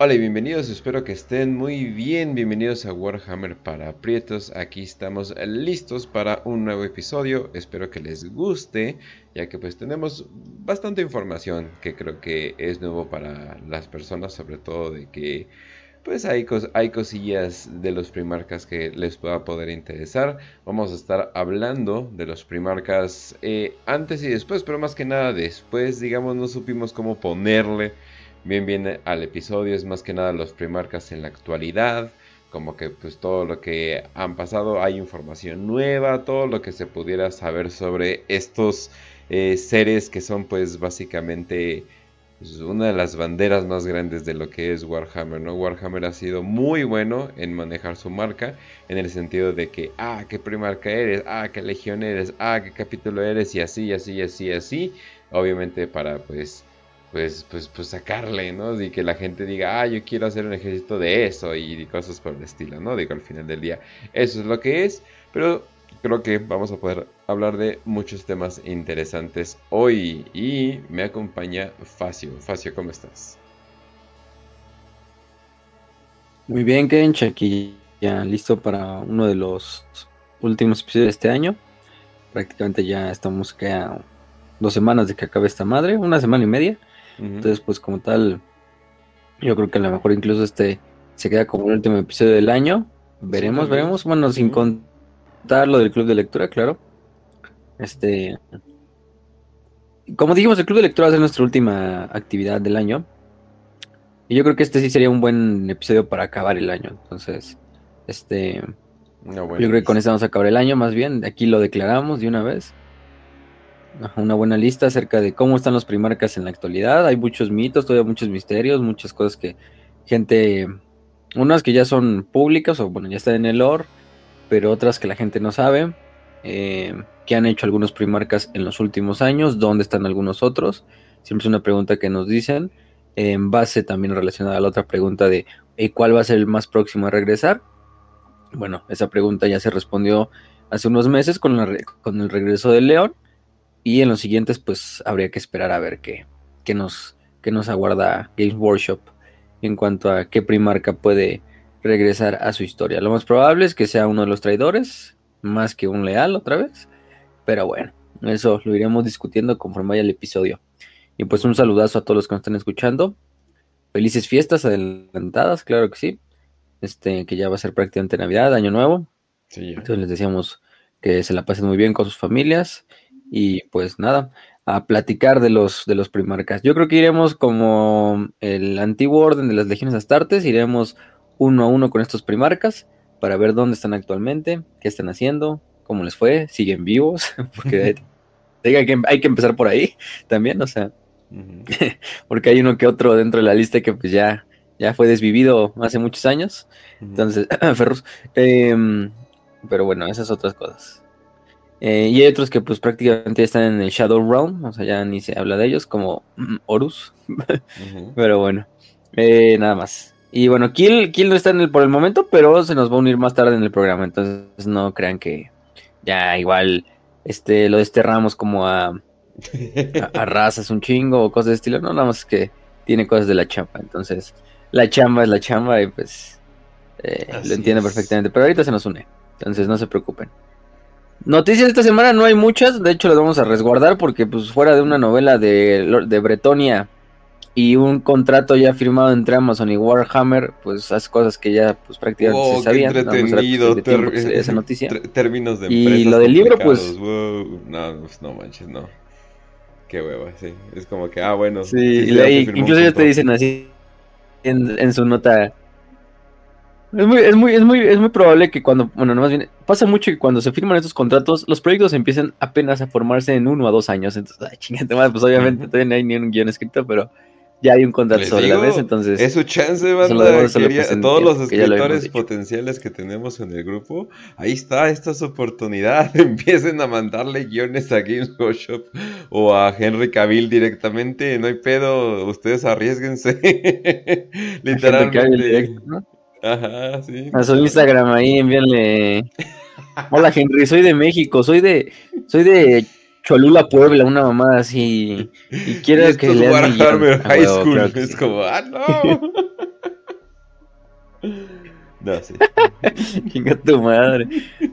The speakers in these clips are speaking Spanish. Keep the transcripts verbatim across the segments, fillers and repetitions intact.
Hola y bienvenidos, espero que estén muy bien, bienvenidos a Warhammer para Prietos, aquí estamos listos para un nuevo episodio, espero que les guste, ya que pues tenemos bastante información que creo que es nuevo para las personas, sobre todo de que pues hay, cos hay cosillas de los primarcas que les pueda poder interesar. Vamos a estar hablando de los primarcas eh, antes y después, pero más que nada después, digamos, no supimos cómo ponerle bien bien al episodio. Es más que nada los primarcas en la actualidad, como que pues todo lo que han pasado, hay información nueva, todo lo que se pudiera saber sobre estos eh, seres que son pues básicamente pues, una de las banderas más grandes de lo que es Warhammer, ¿no? Warhammer ha sido muy bueno en manejar su marca, en el sentido de que, ah, qué primarca eres, ah, qué legión eres, ah, qué capítulo eres, y así, y así, y así, y así, obviamente para pues pues, pues, pues sacarle, ¿no? Y que la gente diga, ah, yo quiero hacer un ejército de eso y cosas por el estilo, ¿no? Digo, al final del día, eso es lo que es, pero creo que vamos a poder hablar de muchos temas interesantes hoy y me acompaña Facio. Facio, ¿cómo estás? Muy bien, Kench, aquí ya listo para uno de los últimos episodios de este año. Prácticamente ya estamos que a dos semanas de que acabe esta madre, una semana y media. Uh -huh. Entonces, pues como tal, yo creo que a lo mejor incluso este se queda como el último episodio del año. Sí, Veremos, tal vez. veremos. Bueno, Uh sin -huh. contar lo del club de lectura, claro. Este, como dijimos, el club de lectura va a ser nuestra última actividad del año. Y yo creo que este sí sería un buen episodio para acabar el año. Entonces, este... Una buena Yo creo que con lista. esta vamos a acabar el año, más bien. Aquí lo declaramos de una vez. Una buena lista acerca de cómo están los primarcas en la actualidad. Hay muchos mitos, todavía muchos misterios, muchas cosas que gente... Unas que ya son públicas o bueno, ya están en el lore, pero otras que la gente no sabe. Eh, ¿Qué han hecho algunos primarcas en los últimos años? ¿Dónde están algunos otros? Siempre es una pregunta que nos dicen. En base también relacionada a la otra pregunta de eh, ¿cuál va a ser el más próximo a regresar? Bueno, esa pregunta ya se respondió hace unos meses con, la, con el regreso del León. Y en los siguientes, pues habría que esperar a ver qué, qué, nos, qué nos aguarda Games Workshop en cuanto a qué primarca puede regresar a su historia. Lo más probable es que sea uno de los traidores, más que un leal otra vez. Pero bueno, eso lo iremos discutiendo conforme vaya el episodio. Y pues un saludazo a todos los que nos están escuchando. Felices fiestas adelantadas, claro que sí. Este, que ya va a ser prácticamente Navidad, Año Nuevo. Sí, ya. Entonces les decíamos que se la pasen muy bien con sus familias y pues nada, a platicar de los de los primarcas. Yo creo que iremos como el antiguo orden de las legiones astartes, iremos uno a uno con estos primarcas para ver dónde están actualmente, qué están haciendo, cómo les fue, siguen vivos, porque hay que, hay que empezar por ahí también, o sea, Uh -huh. porque hay uno que otro dentro de la lista que pues ya, ya fue desvivido hace muchos años. Uh -huh. Entonces, Ferrus, eh, pero bueno, esas otras cosas. Eh, y hay otros que pues prácticamente están en el Shadow Realm, o sea, ya ni se habla de ellos, como mm, Horus. Uh -huh. Pero bueno, eh, nada más. Y bueno, Kill, Kill no está en el por el momento, pero se nos va a unir más tarde en el programa, entonces no crean que ya igual este lo desterramos como a, a, a razas un chingo o cosas de estilo, no, nada más que tiene cosas de la chamba, entonces la chamba es la chamba y pues eh, lo Así entiende es. perfectamente, pero ahorita se nos une, entonces no se preocupen. Noticias esta semana no hay muchas, de hecho las vamos a resguardar porque pues fuera de una novela de, de Bretonia y un contrato ya firmado entre Amazon y Warhammer, pues esas cosas que ya pues prácticamente se Wow, qué sabían, nada más era cuestión entretenido. de tiempo Ter que saliera esa noticia. términos de Y empresas lo del libro pues complicados. Wow. No, pues, no manches, no. Qué hueva, sí. Es como que, ah, bueno, sí, sí, y sí, ya se ahí, firmó un incluso ellos te contrato. dicen así en, en su nota. Es muy, es muy, es muy, es muy probable que cuando, bueno, no más bien, pasa mucho que cuando se firman estos contratos, los proyectos empiezan apenas a formarse en uno a dos años. Entonces, ay, chingate más, pues Uh obviamente -huh. todavía no hay ni un guión escrito, pero ya hay un contrato Les sobre la mesa, digo, entonces es su chance, eso lo dejamos banda. solo Quería, cuestión de todos los tiempo, que ya lo habíamos escritores dicho. potenciales que tenemos en el grupo, ahí está, esta es su oportunidad. Empiecen a mandarle guiones a Games Workshop o a Henry Cavill directamente. No hay pedo, ustedes arriesguense. La gente que hable el Literalmente. directo, ¿no? Ajá, sí, A su literalmente. Instagram ahí envíenle. Hola Henry, soy de México, soy de, soy de Cholula, Puebla, una mamada así. Y Y quiero esto que es leas mi guión. Warhammer Ah, High huevo, School. claro que Es sí. como, ah, no. No, sí. Chinga tu madre.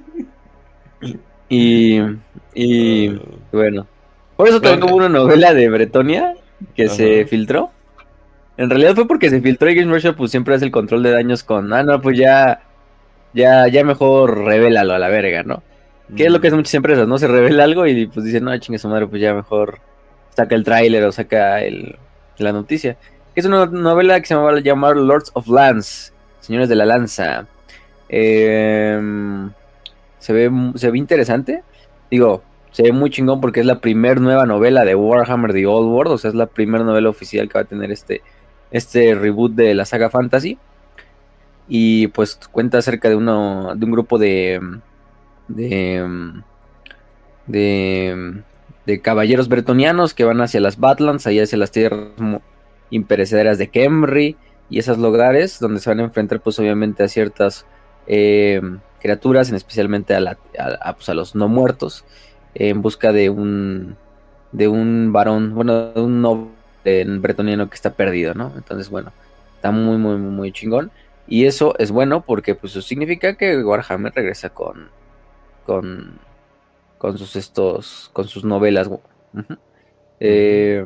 Y, y Uh, bueno, por eso no, también hubo no. una novela de Bretonia que se Ajá. filtró. En realidad fue porque se filtró y Games Workshop pues siempre hace el control de daños con, ah, no, pues ya, ya, ya mejor revélalo a la verga, ¿no? Que es lo que hacen Mm, muchas empresas, ¿no? Se revela algo y pues dicen, no, chingue su madre, pues ya mejor saca el tráiler o saca el, la noticia. Que es una novela que se llama llamar Lords of Lance, Señores de la Lanza. Eh, se ve, se ve interesante. Digo, se ve muy chingón porque es la primer nueva novela de Warhammer The Old World. O sea, es la primera novela oficial que va a tener este, este reboot de la saga Fantasy. Y pues cuenta acerca de uno, de un grupo de, de, de, de caballeros bretonianos que van hacia las Badlands, allá hacia las tierras imperecederas de Khemri y esos lugares donde se van a enfrentar pues obviamente a ciertas eh, criaturas, en especialmente a, la, a, a, pues, a los no muertos, eh, en busca de un de un varón, bueno, de un noble bretoniano que está perdido, ¿no? Entonces, bueno, está muy, muy, muy chingón. Y eso es bueno porque pues eso significa que Warhammer regresa con con, con sus estos con sus novelas. Uh-huh. ujú. Eh,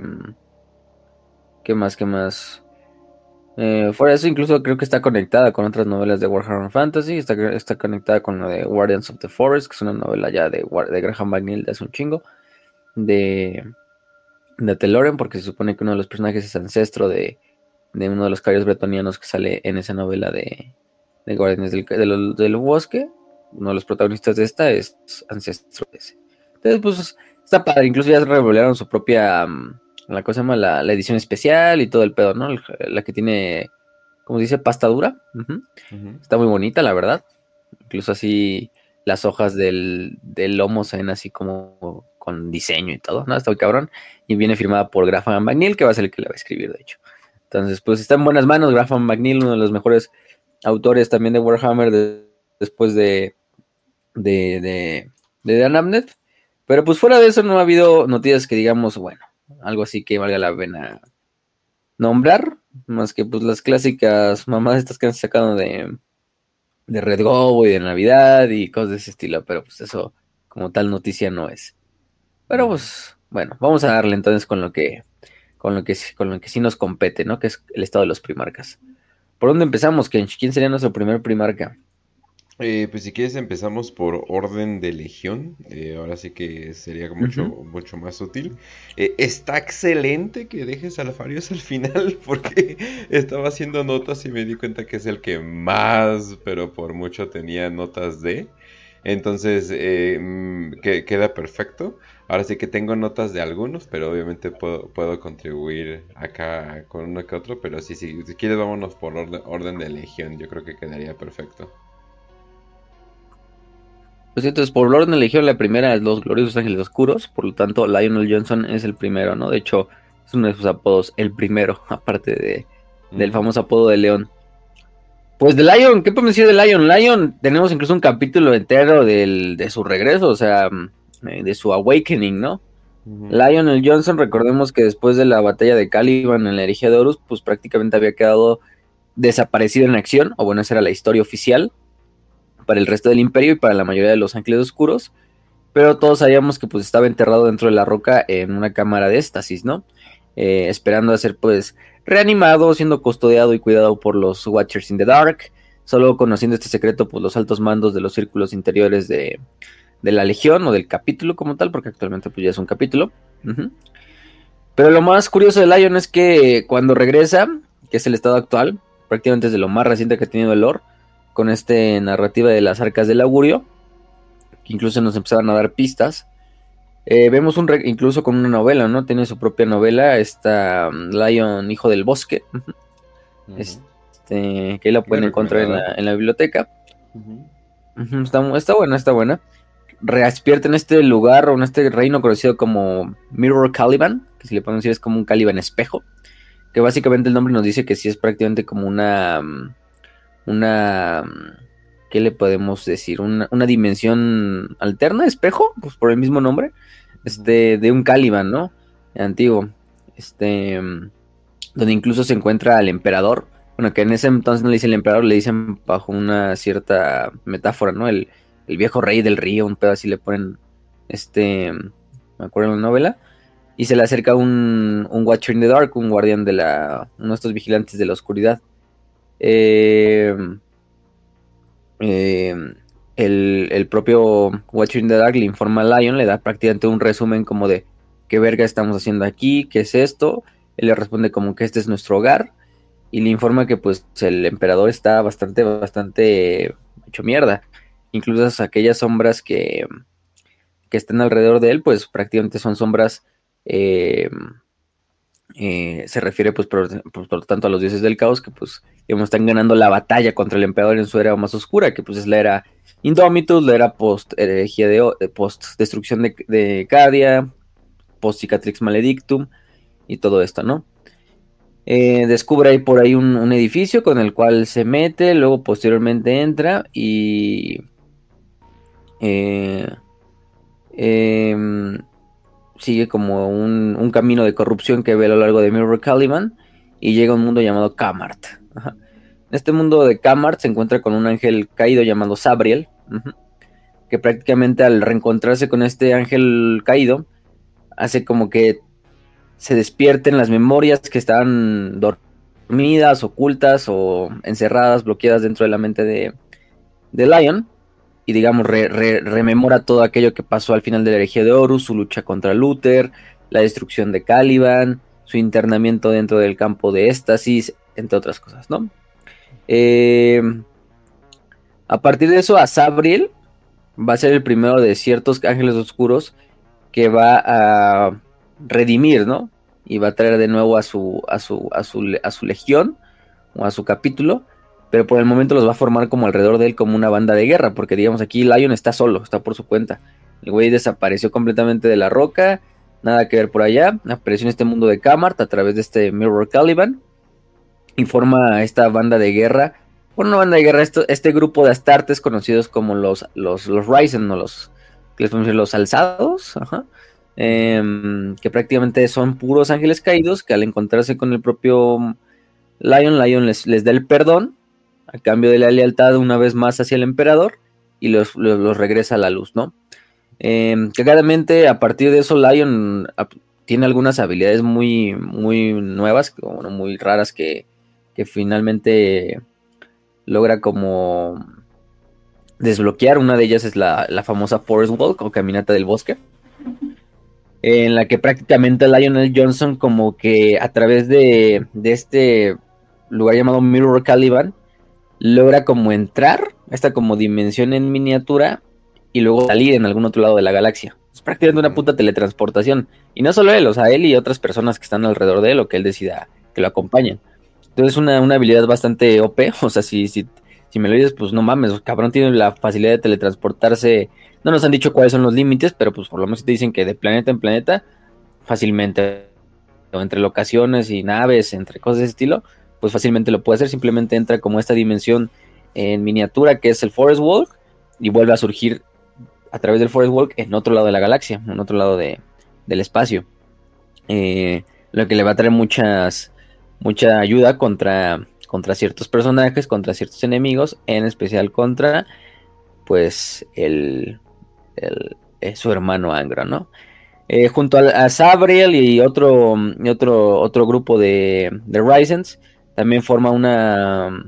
¿Qué más? ¿Qué más? Eh, fuera de eso, incluso creo que está conectada con otras novelas de Warhammer Fantasy. Está, está conectada con la de Guardians of the Forest, que es una novela ya de, de Graham McNeill de hace un chingo. De, de Teloren, porque se supone que uno de los personajes es ancestro de, de uno de los caballeros bretonianos que sale en esa novela de, de Guardianes del, del, del Bosque. Uno de los protagonistas de esta es ancestro de ese. Entonces, pues está padre. Incluso ya revelaron su propia. Um, la cosa se llama la, la edición especial y todo el pedo, ¿no? La que tiene, como se dice, pasta dura. Uh-huh. Ujú. Está muy bonita, la verdad. Incluso así las hojas del, del lomo se ven así como con diseño y todo, ¿no? Está muy cabrón. Y viene firmada por Graham McNeill, que va a ser el que la va a escribir, de hecho. Entonces, pues está en buenas manos. Graham McNeill, uno de los mejores autores también de Warhammer de, después de de, de, de Dan Abnett. Pero pues fuera de eso no ha habido noticias que digamos, bueno, algo así que valga la pena nombrar, más que pues las clásicas mamás estas que han sacado de, de Red Go y de Navidad y cosas de ese estilo, pero pues eso como tal noticia no es. Pero Mm. pues bueno, vamos a darle entonces con lo que con lo que con lo que sí nos compete, ¿no? Que es el estado de los primarcas. ¿Por dónde empezamos, Kench? ¿Quién sería nuestro primer primarca? Eh, pues si quieres empezamos por orden de legión. Eh, ahora sí que sería mucho, Uh-huh. mucho más útil. Eh, está excelente que dejes a Alfarius al final porque estaba haciendo notas y me di cuenta que es el que más, pero por mucho tenía notas de. Entonces eh, mm, que, queda perfecto. Ahora sí que tengo notas de algunos, pero obviamente puedo, puedo contribuir acá con uno que otro. Pero sí, sí, si quieres vámonos por orden, orden de legión. Yo creo que quedaría perfecto. Pues entonces, por orden de elegir la primera es Los Gloriosos Ángeles Oscuros, por lo tanto, Lionel Johnson es el primero, ¿no? De hecho, es uno de sus apodos, el primero, aparte de, del Ujú. famoso apodo de León. Pues de Lion, ¿qué podemos decir de Lion? Lion, tenemos incluso un capítulo entero del, de su regreso, o sea, de su awakening, ¿no? Ujú. Lionel Johnson, recordemos que después de la batalla de Caliban en la herejía de Horus, pues prácticamente había quedado desaparecido en acción, o bueno, esa era la historia oficial para el resto del imperio y para la mayoría de los Ángeles Oscuros. Pero todos sabíamos que pues estaba enterrado dentro de la roca en una cámara de éxtasis, ¿no? Eh, esperando a ser pues reanimado, siendo custodiado y cuidado por los Watchers in the Dark. Solo conociendo este secreto, pues los altos mandos de los círculos interiores de, de la Legión o del capítulo como tal, porque actualmente pues ya es un capítulo. Uh-huh. Pero lo más curioso de Lion es que cuando regresa, que es el estado actual, prácticamente es de lo más reciente que ha tenido el lore, con este narrativa de las arcas del augurio, que incluso nos empezaban a dar pistas. Eh, vemos un re incluso con una novela, ¿no? Tiene su propia novela, esta um, Lion, Hijo del Bosque, Ujú. este, que ahí la Muy pueden encontrar en recomendada. la, en la biblioteca. Ujú. Uh-huh, está, está buena, está buena. Reaspierta en este lugar o en este reino conocido como Mirror Caliban, que si le podemos decir es como un Caliban espejo, que básicamente el nombre nos dice que sí es prácticamente como una... una ¿qué le podemos decir? Una, una dimensión alterna, espejo, pues por el mismo nombre, Ujú. este, de un Caliban, ¿no? Antiguo, este, donde incluso se encuentra al emperador, bueno, que en ese entonces no le dicen el emperador, le dicen bajo una cierta metáfora, ¿no? El, el viejo rey del río, un pedo así le ponen, este, me acuerdo en la novela, y se le acerca un, un Watcher in the Dark, un guardián de la, uno de estos vigilantes de la oscuridad. Eh, eh, el, el propio Watcher in the Dark le informa a Lion, le da prácticamente un resumen como de qué verga estamos haciendo aquí, qué es esto. Él le responde como que este es nuestro hogar y le informa que pues el emperador está bastante, bastante hecho mierda. Incluso aquellas sombras que, que están alrededor de él, pues prácticamente son sombras, eh, eh, se refiere pues por, por, por, tanto a los dioses del caos que pues digamos, están ganando la batalla contra el emperador en su era más oscura, que pues es la era Indomitus, la era post herejía de post destrucción de, de Cadia, post Cicatrix Maledictum y todo esto, ¿no? Eh, descubre ahí por ahí un, un edificio con el cual se mete, luego posteriormente entra y eh, eh, sigue como un, un camino de corrupción que ve a lo largo de Mirror Caliban y llega a un mundo llamado Kamart. Ajá. En este mundo de Kamart se encuentra con un ángel caído llamado Sabriel, uh-huh, que prácticamente al reencontrarse con este ángel caído hace como que se despierten las memorias que estaban dormidas, ocultas o encerradas, bloqueadas dentro de la mente de, de Lion. Y digamos, re, re, rememora todo aquello que pasó al final de la herejía de Horus, su lucha contra Luther, la destrucción de Caliban, su internamiento dentro del campo de éxtasis, entre otras cosas, ¿no? Eh, a partir de eso, Azabriel va a ser el primero de ciertos ángeles oscuros que va a redimir, ¿no? Y va a traer de nuevo a su, a su, a su, a su legión o a su capítulo, pero por el momento los va a formar como alrededor de él como una banda de guerra, porque digamos aquí Lion está solo, está por su cuenta. El güey desapareció completamente de la roca, nada que ver por allá, apareció en este mundo de Kamart a través de este Mirror Caliban y forma esta banda de guerra, bueno, una banda de guerra, esto, este grupo de astartes conocidos como los, los, los Ryzen, o los, ¿qué les podemos decir? Los alzados, ajá. Eh, que prácticamente son puros ángeles caídos que al encontrarse con el propio Lion, Lion les, les da el perdón a cambio de la lealtad una vez más hacia el emperador y los, los, los regresa a la luz, ¿no? Eh, claramente a partir de eso Lion a, tiene algunas habilidades muy, muy nuevas, bueno, muy raras que, que finalmente logra como desbloquear. Una de ellas es la, la famosa Forest Walk o caminata del bosque, en la que prácticamente Lionel Johnson como que a través de, de este lugar llamado Mirror Caliban logra como entrar a esta como dimensión en miniatura y luego salir en algún otro lado de la galaxia. Es prácticamente una puta teletransportación. Y no solo él, o sea, él y otras personas que están alrededor de él o que él decida que lo acompañen. Entonces es una, una habilidad bastante O P, o sea, si, si, si me lo dices, pues no mames, cabrón tiene la facilidad de teletransportarse. No nos han dicho cuáles son los límites, pero pues por lo menos te dicen que de planeta en planeta, fácilmente, o entre locaciones y naves, entre cosas de ese estilo, pues fácilmente lo puede hacer. Simplemente entra como esta dimensión en miniatura que es el Forest Walk y vuelve a surgir a través del Forest Walk en otro lado de la galaxia, en otro lado de, del espacio. Eh, lo que le va a traer muchas, mucha ayuda contra, contra ciertos personajes, contra ciertos enemigos, en especial contra, pues, el, el, el su hermano Angra, ¿no? Eh, junto a, a Sabriel y otro, y otro, otro grupo de, de Ryzens, también forma una,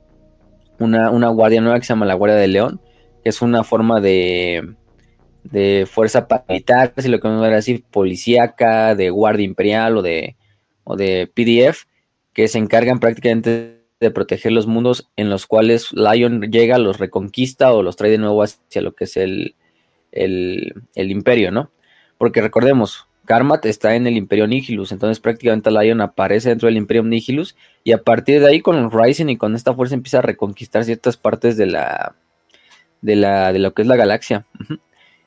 una, una guardia nueva que se llama la Guardia del León, que es una forma de, de fuerza militar, si lo queremos ver así, policíaca, de guardia imperial o de, o de P D F, que se encargan prácticamente de proteger los mundos en los cuales Lion llega, los reconquista o los trae de nuevo hacia lo que es el, el, el imperio, ¿no? Porque recordemos, Karmat está en el Imperio Nihilus, entonces prácticamente Lion aparece dentro del Imperio Nihilus y a partir de ahí con los Ryzen y con esta fuerza empieza a reconquistar ciertas partes de la de la de lo que es la galaxia. Uh-huh.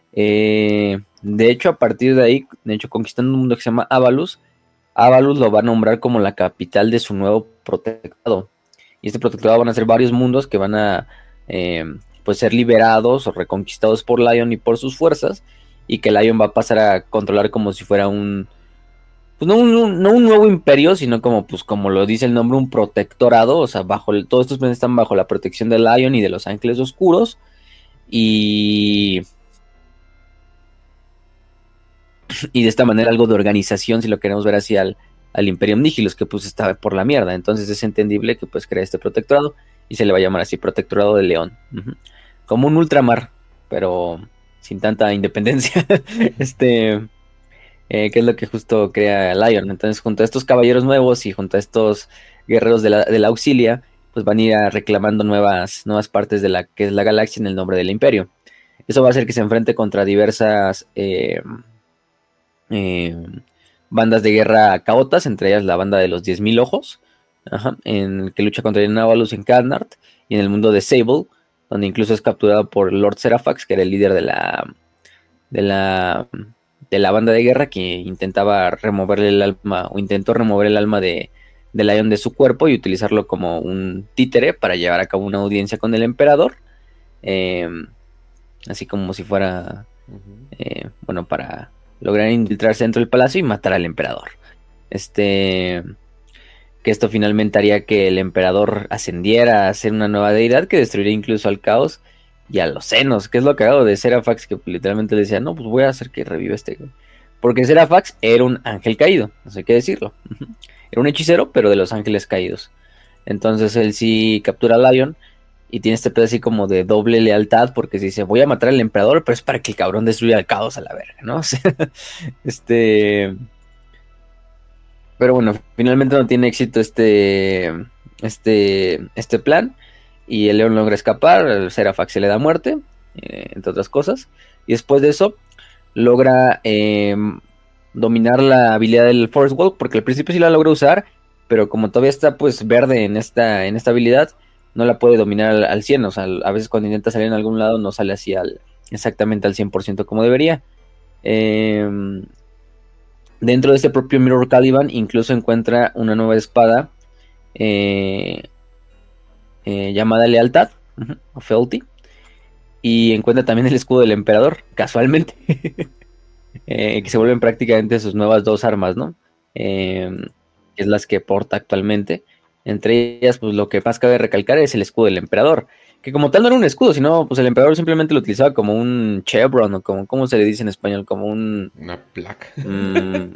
Eh, de hecho, a partir de ahí, de hecho, conquistando un mundo que se llama Avalus, Avalus lo va a nombrar como la capital de su nuevo protectorado. Y este protectorado van a ser varios mundos que van a eh, pues ser liberados o reconquistados por Lion y por sus fuerzas, y que Lion va a pasar a controlar como si fuera un pues no un, no un nuevo imperio, sino como, pues como lo dice el nombre, un protectorado, o sea, bajo el, todos estos planetas están bajo la protección de Lion y de los Ángeles Oscuros, y, y de esta manera algo de organización, si lo queremos ver así, al, al Imperium Nihilus, que pues está por la mierda, entonces es entendible que pues crea este protectorado, y se le va a llamar así, Protectorado de León, uh-huh. Como un ultramar, pero sin tanta independencia, este... Eh, que es lo que justo crea Lion. Entonces, junto a estos caballeros nuevos y junto a estos guerreros de la, de la Auxilia, pues van a ir a reclamando nuevas, nuevas partes de la que es la galaxia en el nombre del Imperio. Eso va a hacer que se enfrente contra diversas eh, eh, bandas de guerra caotas, entre ellas la banda de los diez mil ojos, ajá, en el que lucha contra Navalus en Kalnart, y en el mundo de Sable, donde incluso es capturado por Lord Serafax, que era el líder de la de la de la banda de guerra, que intentaba removerle el alma, o intentó remover el alma de, de Lion de su cuerpo y utilizarlo como un títere para llevar a cabo una audiencia con el emperador, eh, así como si fuera, uh-huh. eh, bueno, para lograr infiltrarse dentro del palacio y matar al emperador. Este, que esto finalmente haría que el emperador ascendiera a ser una nueva deidad que destruiría incluso al caos y a los senos, que es lo cagado de Serafax, que literalmente le decía, no, pues voy a hacer que reviva este, porque Serafax era un ángel caído, eso hay que decirlo, era un hechicero, pero de los ángeles caídos. Entonces él sí captura a Lion y tiene este pedo así como de doble lealtad, porque se dice, voy a matar al emperador, pero es para que el cabrón destruya el caos a la verga, ¿no? O sea, este... Pero bueno, finalmente no tiene éxito este, este, este plan, y el león logra escapar, el Serafax se le da muerte, eh, entre otras cosas, y después de eso logra eh, dominar la habilidad del Force Walk, porque al principio sí la logra usar, pero como todavía está pues verde en esta, en esta habilidad, no la puede dominar al, al cien, o sea, a veces cuando intenta salir en algún lado no sale así al, exactamente al cien por ciento como debería. Eh, dentro de este propio Mirror Caliban incluso encuentra una nueva espada, eh, Eh, llamada Lealtad, uh-huh, o Fealty, y encuentra también el escudo del emperador, casualmente, eh, que se vuelven prácticamente sus nuevas dos armas, ¿no? Eh, que es las que porta actualmente. Entre ellas, pues lo que más cabe recalcar es el escudo del emperador, que como tal no era un escudo, sino pues el emperador simplemente lo utilizaba como un chevron, o como, ¿cómo se le dice en español? Como un... Una placa. Mmm,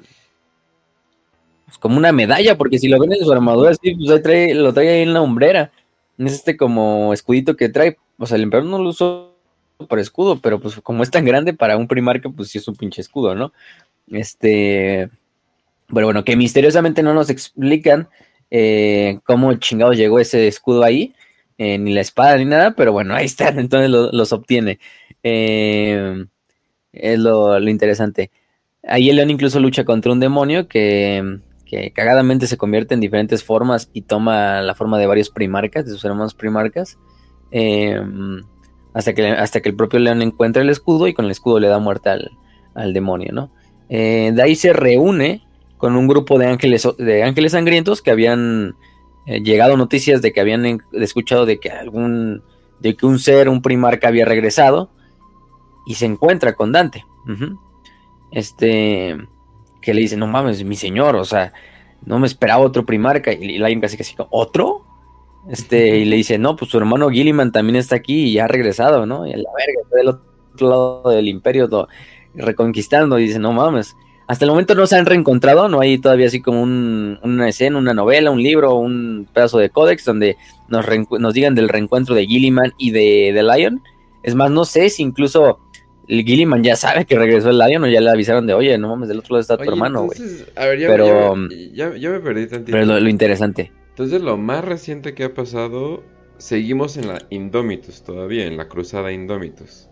pues como una medalla, porque si lo ven en su armadura, sí, pues ahí trae, lo trae ahí en la hombrera. Es este como escudito que trae, o sea, el emperador no lo usó por escudo, pero pues como es tan grande para un primarca, pues sí es un pinche escudo, ¿no? Este, pero bueno, que misteriosamente no nos explican eh, cómo chingado llegó ese escudo ahí, eh, ni la espada ni nada, pero bueno, ahí están, entonces lo, los obtiene. Eh, es lo, lo interesante. Ahí el león incluso lucha contra un demonio que... que cagadamente se convierte en diferentes formas y toma la forma de varios primarcas, de sus hermanos primarcas, eh, hasta, que, hasta que el propio león encuentra el escudo y con el escudo le da muerte al, al demonio, ¿no? Eh, de ahí se reúne con un grupo de ángeles, de ángeles sangrientos que habían eh, llegado noticias de que habían en, de escuchado de que algún, de que un ser, un primarca había regresado, y se encuentra con Dante. Uh-huh. Este... que le dice, no mames, mi señor, o sea, no me esperaba otro primarca, y Lion casi casi, ¿otro? Este, y le dice, no, pues su hermano Gilliman también está aquí y ya ha regresado, ¿no? Y a la verga, está del otro lado del imperio, todo, reconquistando, y dice, no mames, hasta el momento no se han reencontrado, no hay todavía así como un, una escena, una novela, un libro, un pedazo de códex donde nos, nos digan del reencuentro de Gilliman y de, de Lion. Es más, no sé si incluso el Gilliman ya sabe que regresó el Lion, o ya le avisaron de, oye, no mames, del otro lado está tu Oye, hermano, güey. A ver, ya, pero, ya, ya, ya me perdí tantito. Pero lo, lo interesante. Entonces, lo más reciente que ha pasado, seguimos en la Indomitus todavía, en la cruzada Indomitus.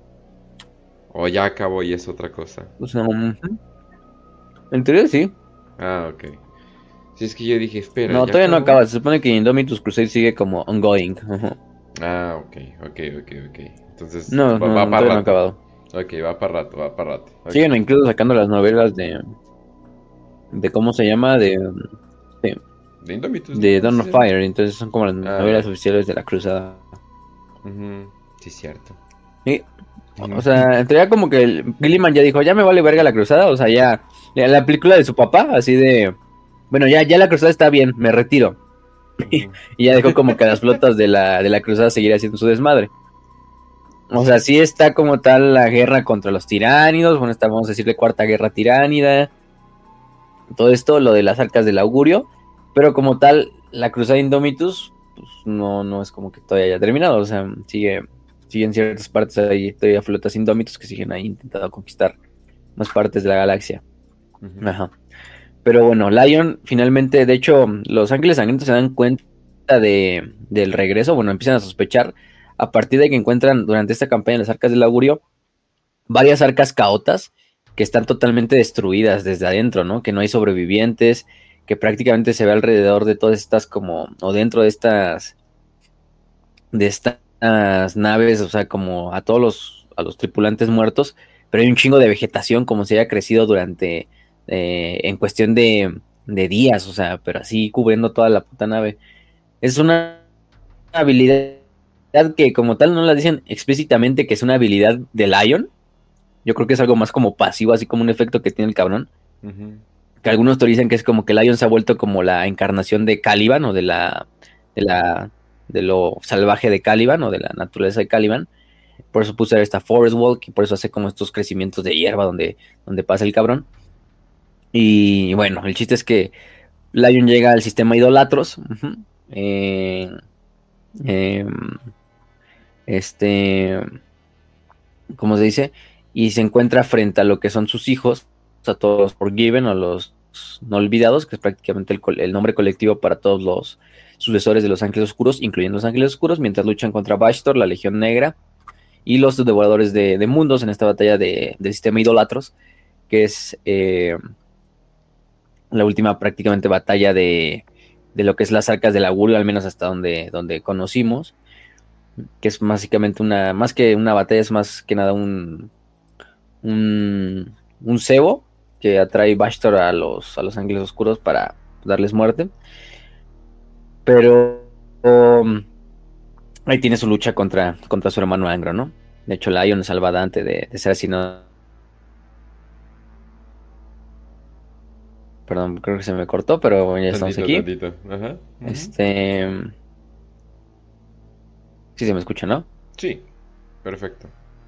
O ya acabó y es otra cosa. Pues, um, en teoría sí. Ah, ok. Si es que yo dije, espera. No, todavía acabó? no acaba. Se supone que Indomitus Crusade sigue como ongoing. Uh-huh. Ah, ok, ok, ok, ok. Entonces, no, va, no, va no, para rato. No acabado. Ok, va para rato, va para rato. Okay. Siguen incluso sacando las novelas de. de ¿Cómo se llama? De. De, de Indomitus. De Dawn of Fire. Entonces son como las ah. novelas oficiales de la cruzada. Uh-huh. Sí, cierto. Y O sea, en teoría como que el Gilliman ya dijo, ya me vale verga la cruzada, o sea, ya, la, la película de su papá, así de, bueno, ya, ya la cruzada está bien, me retiro. Ujú. Y ya dejó como que las flotas de la, de la cruzada seguir haciendo su desmadre. O sea, sí está como tal la guerra contra los tiránidos, bueno, está, vamos a decirle cuarta guerra tiránida, todo esto, lo de las arcas del augurio, pero como tal, la cruzada Indomitus, pues no, no es como que todavía haya terminado, o sea, sigue, sigue en ciertas partes ahí, todavía flotas Indomitus que siguen ahí intentando conquistar más partes de la galaxia. Ujú. Ajá. Pero bueno, Lion finalmente, de hecho, los Ángeles Sangrientos se dan cuenta de, del regreso, bueno, empiezan a sospechar a partir de que encuentran durante esta campaña en las arcas del augurio varias arcas caotas que están totalmente destruidas desde adentro, ¿no? Que no hay sobrevivientes, que prácticamente se ve alrededor de todas estas como, o dentro de estas, de estas naves, o sea, como a todos los, a los tripulantes muertos, pero hay un chingo de vegetación como si haya crecido durante, eh, en cuestión de, de días, o sea, pero así cubriendo toda la puta nave. Es una habilidad que como tal no la dicen explícitamente que es una habilidad de Lion. Yo creo que es algo más como pasivo, así como un efecto que tiene el cabrón. Ujú. Que algunos teorizan que es como que Lion se ha vuelto como la encarnación de Caliban o de la, de la, de lo salvaje de Caliban o de la naturaleza de Caliban. Por eso puse esta Forest Walk y por eso hace como estos crecimientos de hierba donde, donde pasa el cabrón. Y bueno, el chiste es que Lion llega al sistema Idolatros. Uh-huh, eh, eh, este, ¿cómo se dice? Y se encuentra frente a lo que son sus hijos, a todos los Forgiven o los no olvidados, que es prácticamente el, el nombre colectivo para todos los sucesores de los Ángeles Oscuros, incluyendo los Ángeles Oscuros, mientras luchan contra Bastor, la Legión Negra y los Devoradores de, de Mundos en esta batalla de, de sistema Idolatros, que es eh, la última prácticamente batalla de, de lo que es las arcas del augurio, al menos hasta donde, donde conocimos, que es básicamente una, más que una batalla, es más que nada un, un, un cebo que atrae Bastor a los, a los Ángeles Oscuros para darles muerte. Pero um, ahí tiene su lucha contra, contra su hermano Angro, ¿no? De hecho, Lion es salva a Dante de, de ser asesinado. Perdón, creo que se me cortó, pero ya estamos Tantito, aquí. tantito. Ajá. Ujú. Este. Sí se me escucha, ¿no? Sí, perfecto.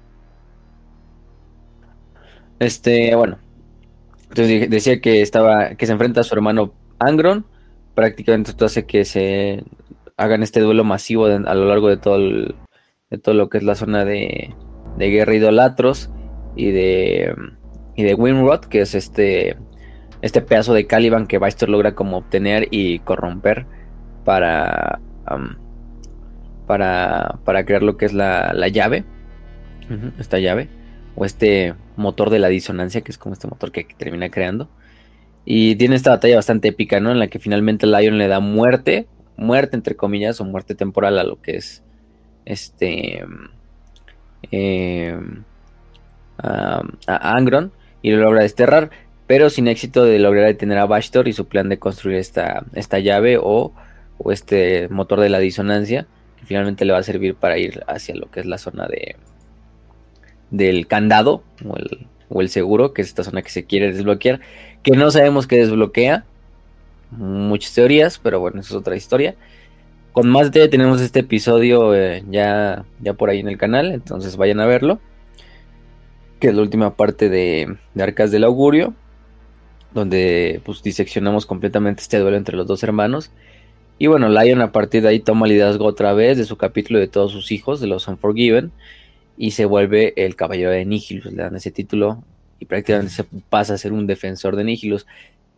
Este, bueno. Entonces decía que estaba, que se enfrenta a su hermano Angron. Prácticamente esto hace que se hagan este duelo masivo de, a lo largo de todo el, de todo lo que es la zona de, de Guerra Idolatros y de y de Winrod, que es este este pedazo de Caliban que Bastor logra como obtener y corromper para um, para, para crear lo que es la, la llave, uh-huh, esta llave o este motor de la disonancia, que es como este motor que, que termina creando. Y tiene esta batalla bastante épica, ¿no? En la que finalmente Lion le da muerte, muerte entre comillas, o muerte temporal a lo que es este eh, a, a Angron y lo logra desterrar, pero sin éxito de lograr detener a Bastor y su plan de construir esta, esta llave o, o este motor de la disonancia, que finalmente le va a servir para ir hacia lo que es la zona de del candado o el, o el seguro, que es esta zona que se quiere desbloquear, que no sabemos qué desbloquea. Muchas teorías, pero bueno, eso es otra historia. Con más detalle tenemos este episodio eh, ya, ya por ahí en el canal, entonces vayan a verlo. Que es la última parte de, de Arcas del Augurio, donde pues diseccionamos completamente este duelo entre los dos hermanos. Y bueno, Lion a partir de ahí toma liderazgo otra vez de su capítulo de todos sus hijos, de los Unforgiven, y se vuelve el caballero de Nihilus, le dan ese título y prácticamente se pasa a ser un defensor de Nihilus.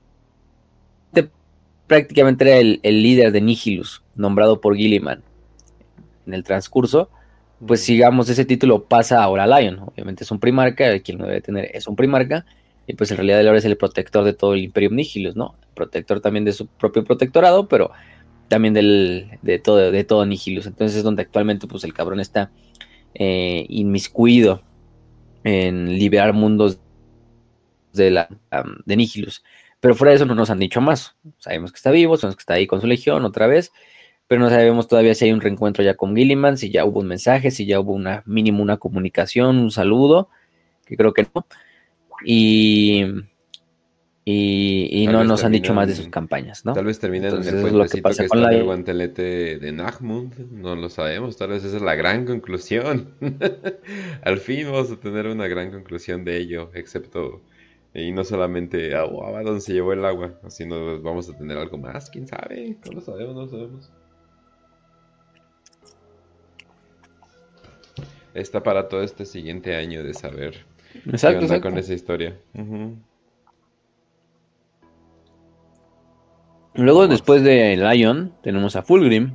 Prácticamente era el, el líder de Nihilus, nombrado por Gilliman. En el transcurso, pues Ujú. sigamos, ese título pasa ahora a Lion. Obviamente es un primarca, quien lo debe tener es un primarca, y pues en realidad él ahora es el protector de todo el Imperium Nihilus, ¿no? Protector también de su propio protectorado, pero también del, de, todo, de todo Nihilus. Entonces es donde actualmente pues el cabrón está eh, inmiscuido en liberar mundos de, la, um, de Nihilus. Pero fuera de eso no nos han dicho más. Sabemos que está vivo, sabemos que está ahí con su legión otra vez, pero no sabemos todavía si hay un reencuentro ya con Gilliman, si ya hubo un mensaje, si ya hubo una mínimo una comunicación, un saludo, que creo que no, y, y, y no nos han dicho más de sus campañas, ¿no? Tal vez terminan en Entonces el eso es lo que puentecito que, pasa está con en la... el guantelete de Nahmund, no lo sabemos, tal vez esa es la gran conclusión. Al fin vamos a tener una gran conclusión de ello, excepto, y no solamente, ah, oh, Abaddon se llevó el agua, sino vamos a tener algo más, quién sabe, no lo sabemos, no lo sabemos. Está para todo este siguiente año de saber qué Exacto, onda exacto. con esa historia. Uh-huh. Luego, después de Lion, tenemos a Fulgrim,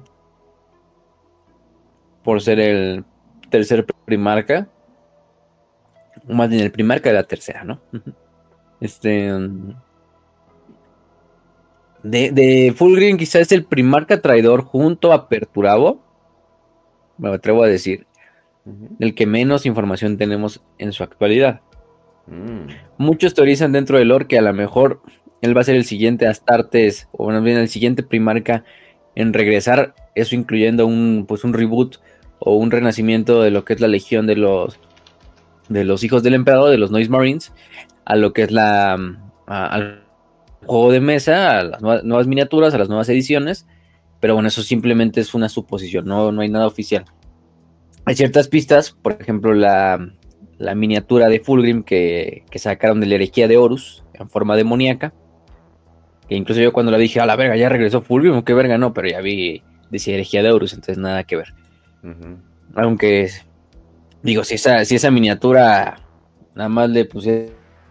por ser el tercer primarca, o más bien el primarca de la tercera, ¿no? Este... De, de Fulgrim quizás es el primarca traidor junto a Perturabo, me atrevo a decir, uh-huh, del que menos información tenemos en su actualidad. Mm. Muchos teorizan dentro del lore que a lo mejor él va a ser el siguiente Astartes, o más bien el siguiente primarca en regresar, eso incluyendo un, pues un reboot o un renacimiento de lo que es la legión de los de los hijos del emperador, de los Noise Marines, a lo que es la a, al juego de mesa, a las nuevas, nuevas miniaturas, a las nuevas ediciones, pero bueno, eso simplemente es una suposición, no, no hay nada oficial. Hay ciertas pistas, por ejemplo, la, la miniatura de Fulgrim que, que sacaron de la herejía de Horus, en forma demoníaca, que incluso yo cuando la dije, a la verga, ya regresó Fulgrim, qué verga, no, pero ya vi, decía herejía de Horus, entonces nada que ver. Uh-huh. Aunque, digo, si esa, si esa miniatura nada más le pusieras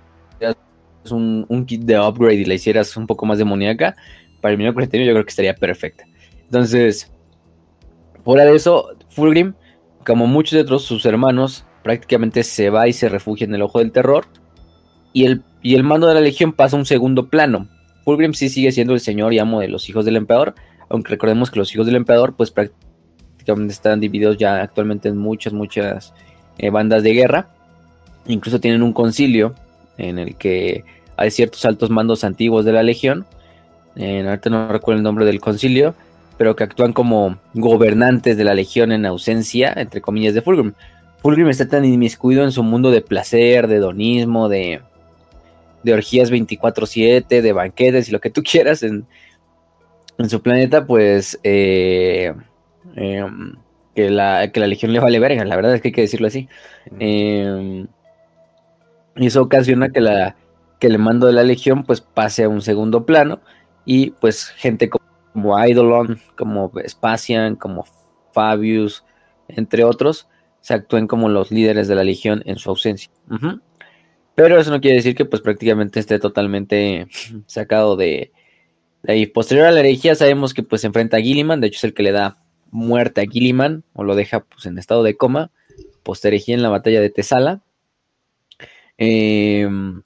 un, un kit de upgrade y la hicieras un poco más demoníaca, para el mío criterio yo creo que estaría perfecta. Entonces, fuera de eso, Fulgrim, como muchos de otros sus hermanos, prácticamente se va y se refugia en el Ojo del Terror, y el, y el mando de la Legión pasa a un segundo plano. Fulgrim sí sigue siendo el señor y amo de los hijos del emperador, aunque recordemos que los hijos del emperador pues prácticamente están divididos ya actualmente en muchas, muchas eh, bandas de guerra. Incluso tienen un concilio en el que hay ciertos altos mandos antiguos de la Legión, eh, ahorita no recuerdo el nombre del concilio, pero que actúan como gobernantes de la Legión en ausencia, entre comillas, de Fulgrim. Fulgrim está tan inmiscuido en su mundo de placer, de hedonismo, de, de orgías veinticuatro siete, de banquetes y lo que tú quieras en, en su planeta, pues eh, eh, que, la, que la Legión le vale verga, la verdad es que hay que decirlo así. Eh, y eso ocasiona que, la, que el mando de la Legión pues pase a un segundo plano y pues gente como como Eidolon, como Vespasian, como Fabius, entre otros, se actúen como los líderes de la Legión en su ausencia. Uh-huh. Pero eso no quiere decir que pues prácticamente esté totalmente sacado de, de ahí. Posterior a la herejía sabemos que pues se enfrenta a Gilliman, de hecho es el que le da muerte a Gilliman, o lo deja pues en estado de coma, post herejía en la batalla de Tesala. Eh...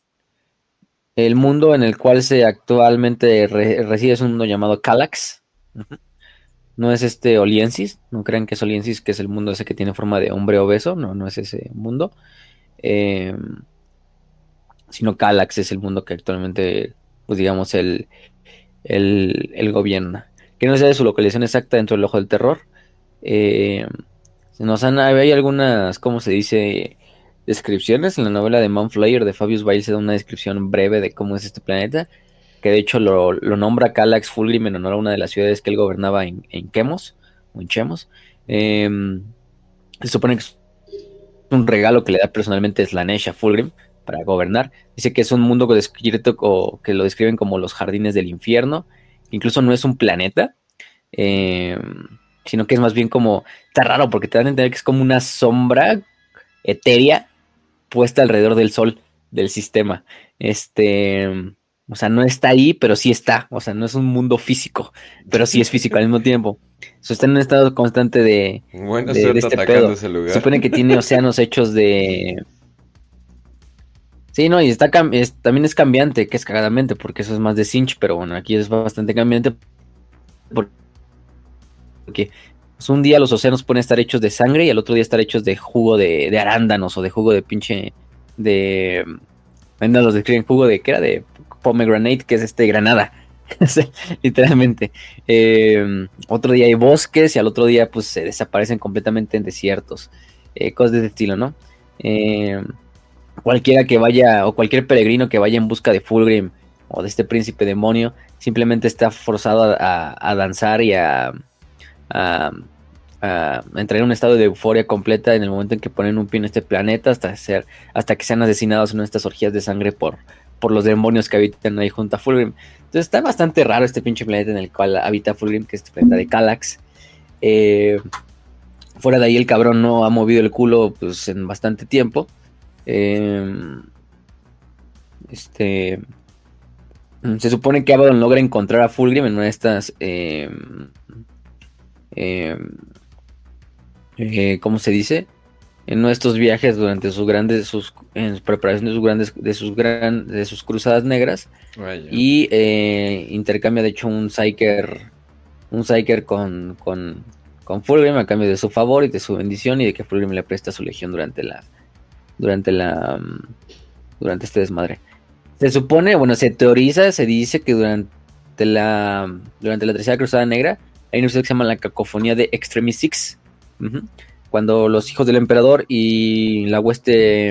El mundo en el cual se actualmente re reside es un mundo llamado Kallax. Uh-huh. No es este Oliensis. No crean que es Oliensis, que es el mundo ese que tiene forma de hombre obeso. No, no es ese mundo. Eh, sino Kallax es el mundo que actualmente, pues digamos, el, el, el gobierna. Que no sea de su localización exacta dentro del Ojo del Terror. Eh, nos han, hay algunas, ¿cómo se dice? Descripciones en la novela de Manflayer de Fabius Bail se da una descripción breve de cómo es este planeta, que de hecho lo, lo nombra Kallax Fulgrim en honor a una de las ciudades que él gobernaba en, en Chemos, o en Chemos. Eh, se supone que es un regalo que le da personalmente Slanesh a Fulgrim para gobernar. Dice que es un mundo descrito, o que lo describen como los jardines del infierno, que incluso no es un planeta, eh, sino que es más bien como, está raro porque te dan a entender que es como una sombra etérea puesta alrededor del sol del sistema. Este, o sea, no está ahí, pero sí está. O sea, no es un mundo físico, pero sí es físico al mismo tiempo. O sea, está en un estado constante de, Buena de, de este pedo. Ese lugar. Se supone que tiene océanos hechos de... Sí, no, y está es, también es cambiante, que es cagadamente, porque eso es más de Sinch, pero bueno, aquí es bastante cambiante. Porque pues, un día los océanos pueden estar hechos de sangre y al otro día estar hechos de jugo de, de arándanos o de jugo de pinche... de... No los describen jugo de... ¿Qué era? De pomegranate, que es este granada. Literalmente. Eh, otro día hay bosques y al otro día pues se desaparecen completamente en desiertos. Eh, cosas de ese estilo, ¿no? Eh, cualquiera que vaya o cualquier peregrino que vaya en busca de Fulgrim o de este príncipe demonio simplemente está forzado a, a- a danzar y a, a, a entrar en un estado de euforia completa en el momento en que ponen un pie en este planeta hasta ser, hasta que sean asesinados en estas orgías de sangre por, por los demonios que habitan ahí junto a Fulgrim. Entonces está bastante raro este pinche planeta en el cual habita Fulgrim, que es este planeta de Calax. Eh, fuera de ahí el cabrón no ha movido el culo pues en bastante tiempo. Eh, este se supone que Abaddon logra encontrar a Fulgrim en una de estas eh, eh, eh, ¿cómo se dice? En uno de estos viajes durante sus grandes, sus, en preparación de sus grandes, de sus gran, de sus cruzadas negras. Vaya. Y eh, intercambia de hecho un Psyker, un Psyker con, con, con Fulgrim a cambio de su favor y de su bendición y de que Fulgrim le presta su legión durante la, durante la, um, durante este desmadre. Se supone, bueno, se teoriza, se dice que durante la, durante la tercera cruzada negra hay una cosa que se llama la cacofonía de Extremis Six. Uh-huh. Cuando los hijos del emperador y la hueste,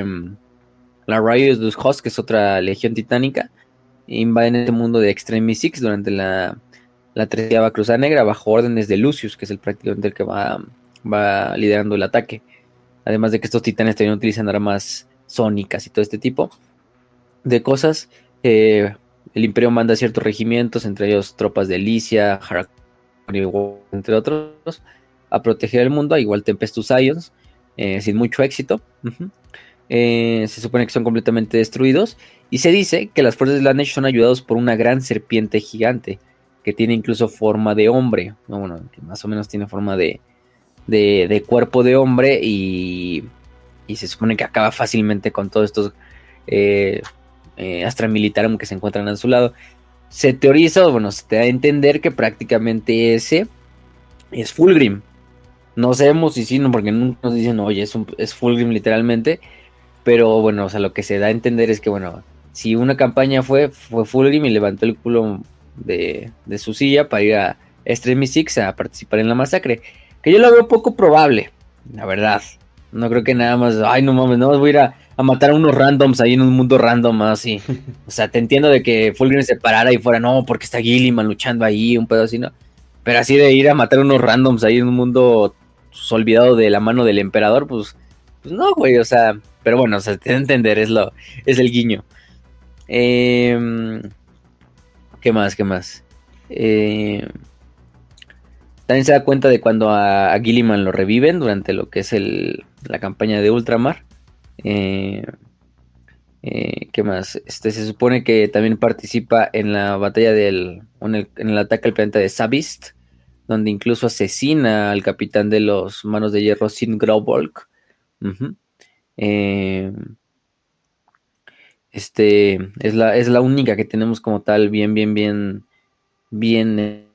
la Riot dos Hosts, que es otra legión titánica, invaden este mundo de Extremis Six durante la, la tercera cruzada negra bajo órdenes de Lucius, que es el prácticamente el que va, va liderando el ataque. Además de que estos titanes también utilizan armas sónicas y todo este tipo de cosas. Eh, el Imperio manda ciertos regimientos, entre ellos tropas de Licia, Harakiri, entre otros, a proteger el mundo, igual Tempestus Ions, eh, sin mucho éxito. Uh-huh. Eh, se supone que son completamente destruidos y se dice que las fuerzas de Slaanesh son ayudados por una gran serpiente gigante que tiene incluso forma de hombre, no, bueno, que más o menos tiene forma de, de, de cuerpo de hombre y, y se supone que acaba fácilmente con todos estos eh, eh, Astra Militarum que se encuentran a su lado. Se teoriza, bueno, se te da a entender que prácticamente ese es Fulgrim. No sabemos si sí, no, porque nunca nos dicen, oye, es, un, es Fulgrim literalmente. Pero bueno, o sea, lo que se da a entender es que, bueno, si una campaña fue, fue Fulgrim y levantó el culo de, de su silla para ir a Extremis Six a participar en la masacre. Que yo lo veo poco probable, la verdad. No creo que nada más, ay, no mames, no voy a ir a, a matar a unos randoms ahí en un mundo random así. O sea, te entiendo de que Fulgrim se parara y fuera, no, porque está Gilliman luchando ahí, un pedo así, ¿no? Pero así de ir a matar a unos randoms ahí en un mundo pues, olvidado de la mano del emperador, pues, pues no, güey, o sea, pero bueno, o sea, te da a entender, es, lo, es el guiño. Eh, ¿Qué más? ¿Qué más? Eh, también se da cuenta de cuando a, a Gilliman lo reviven durante lo que es el, la campaña de Ultramar. Eh, eh, ¿Qué más? Este, se supone que también participa en la batalla del... En el, en el ataque al planeta de Sabist, donde incluso asesina al capitán de los Manos de Hierro, Sin Graubolk. Uh-huh. Eh, este es la, es la única que tenemos como tal, bien, bien, bien, bien eh,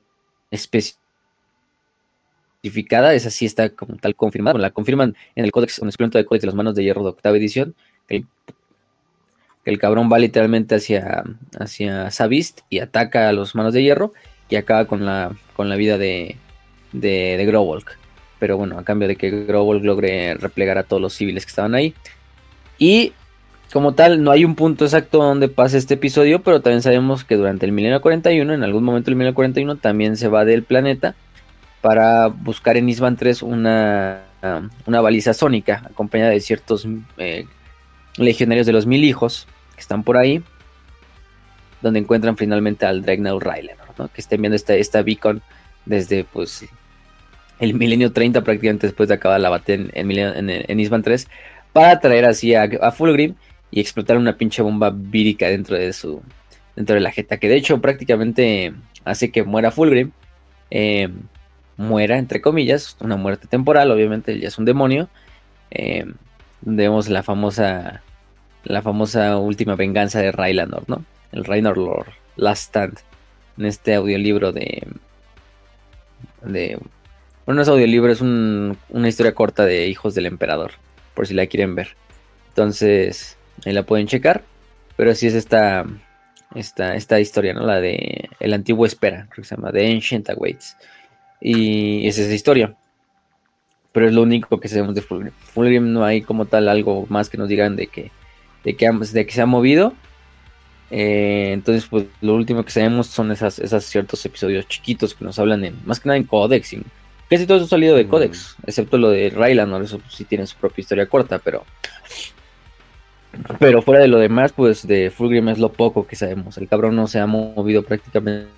especificada. Esa sí está como tal confirmada. Bueno, la confirman en el códex, en el suplemento de códex de los Manos de Hierro de octava edición. Que el, que el cabrón va literalmente hacia, hacia Sabist y ataca a los Manos de Hierro y acaba con la, con la vida de, de, de Graubolk. Pero bueno, a cambio de que Graubolk logre replegar a todos los civiles que estaban ahí. Y como tal, no hay un punto exacto donde pase este episodio, pero también sabemos que durante el milenio cuarenta y uno, en algún momento del milenio cuarenta y uno, también se va del planeta para buscar en Isban tres una, una baliza sónica, acompañada de ciertos eh, legionarios de los mil hijos que están por ahí, donde encuentran finalmente al Dreadnought Raelenor, ¿no? Que estén viendo esta, esta beacon desde pues el milenio treinta, prácticamente después de acabar la batalla en, en, en, en Isban tres, para traer así a, a Fulgrim y explotar una pinche bomba vírica dentro de su dentro de la jeta, que de hecho prácticamente hace que muera Fulgrim, eh, muera entre comillas, una muerte temporal, obviamente ya es un demonio. Eh, vemos la famosa la famosa última venganza de Raelenor, ¿no? El Raelenor Lord Last Stand, en este audiolibro de de bueno, no es audiolibro, es un, una historia corta de Hijos del Emperador, por si la quieren ver. Entonces ahí la pueden checar, pero así es esta esta, esta historia, ¿no? La de El Antiguo Espera, creo que se llama, The Ancient Awaits. Y es esa historia. Pero es lo único que sabemos de Fulgrim. Fulgrim no hay como tal algo más que nos digan de que, de que, de que se ha movido. Eh, entonces, pues lo último que sabemos son esas, esos ciertos episodios chiquitos que nos hablan en, más que nada en Codex. Y casi todo eso ha salido de Codex, mm. excepto lo de Raylan, eso pues, sí tiene su propia historia corta, pero pero fuera de lo demás, pues de Fulgrim es lo poco que sabemos. El cabrón no se ha movido prácticamente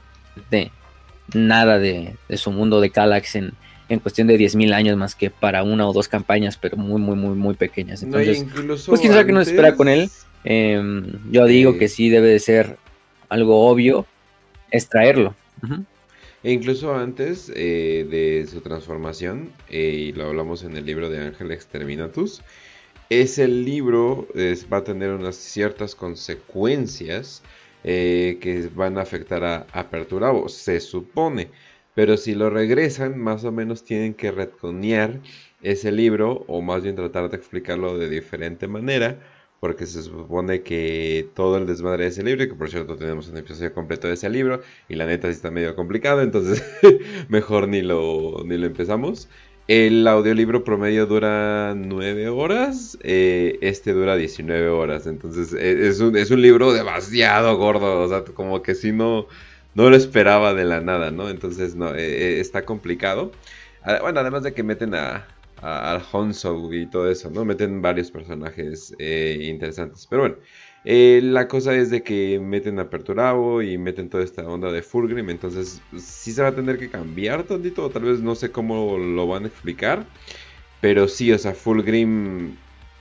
nada de, de su mundo de Kallax en, en cuestión de diez mil años, más que para una o dos campañas, pero muy, muy, muy, muy pequeñas. Entonces, no, pues quién sabe qué nos espera con él. Eh, yo digo eh... que sí debe de ser algo obvio extraerlo. Uh-huh. E incluso antes eh, de su transformación, eh, y lo hablamos en el libro de Ángel Exterminatus, ese libro es, va a tener unas ciertas consecuencias eh, que van a afectar a, a Perturabo, se supone. Pero si lo regresan, más o menos tienen que retconear ese libro, o más bien tratar de explicarlo de diferente manera, porque se supone que todo el desmadre de ese libro, y que por cierto tenemos un episodio completo de ese libro, y la neta sí está medio complicado, entonces mejor ni lo, ni lo empezamos. El audiolibro promedio dura nueve horas, eh, este dura diecinueve horas, entonces es un, es un libro demasiado gordo, o sea, como que si no, no lo esperaba de la nada, ¿no? Entonces no, eh, está complicado. Bueno, además de que meten a, a, a Hanzo y todo eso, ¿no? Meten varios personajes eh, interesantes, pero bueno. Eh, la cosa es de que meten a Perturabo y meten toda esta onda de Fulgrim, entonces sí se va a tener que cambiar tantito, o tal vez no sé cómo lo van a explicar, pero sí, o sea, Fulgrim,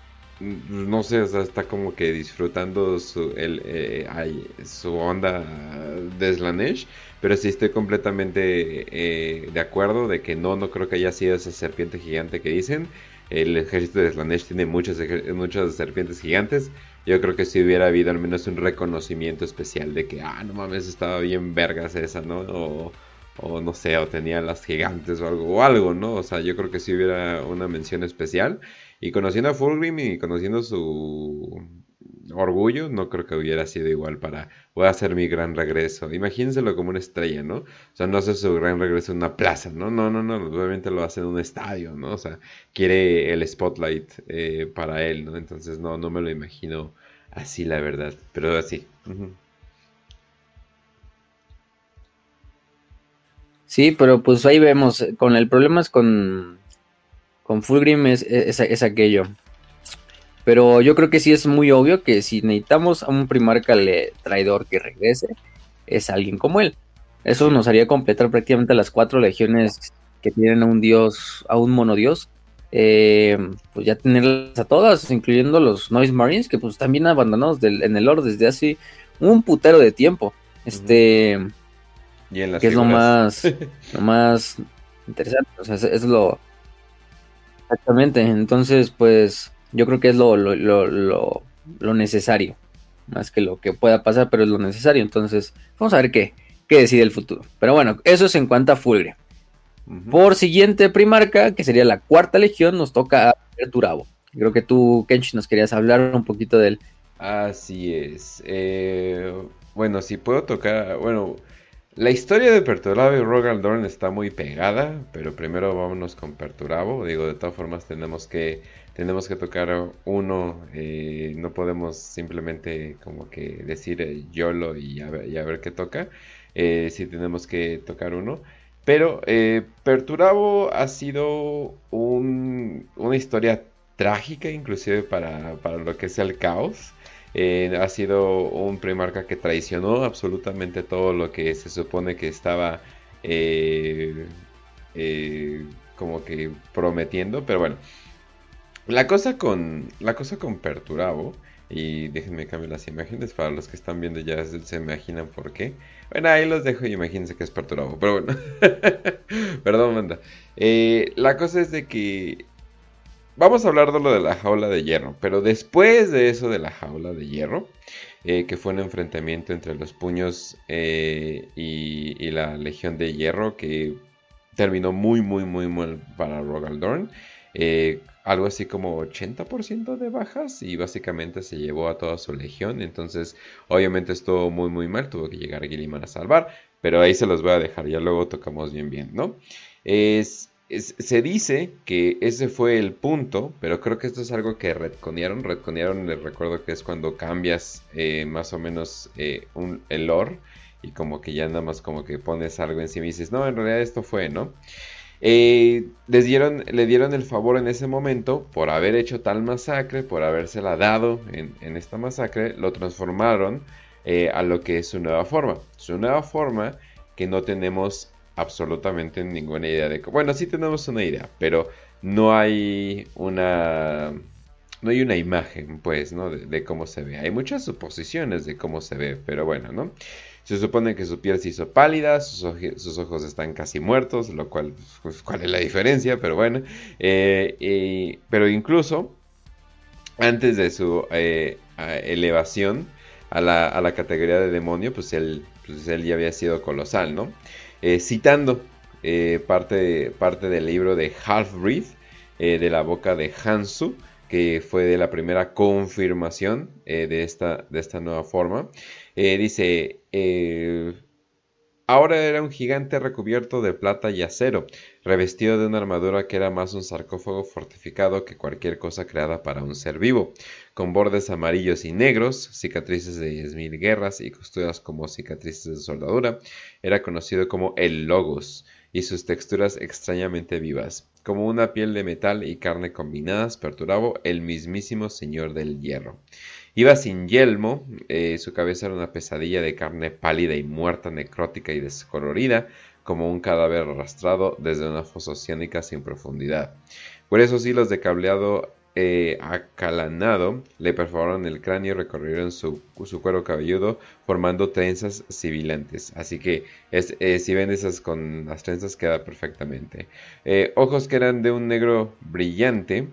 no sé, o sea, está como que disfrutando su, el, eh, ay, su onda de Slanesh, pero sí estoy completamente eh, de acuerdo de que no, no creo que haya sido esa serpiente gigante que dicen. El ejército de Slanesh tiene muchas, muchas serpientes gigantes. Yo creo que si hubiera habido al menos un reconocimiento especial de que, ah, no mames, estaba bien vergas esa, ¿no? O, o no sé, o tenía las gigantes o algo, o algo, ¿no? O sea, yo creo que si hubiera una mención especial. Y conociendo a Fulgrim y conociendo su orgullo, no creo que hubiera sido igual para, voy a hacer mi gran regreso. Imagínenselo como una estrella, ¿no? O sea, no hace su gran regreso en una plaza, ¿no? No, no, no, obviamente lo hace en un estadio, ¿no? O sea, quiere el spotlight eh, para él, ¿no? Entonces no, no me lo imagino así, la verdad, pero así. Uh-huh. Sí, pero pues ahí vemos, con el problema es con, con Fulgrim es, es, es aquello. Pero yo creo que sí es muy obvio que si necesitamos a un primarca le, traidor que regrese, es alguien como él. Eso nos haría completar prácticamente las cuatro legiones que tienen a un dios, a un monodios. Eh, pues ya tenerlas a todas, incluyendo los Noise Marines, que pues están bien abandonados del, en el lore desde hace un putero de tiempo. Este, uh-huh. Y en las que figuras. Es lo más, lo más interesante. O sea, es, es lo exactamente. Entonces, pues yo creo que es lo, lo, lo, lo, lo necesario, más que lo que pueda pasar, pero es lo necesario. Entonces, vamos a ver qué, qué decide el futuro. Pero bueno, eso es en cuanto a Fulgrim. Uh-huh. Por siguiente primarca, que sería la cuarta legión, nos toca a Perturabo. Creo que tú, Kenshi, nos querías hablar un poquito de él. Así es. Eh, bueno, si puedo tocar... Bueno, la historia de Perturabo y Rogal Dorn está muy pegada, pero primero vámonos con Perturabo. Digo, de todas formas tenemos que... Tenemos que tocar uno, eh, no podemos simplemente como que decir eh, YOLO y a ver, y a ver qué toca. Eh, sí tenemos que tocar uno. Pero eh, Perturabo ha sido un, una historia trágica, inclusive para, para lo que es el caos. Eh, ha sido un primarca que traicionó absolutamente todo lo que se supone que estaba eh, eh, como que prometiendo. Pero bueno, la cosa con, la cosa con Perturabo, y déjenme cambiar las imágenes para los que están viendo ya se, se imaginan por qué. Bueno, ahí los dejo y imagínense que es Perturabo, pero bueno. Perdón, manda. Eh, la cosa es de que vamos a hablar de lo de la jaula de hierro, pero después de eso de la jaula de hierro, eh, que fue un enfrentamiento entre los puños eh, y, y la legión de hierro, que terminó muy, muy, muy mal para Rogal Dorn. eh, algo así como ochenta por ciento de bajas y básicamente se llevó a toda su legión. Entonces, obviamente estuvo muy muy mal, tuvo que llegar Gilliman a salvar, pero ahí se los voy a dejar, ya luego tocamos bien bien, ¿no? Es, es- se dice que ese fue el punto, pero creo que esto es algo que retconearon. Retconearon, les recuerdo que es cuando cambias eh, más o menos eh, un, el lore y como que ya nada más como que pones algo encima y dices, no, en realidad esto fue, ¿no? Eh, les dieron, le dieron el favor en ese momento por haber hecho tal masacre, por habérsela dado en, en esta masacre, lo transformaron eh, a lo que es su nueva forma. Su nueva forma que no tenemos absolutamente ninguna idea de... Bueno, sí tenemos una idea, pero no hay una... No hay una imagen, pues, ¿no? De, de cómo se ve. Hay muchas suposiciones de cómo se ve, pero bueno, ¿no? Se supone que su piel se hizo pálida, sus, oje- sus ojos están casi muertos, lo cual, pues, ¿cuál es la diferencia? Pero bueno, eh, y- pero incluso antes de su eh, a- elevación a la, a la categoría de demonio, pues él, pues él ya había sido colosal, ¿no? Eh, citando eh, parte, parte del libro de Half-Breed, eh, de la boca de Hansu, que fue de la primera confirmación eh, de, esta, de esta nueva forma. Eh, dice, eh, ahora era un gigante recubierto de plata y acero, revestido de una armadura que era más un sarcófago fortificado que cualquier cosa creada para un ser vivo, con bordes amarillos y negros, cicatrices de diez mil guerras y costuras como cicatrices de soldadura. Era conocido como el Logos, y sus texturas extrañamente vivas, como una piel de metal y carne combinadas, perturbaba el mismísimo señor del hierro. Iba sin yelmo, eh, su cabeza era una pesadilla de carne pálida y muerta, necrótica y descolorida, como un cadáver arrastrado desde una fosa oceánica sin profundidad. Gruesos hilos de cableado eh, acalanado le perforaron el cráneo y recorrieron su, su cuero cabelludo, formando trenzas sibilantes. Así que es, eh, si ven esas con las trenzas, queda perfectamente. Eh, ojos que eran de un negro brillante.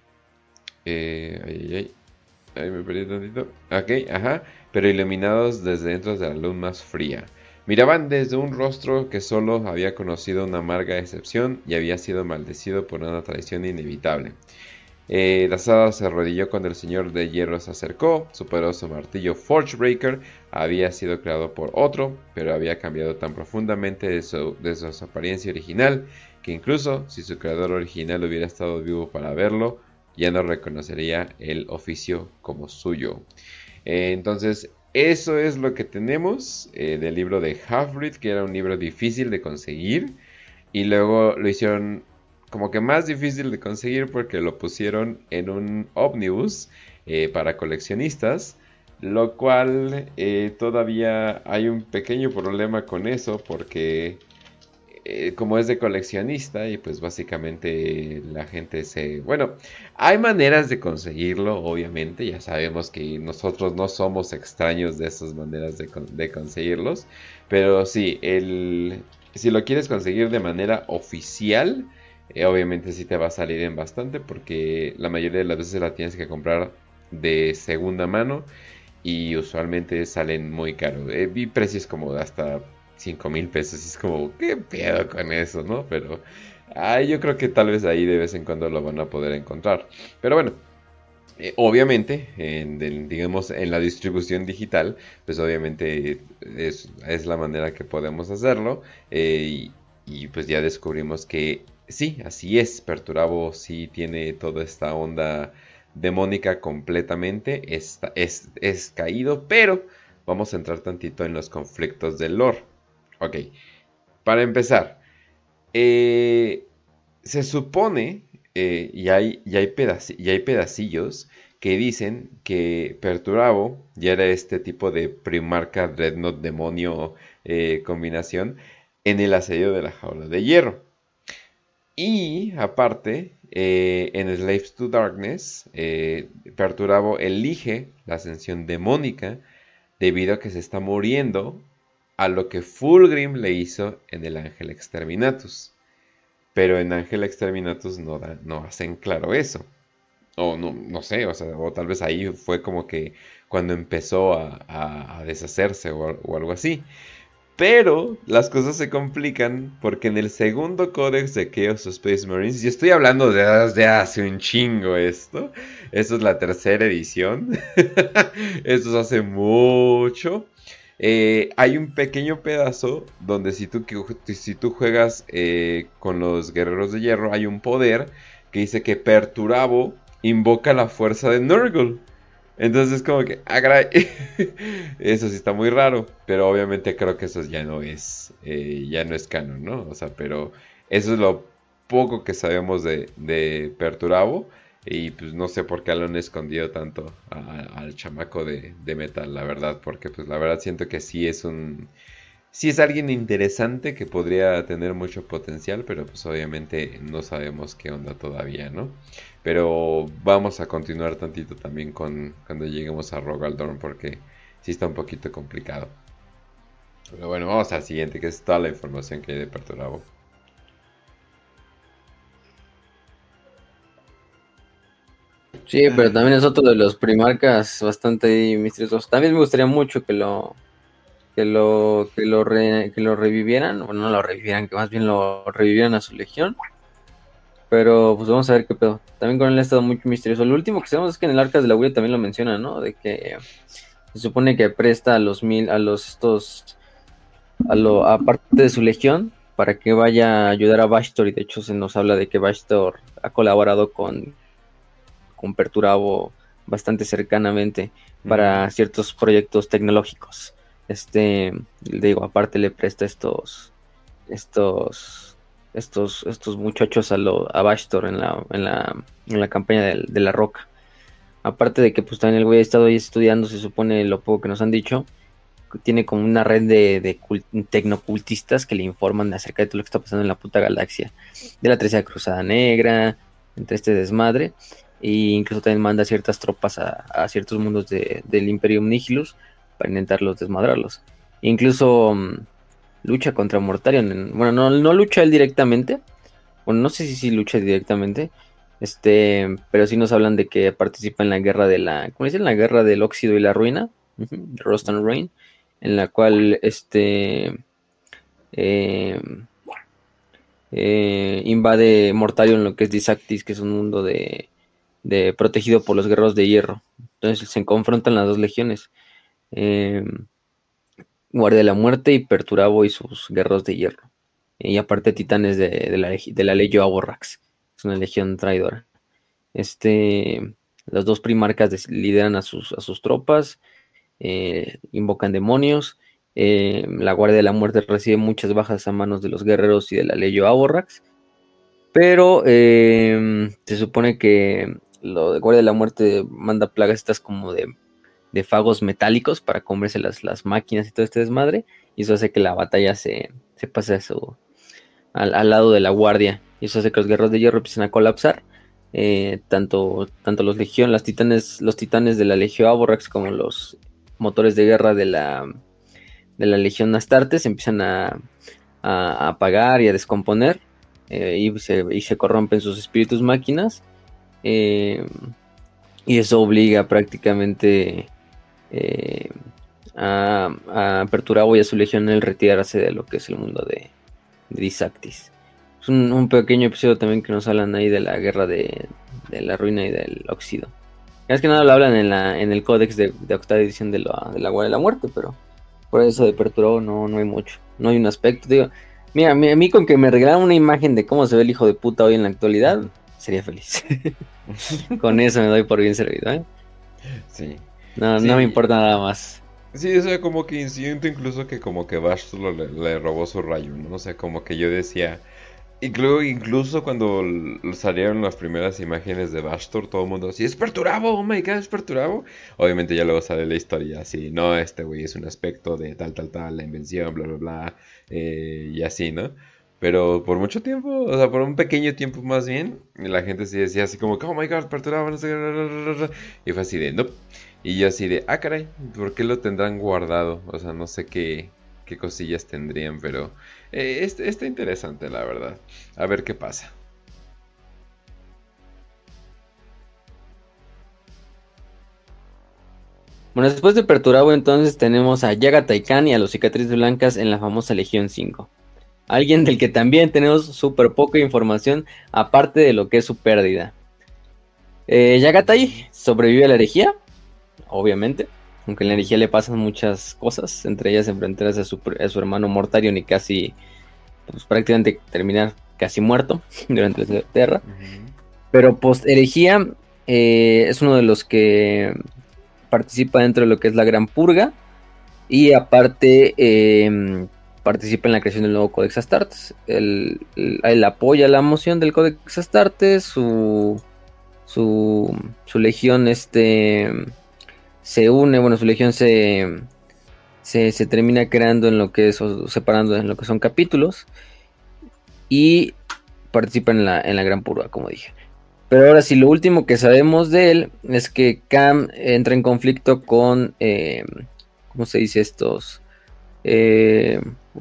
Eh, ay, ay, ay. Ahí me perdí tantito. Ok, ajá. Pero iluminados desde dentro de la luz más fría. Miraban desde un rostro que solo había conocido una amarga decepción y había sido maldecido por una traición inevitable. Eh, la Sada se arrodilló cuando el señor de hierro se acercó. Su poderoso martillo Forgebreaker había sido creado por otro, pero había cambiado tan profundamente de su, de su apariencia original que incluso si su creador original hubiera estado vivo para verlo, ya no reconocería el oficio como suyo. Eh, entonces, eso es lo que tenemos eh, del libro de Halfbreed, que era un libro difícil de conseguir. Y luego lo hicieron como que más difícil de conseguir porque lo pusieron en un ómnibus eh, para coleccionistas. Lo cual eh, todavía hay un pequeño problema con eso porque eh, como es de coleccionista y pues básicamente la gente se... Bueno, hay maneras de conseguirlo, obviamente, ya sabemos que nosotros no somos extraños de esas maneras de, con- de conseguirlos, pero sí, el, si lo quieres conseguir de manera oficial, eh, obviamente sí te va a salir en bastante porque la mayoría de las veces la tienes que comprar de segunda mano y usualmente salen muy caros. Eh, vi precios como de hasta cinco mil pesos y es como, ¿qué pedo con eso, no? Pero ah, yo creo que tal vez ahí de vez en cuando lo van a poder encontrar. Pero bueno, eh, obviamente, en, del- digamos, en la distribución digital, pues obviamente es, es la manera que podemos hacerlo. eh, y, y pues ya descubrimos que sí, así es. Perturabo sí tiene toda esta onda demónica completamente. Está- es, es caído, pero vamos a entrar tantito en los conflictos del lore. Ok, para empezar, eh, se supone, eh, y, hay, y, hay pedaci- y hay pedacillos que dicen que Perturabo ya era este tipo de Primarca Dreadnought demonio eh, combinación en el asedio de la jaula de hierro. Y aparte, eh, en Slaves to Darkness, eh, Perturabo elige la ascensión demónica debido a que se está muriendo a lo que Fulgrim le hizo en el Ángel Exterminatus. Pero en Ángel Exterminatus no, da- no hacen claro eso. O no, no sé, o sea, o tal vez ahí fue como que cuando empezó a, a- a deshacerse o, al- o algo así. Pero las cosas se complican porque en el segundo códex de Chaos Space Marines, y estoy hablando de desde hace un chingo esto, esto es la tercera edición, esto es hace mucho, eh, hay un pequeño pedazo donde si tú, si tú juegas eh, con los guerreros de hierro, hay un poder que dice que Perturabo invoca la fuerza de Nurgle. Entonces como que, ah, caray. Eso sí está muy raro, pero obviamente creo que eso ya no es, eh, ya no es canon, ¿no? O sea, pero eso es lo poco que sabemos de, de Perturabo. Y pues no sé por qué lo han escondido tanto a- a- al chamaco de, de Metal, la verdad, porque pues la verdad siento que sí es un... Sí es alguien interesante que podría tener mucho potencial, pero pues obviamente no sabemos qué onda todavía, ¿no? Pero vamos a continuar tantito también con cuando lleguemos a Rogaldorn porque sí está un poquito complicado. Pero bueno, vamos al siguiente, que es toda la información que hay de Perturabo. Sí, pero también es otro de los primarcas bastante misteriosos. También me gustaría mucho que lo que lo que lo re- que lo revivieran, o no lo revivieran, que más bien lo revivieran a su legión. Pero pues vamos a ver qué pedo. También con él ha estado muy misterioso. Lo último que sabemos es que en el Arcas de la Huella también lo menciona, ¿no? De que se supone que presta a los mil, a los estos, a lo, aparte de su legión, para que vaya a ayudar a Bastor. Y de hecho se nos habla de que Bastor ha colaborado con, con Perturabo bastante cercanamente para Ujú. ciertos proyectos tecnológicos. Este, digo, aparte le presta estos, estos, estos, estos muchachos a, lo, a Bastor en la, en la, en la campaña de, de la Roca. Aparte de que pues también el güey ha estado ahí estudiando, se supone lo poco que nos han dicho, tiene como una red de, de cult- tecnocultistas que le informan acerca de todo lo que está pasando en la puta galaxia, de la Tercera Cruzada Negra, entre este desmadre, e incluso también manda ciertas tropas a, a ciertos mundos de, del Imperium Nihilus para intentarlos desmadrarlos. E incluso um, lucha contra Mortarion, en, bueno, no, no lucha él directamente, bueno, no sé si sí lucha directamente, este, pero sí nos hablan de que participa en la guerra de la, ¿cómo dicen? La guerra del óxido y la ruina, uh-huh, Rust and Rain, en la cual este eh, eh, invade Mortarion lo que es Disactis, que es un mundo de, de protegido por los guerreros de hierro. Entonces se confrontan las dos legiones, eh, Guardia de la Muerte y Perturabo y sus guerreros de hierro. Y aparte titanes de, de la, de la Legio Aborrax, es una legión traidora. Este, las dos primarcas des- lideran a sus, a sus tropas, eh, invocan demonios. Eh, la Guardia de la Muerte recibe muchas bajas a manos de los guerreros y de la Legio Aborrax. Pero eh, se supone que la Guardia de la Muerte manda plagas estas como de, de fagos metálicos para comerse las, las máquinas y todo este desmadre. Y eso hace que la batalla se, se pase a su, al, al lado de la Guardia. Y eso hace que los guerreros de hierro empiecen a colapsar. Eh, tanto, tanto los legión, las titanes, los titanes de la Legión Aborrax como los motores de guerra de la, de la Legión Astartes empiezan a, a, a apagar y a descomponer, eh, y, se, y se corrompen sus espíritus máquinas, eh, y eso obliga prácticamente eh, a, a Perturabo y a su legión el retirarse de lo que es el mundo de, de Disactis. Es un, un pequeño episodio también que nos hablan ahí de la guerra de, de la ruina y del óxido. Es que nada lo hablan en, la, en el códex de, de octava edición de la, de la Guardia de la Muerte, pero por eso de Perturabo no, no hay mucho. No hay un aspecto. Digo, mira, a mí, a mí con que me regalaran una imagen de cómo se ve el hijo de puta hoy en la actualidad, sería feliz. Con eso me doy por bien servido, ¿eh? Sí. No, no me Sí, importa nada más. sí, o sea, como que siento incluso que como que Bash solo le, le robó su rayo, ¿no? O sea, como que yo decía, incluso, incluso cuando l- salieron las primeras imágenes de Bastor, todo el mundo así, es Perturabo, oh my god, es Perturabo. Obviamente ya luego sale la historia así, no, este güey es un aspecto de tal, tal, tal, la invención, bla, bla, bla, eh, y así, ¿no? Pero por mucho tiempo, o sea, por un pequeño tiempo más bien, la gente sí decía así como, oh my god, Perturabo, no sé qué, bla, bla, bla, bla", y fue así de, no. Y yo así de, ah, caray, ¿por qué lo tendrán guardado? O sea, no sé qué, qué cosillas tendrían, pero eh, es- está interesante, la verdad. A ver qué pasa. Bueno, después de Perturabo entonces tenemos a Yagatai Khan y a los Cicatrices Blancas en la famosa Legión cinco. Alguien del que también tenemos súper poca información, aparte de lo que es su pérdida. Eh, Yagatai sobrevive a la herejía, obviamente. Aunque en la herejía le pasan muchas cosas, entre ellas enfrentarse a su, a su hermano Mortarion y casi, pues prácticamente terminar casi muerto durante la Tierra. Uh-huh. Pero post herejía eh, es uno de los que participa dentro de lo que es la Gran Purga. Y aparte eh, participa en la creación del nuevo Codex Astartes. Él, él, él apoya la moción del Codex Astartes. Su, su, su legión este, se une, bueno, su legión se, se, se termina creando en lo que es, o separando en lo que son capítulos. Y participa en la, en la Gran Purga, como dije. Pero ahora sí, lo último que sabemos de él es que Cam entra en conflicto con, eh, ¿cómo se dice estos? Eh,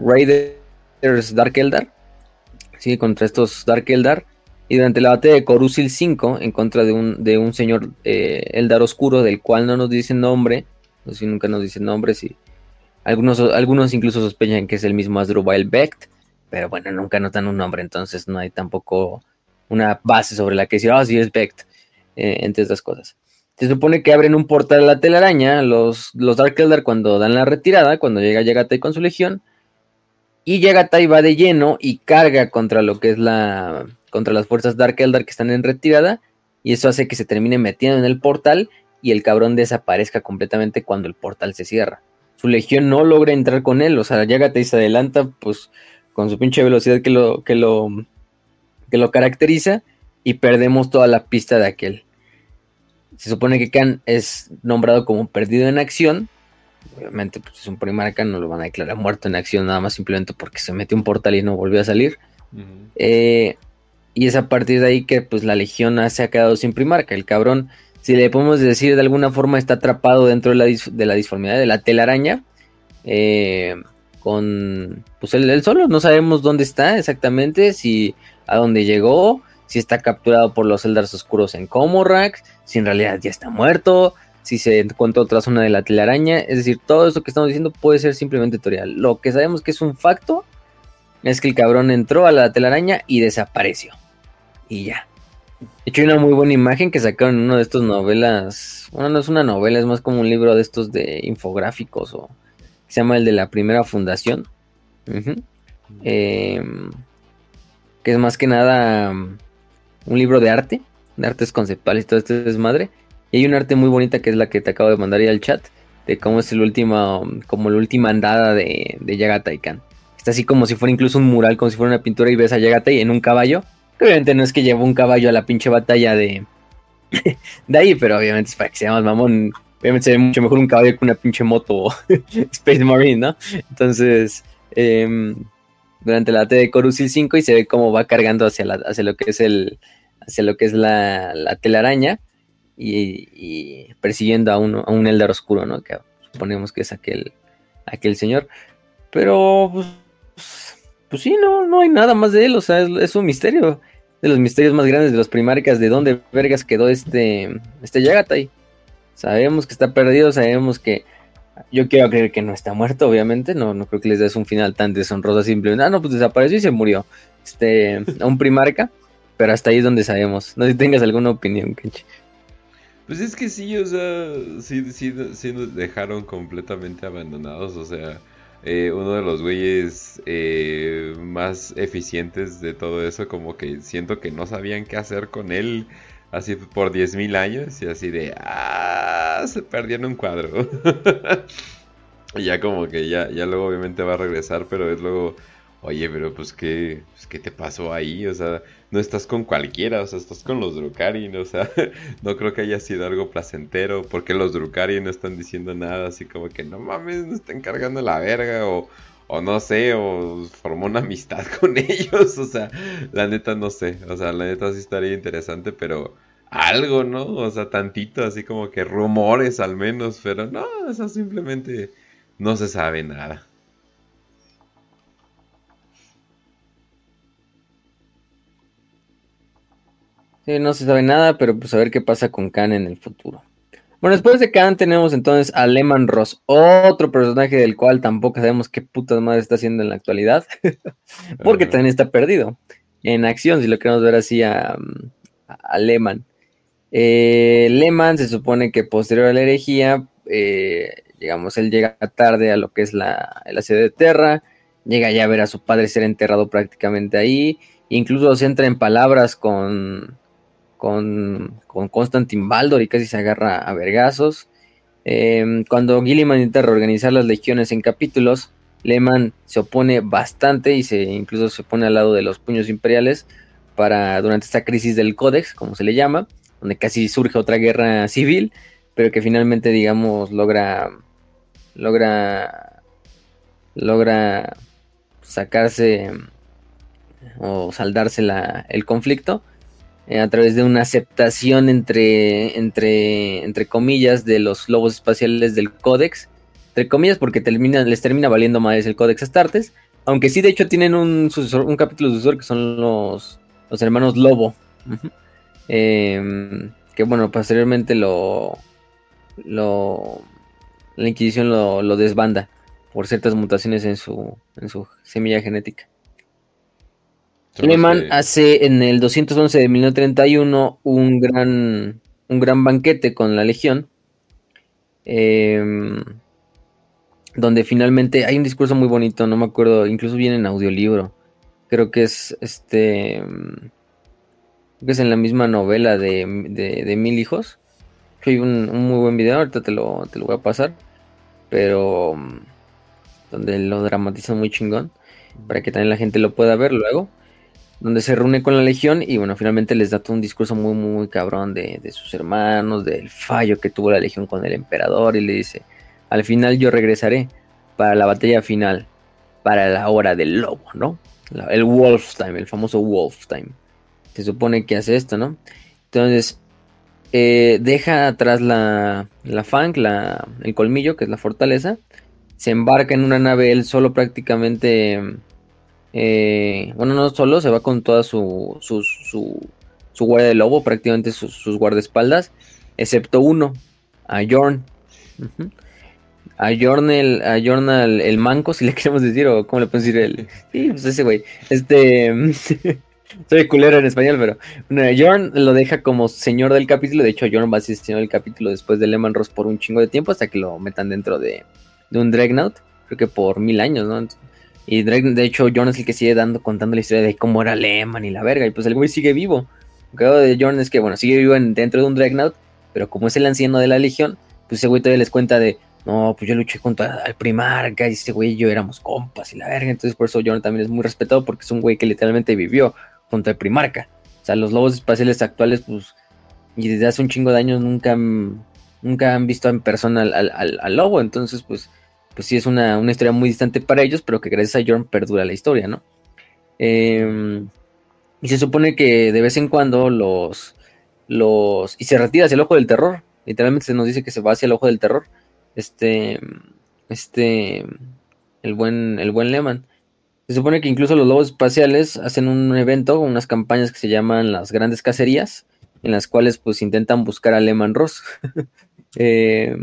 Raiders Dark Eldar, sí, contra estos Dark Eldar. Y durante la batalla de Corusil cinco, en contra de un, de un señor eh, Eldar oscuro, del cual no nos dicen nombre, no sé si nunca nos dicen nombre, sí. Algunos, algunos incluso sospechan que es el mismo Asdrubal Becht, pero bueno, nunca notan un nombre, entonces no hay tampoco una base sobre la que decir, ah, oh, sí es Becht, eh, entre otras cosas. Se supone que abren un portal a la telaraña los, los Dark Eldar cuando dan la retirada, cuando llega Yagatai con su legión, y Yagatai va de lleno y carga contra lo que es la, contra las fuerzas Dark Eldar que están en retirada, y eso hace que se termine metiendo en el portal y el cabrón desaparezca completamente cuando el portal se cierra. Su legión no logra entrar con él, o sea, Yagatai se adelanta pues con su pinche velocidad que lo, que lo, que lo caracteriza, y perdemos toda la pista de aquel. Se supone que Khan es nombrado como perdido en acción. Obviamente pues es un primarca, no lo van a declarar muerto en acción nada más simplemente porque se metió un portal y no volvió a salir. Uh-huh. eh, y es a partir de ahí que pues la legión se ha quedado sin primarca. El cabrón, si le podemos decir de alguna forma, está atrapado dentro de la, dis- de la disformidad de la telaraña. Eh, con pues él, él solo, no sabemos dónde está exactamente, si a dónde llegó, si está capturado por los Eldars oscuros en Comorax, si en realidad ya está muerto, si se encuentra otra zona de la telaraña. Es decir, todo esto que estamos diciendo puede ser simplemente teoría. Lo que sabemos que es un facto es que el cabrón entró a la telaraña y desapareció. Y ya. De hecho, hay una muy buena imagen que sacaron en una de estas novelas. Bueno, no es una novela, es más como un libro de estos de infográficos, o se llama el de la primera fundación. Uh-huh. Eh, que es más que nada um, un libro de arte, de artes conceptuales y todo este desmadre. Y hay un arte muy bonita que es la que te acabo de mandar ahí al chat, de cómo es el último, como la última andada de, de Yagatai Khan. Está así como si fuera incluso un mural, como si fuera una pintura, y ves a Yagatai en un caballo. Que obviamente no es que llevó un caballo a la pinche batalla de, de ahí, pero obviamente es para que sea más mamón. Obviamente se ve mucho mejor un caballo que una pinche moto Space Marine, ¿no? Entonces, eh, durante la batalla de Corusil cinco, y se ve cómo va cargando hacia, la, hacia lo que es el hacia lo que es la, la telaraña, y, y persiguiendo a, uno, a un Eldar oscuro, ¿no? Que suponemos que es aquel, aquel señor. Pero, pues, pues sí, no, no hay nada más de él, o sea, es, es un misterio. De los misterios más grandes de los primarcas, de dónde vergas quedó este, este Yagatai. Sabemos que está perdido, sabemos que... Yo quiero creer que no está muerto, obviamente. No, no creo que les des un final tan deshonroso simplemente. Ah, no, pues desapareció y se murió. Este, a un primarca. Pero hasta ahí es donde sabemos. No sé si tengas alguna opinión, Kenchi. Pues es que sí, o sea, sí, sí, sí nos dejaron completamente abandonados. O sea, eh, uno de los güeyes eh, más eficientes de todo eso, como que siento que no sabían qué hacer con él. Así por diez mil años y así de... ¡Ah! Se perdió en un cuadro. Y ya como que ya, ya luego obviamente va a regresar, pero es luego... Oye, pero pues ¿qué, pues, ¿qué te pasó ahí? O sea, no estás con cualquiera, o sea, estás con los Drukhari, o sea, no creo que haya sido algo placentero. Porque los Drukhari no están diciendo nada, así como que no mames, no están cargando la verga, o... O no sé, o formó una amistad con ellos. O sea, la neta no sé. O sea, la neta sí estaría interesante, pero algo, ¿no? O sea, tantito, así como que rumores al menos. Pero no, o sea, simplemente no se sabe nada. Sí, no se sabe nada, pero pues a ver qué pasa con Khan en el futuro. Bueno, después de Khan tenemos entonces a Lehman Ross, otro personaje del cual tampoco sabemos qué putas madre está haciendo en la actualidad, porque Ajá. también está perdido en acción, si lo queremos ver así a, a Lehman. Eh, Lehman se supone que posterior a la herejía, eh, digamos, él llega tarde a lo que es la, la sede de Terra, llega ya a ver a su padre ser enterrado prácticamente ahí, incluso se entra en palabras con, con, con Constantin Baldor y casi se agarra a vergazos. Eh, cuando Gilliman intenta reorganizar las legiones en capítulos, Lehman se opone bastante y se incluso se pone al lado de los puños imperiales para durante esta crisis del Códex, como se le llama, donde casi surge otra guerra civil, pero que finalmente, digamos, logra logra logra sacarse o saldarse la, el conflicto eh, a través de una aceptación entre, entre, entre comillas de los lobos espaciales del Códex, entre comillas porque termina, les termina valiendo más el Códex Astartes, aunque sí de hecho tienen un, sucesor, un capítulo sucesor que son los, los hermanos Lobo, uh-huh. eh, que bueno, posteriormente lo, lo la Inquisición lo, lo desbanda por ciertas mutaciones en su, en su semilla genética. Lehman que... hace en el doscientos once de mil novecientos treinta y uno un gran, un gran banquete con la Legión, eh, donde finalmente hay un discurso muy bonito, no me acuerdo, incluso viene en audiolibro, creo que es este, creo que es en la misma novela de, de, de Mil Hijos, que hay un, un muy buen video, ahorita te lo, te lo voy a pasar, pero donde lo dramatizan muy chingón, para que también la gente lo pueda ver luego, donde se reúne con la Legión y bueno, finalmente les da todo un discurso muy, muy cabrón de, de sus hermanos, del fallo que tuvo la Legión con el emperador y le dice, al final yo regresaré para la batalla final, para la hora del lobo, ¿no? La, el Wolf Time, el famoso Wolf Time. Se supone que hace esto, ¿no? Entonces, eh, deja atrás la, la Fang, la, el colmillo, que es la fortaleza, se embarca en una nave él solo prácticamente... Eh, bueno, no solo, se va con toda su, su, su, su guardia de lobo, prácticamente sus, sus guardaespaldas, excepto uno, a Jorn. Uh-huh. A Jorn, el, a Jorn el, el manco, si le queremos decir, o cómo le podemos decir el... Sí, pues ese güey. Este... Soy culero en español, pero... Bueno, Jorn lo deja como señor del capítulo. De hecho, Jorn va a ser señor del capítulo después de Lehman Ross por un chingo de tiempo, hasta que lo metan dentro de, de un Dreadnought. Creo que por mil años, ¿no? Y Drake, de hecho, Jorn es el que sigue dando, contando la historia de cómo era Lehman y la verga. Y pues el güey sigue vivo. Lo que hago de Jorn es que, bueno, sigue vivo en, dentro de un Dreadnought, pero como es el anciano de la Legión, pues ese güey todavía les cuenta de, no, pues yo luché contra el Primarca y ese güey y yo éramos compas y la verga. Entonces por eso Jorn también es muy respetado porque es un güey que literalmente vivió contra el Primarca. O sea, los lobos espaciales actuales, pues, y desde hace un chingo de años nunca han, nunca han visto en persona al, al, al, al lobo. Entonces, pues... pues sí es una, una historia muy distante para ellos, pero que gracias a Jorn perdura la historia, ¿no? Eh, y se supone que de vez en cuando los, los... y se retira hacia el ojo del terror, literalmente se nos dice que se va hacia el ojo del terror, este, este, el buen, el buen Lehman. Se supone que incluso los lobos espaciales hacen un evento, unas campañas que se llaman las grandes cacerías, en las cuales pues intentan buscar a Lehman Ross. eh,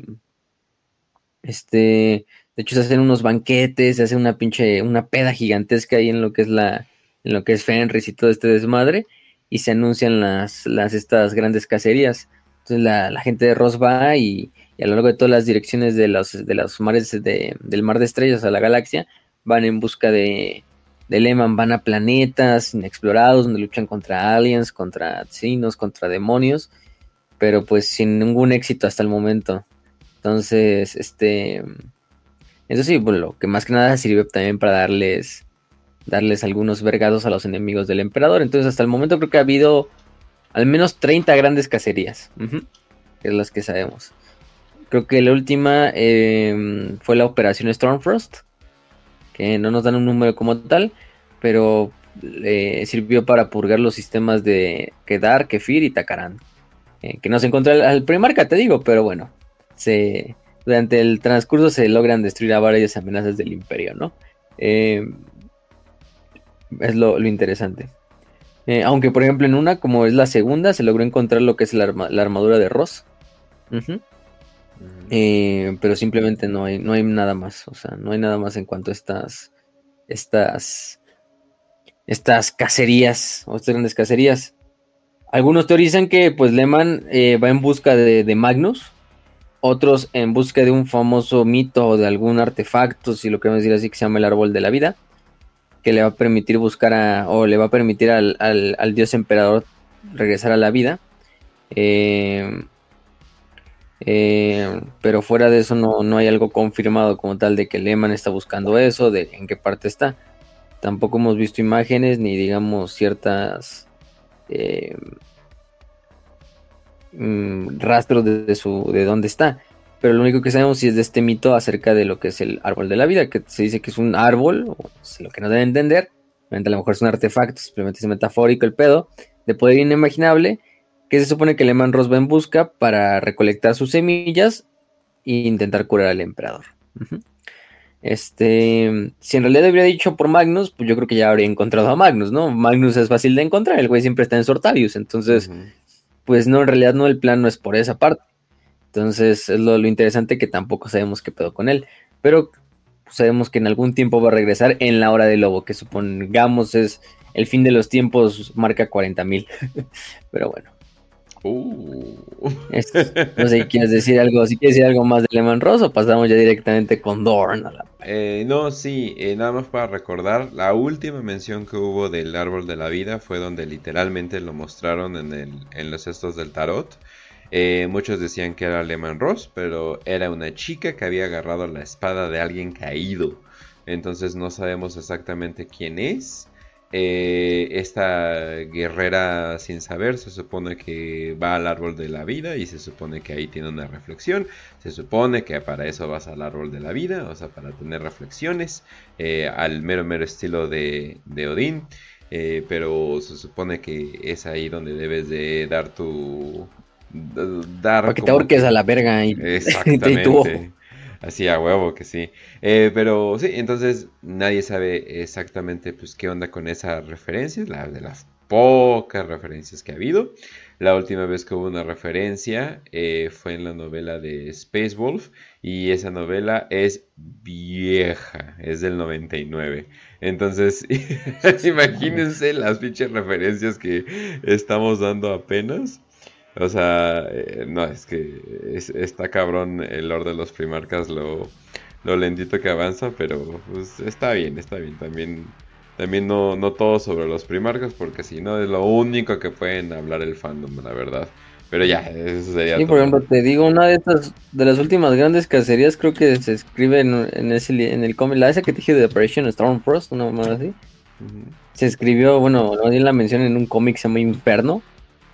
este... De hecho, se hacen unos banquetes, se hace una pinche, una peda gigantesca ahí en lo que es la, en lo que es Fenris y todo este desmadre, y se anuncian las, las estas grandes cacerías. Entonces la, la gente de Ross va y, y a lo largo de todas las direcciones de los, de los mares de, del mar de estrellas a la galaxia, van en busca de, de Lehman, van a planetas inexplorados donde luchan contra aliens, contra sinos, contra demonios, pero pues sin ningún éxito hasta el momento. Entonces, este... Eso sí, pues lo que más que nada sirve también para darles darles algunos vergados a los enemigos del emperador. Entonces hasta el momento creo que ha habido al menos treinta grandes cacerías, uh-huh, que es las que sabemos. Creo que la última eh, fue la operación Stormfrost, que no nos dan un número como tal, pero eh, sirvió para purgar los sistemas de Kedar, Kefir y Takarán. Eh, que no se encontró al, al Primarca, te digo, pero bueno, se... durante el transcurso se logran destruir a varias amenazas del imperio, ¿no? Eh, es lo, lo interesante. Eh, aunque, por ejemplo, en una, como es la segunda, se logró encontrar lo que es la, arma, la armadura de Ross. Uh-huh. eh, pero simplemente no hay, no hay nada más, o sea, no hay nada más en cuanto a estas, estas, estas cacerías, o estas grandes cacerías. Algunos teorizan que pues Lehman eh, va en busca de, de Magnus, otros en busca de un famoso mito o de algún artefacto, si lo queremos decir así, que se llama el árbol de la vida, que le va a permitir buscar a, o le va a permitir al, al, al dios emperador regresar a la vida. Eh, eh, pero fuera de eso no, no hay algo confirmado como tal de que Lehman está buscando eso, de en qué parte está. Tampoco hemos visto imágenes ni digamos ciertas eh, mm, rastros de, de su de dónde está. Pero lo único que sabemos es de este mito acerca de lo que es el árbol de la vida, que se dice que es un árbol, o es lo que no debe entender, a lo mejor es un artefacto, simplemente es metafórico el pedo, de poder inimaginable, que se supone que Lehman Ross va en busca para recolectar sus semillas e intentar curar al emperador. Uh-huh. Este, si en realidad hubiera dicho por Magnus, pues yo creo que ya habría encontrado a Magnus, ¿no? Magnus es fácil de encontrar, el güey siempre está en Sortarius, entonces, uh-huh. pues no, en realidad no, el plan no es por esa parte. Entonces es lo, lo interesante que tampoco sabemos qué pedo con él, pero sabemos que en algún tiempo va a regresar en la hora del lobo, que supongamos es el fin de los tiempos, marca cuarenta mil, pero bueno. Uh. Es, no sé, ¿quieres decir algo? Si quieres decir algo más de Lehman Ross o pasamos ya directamente con Dorn. A la... eh, no, sí, eh, nada más para recordar, la última mención que hubo del árbol de la vida fue donde literalmente lo mostraron en, el, en los cestos del tarot. Eh, muchos decían que era Lehman Ross, pero era una chica que había agarrado la espada de alguien caído. Entonces no sabemos exactamente quién es. Eh, esta guerrera sin saber se supone que va al árbol de la vida y se supone que ahí tiene una reflexión. Se supone que para eso vas al árbol de la vida, o sea, para tener reflexiones, eh, al mero mero estilo de, de Odín. Eh, pero se supone que es ahí donde debes de dar tu... dar para que te ahorques que... a la verga y exactamente. Así a huevo que sí. Eh, pero sí, entonces nadie sabe exactamente pues qué onda con esas referencias, la de las pocas referencias que ha habido. La última vez que hubo una referencia eh, fue en la novela de Space Wolf, y esa novela es vieja, es del noventa y nueve. Entonces, imagínense las pinches referencias que estamos dando apenas. O sea, eh, no, es que es, está cabrón el Lord de los Primarcas, lo, lo lentito que avanza, pero pues está bien, está bien. También, también no, no todo sobre los Primarcas, porque si no es lo único que pueden hablar el fandom, la verdad. Pero ya, eso sería sí, todo. por ejemplo, te digo, una de estas, de las últimas grandes cacerías, creo que se escribe en, en, ese, en el cómic, la esa que te dije de Operation Stormfrost, una más así. Uh-huh. Se escribió, bueno, no la mención en un cómic que se llama Inferno.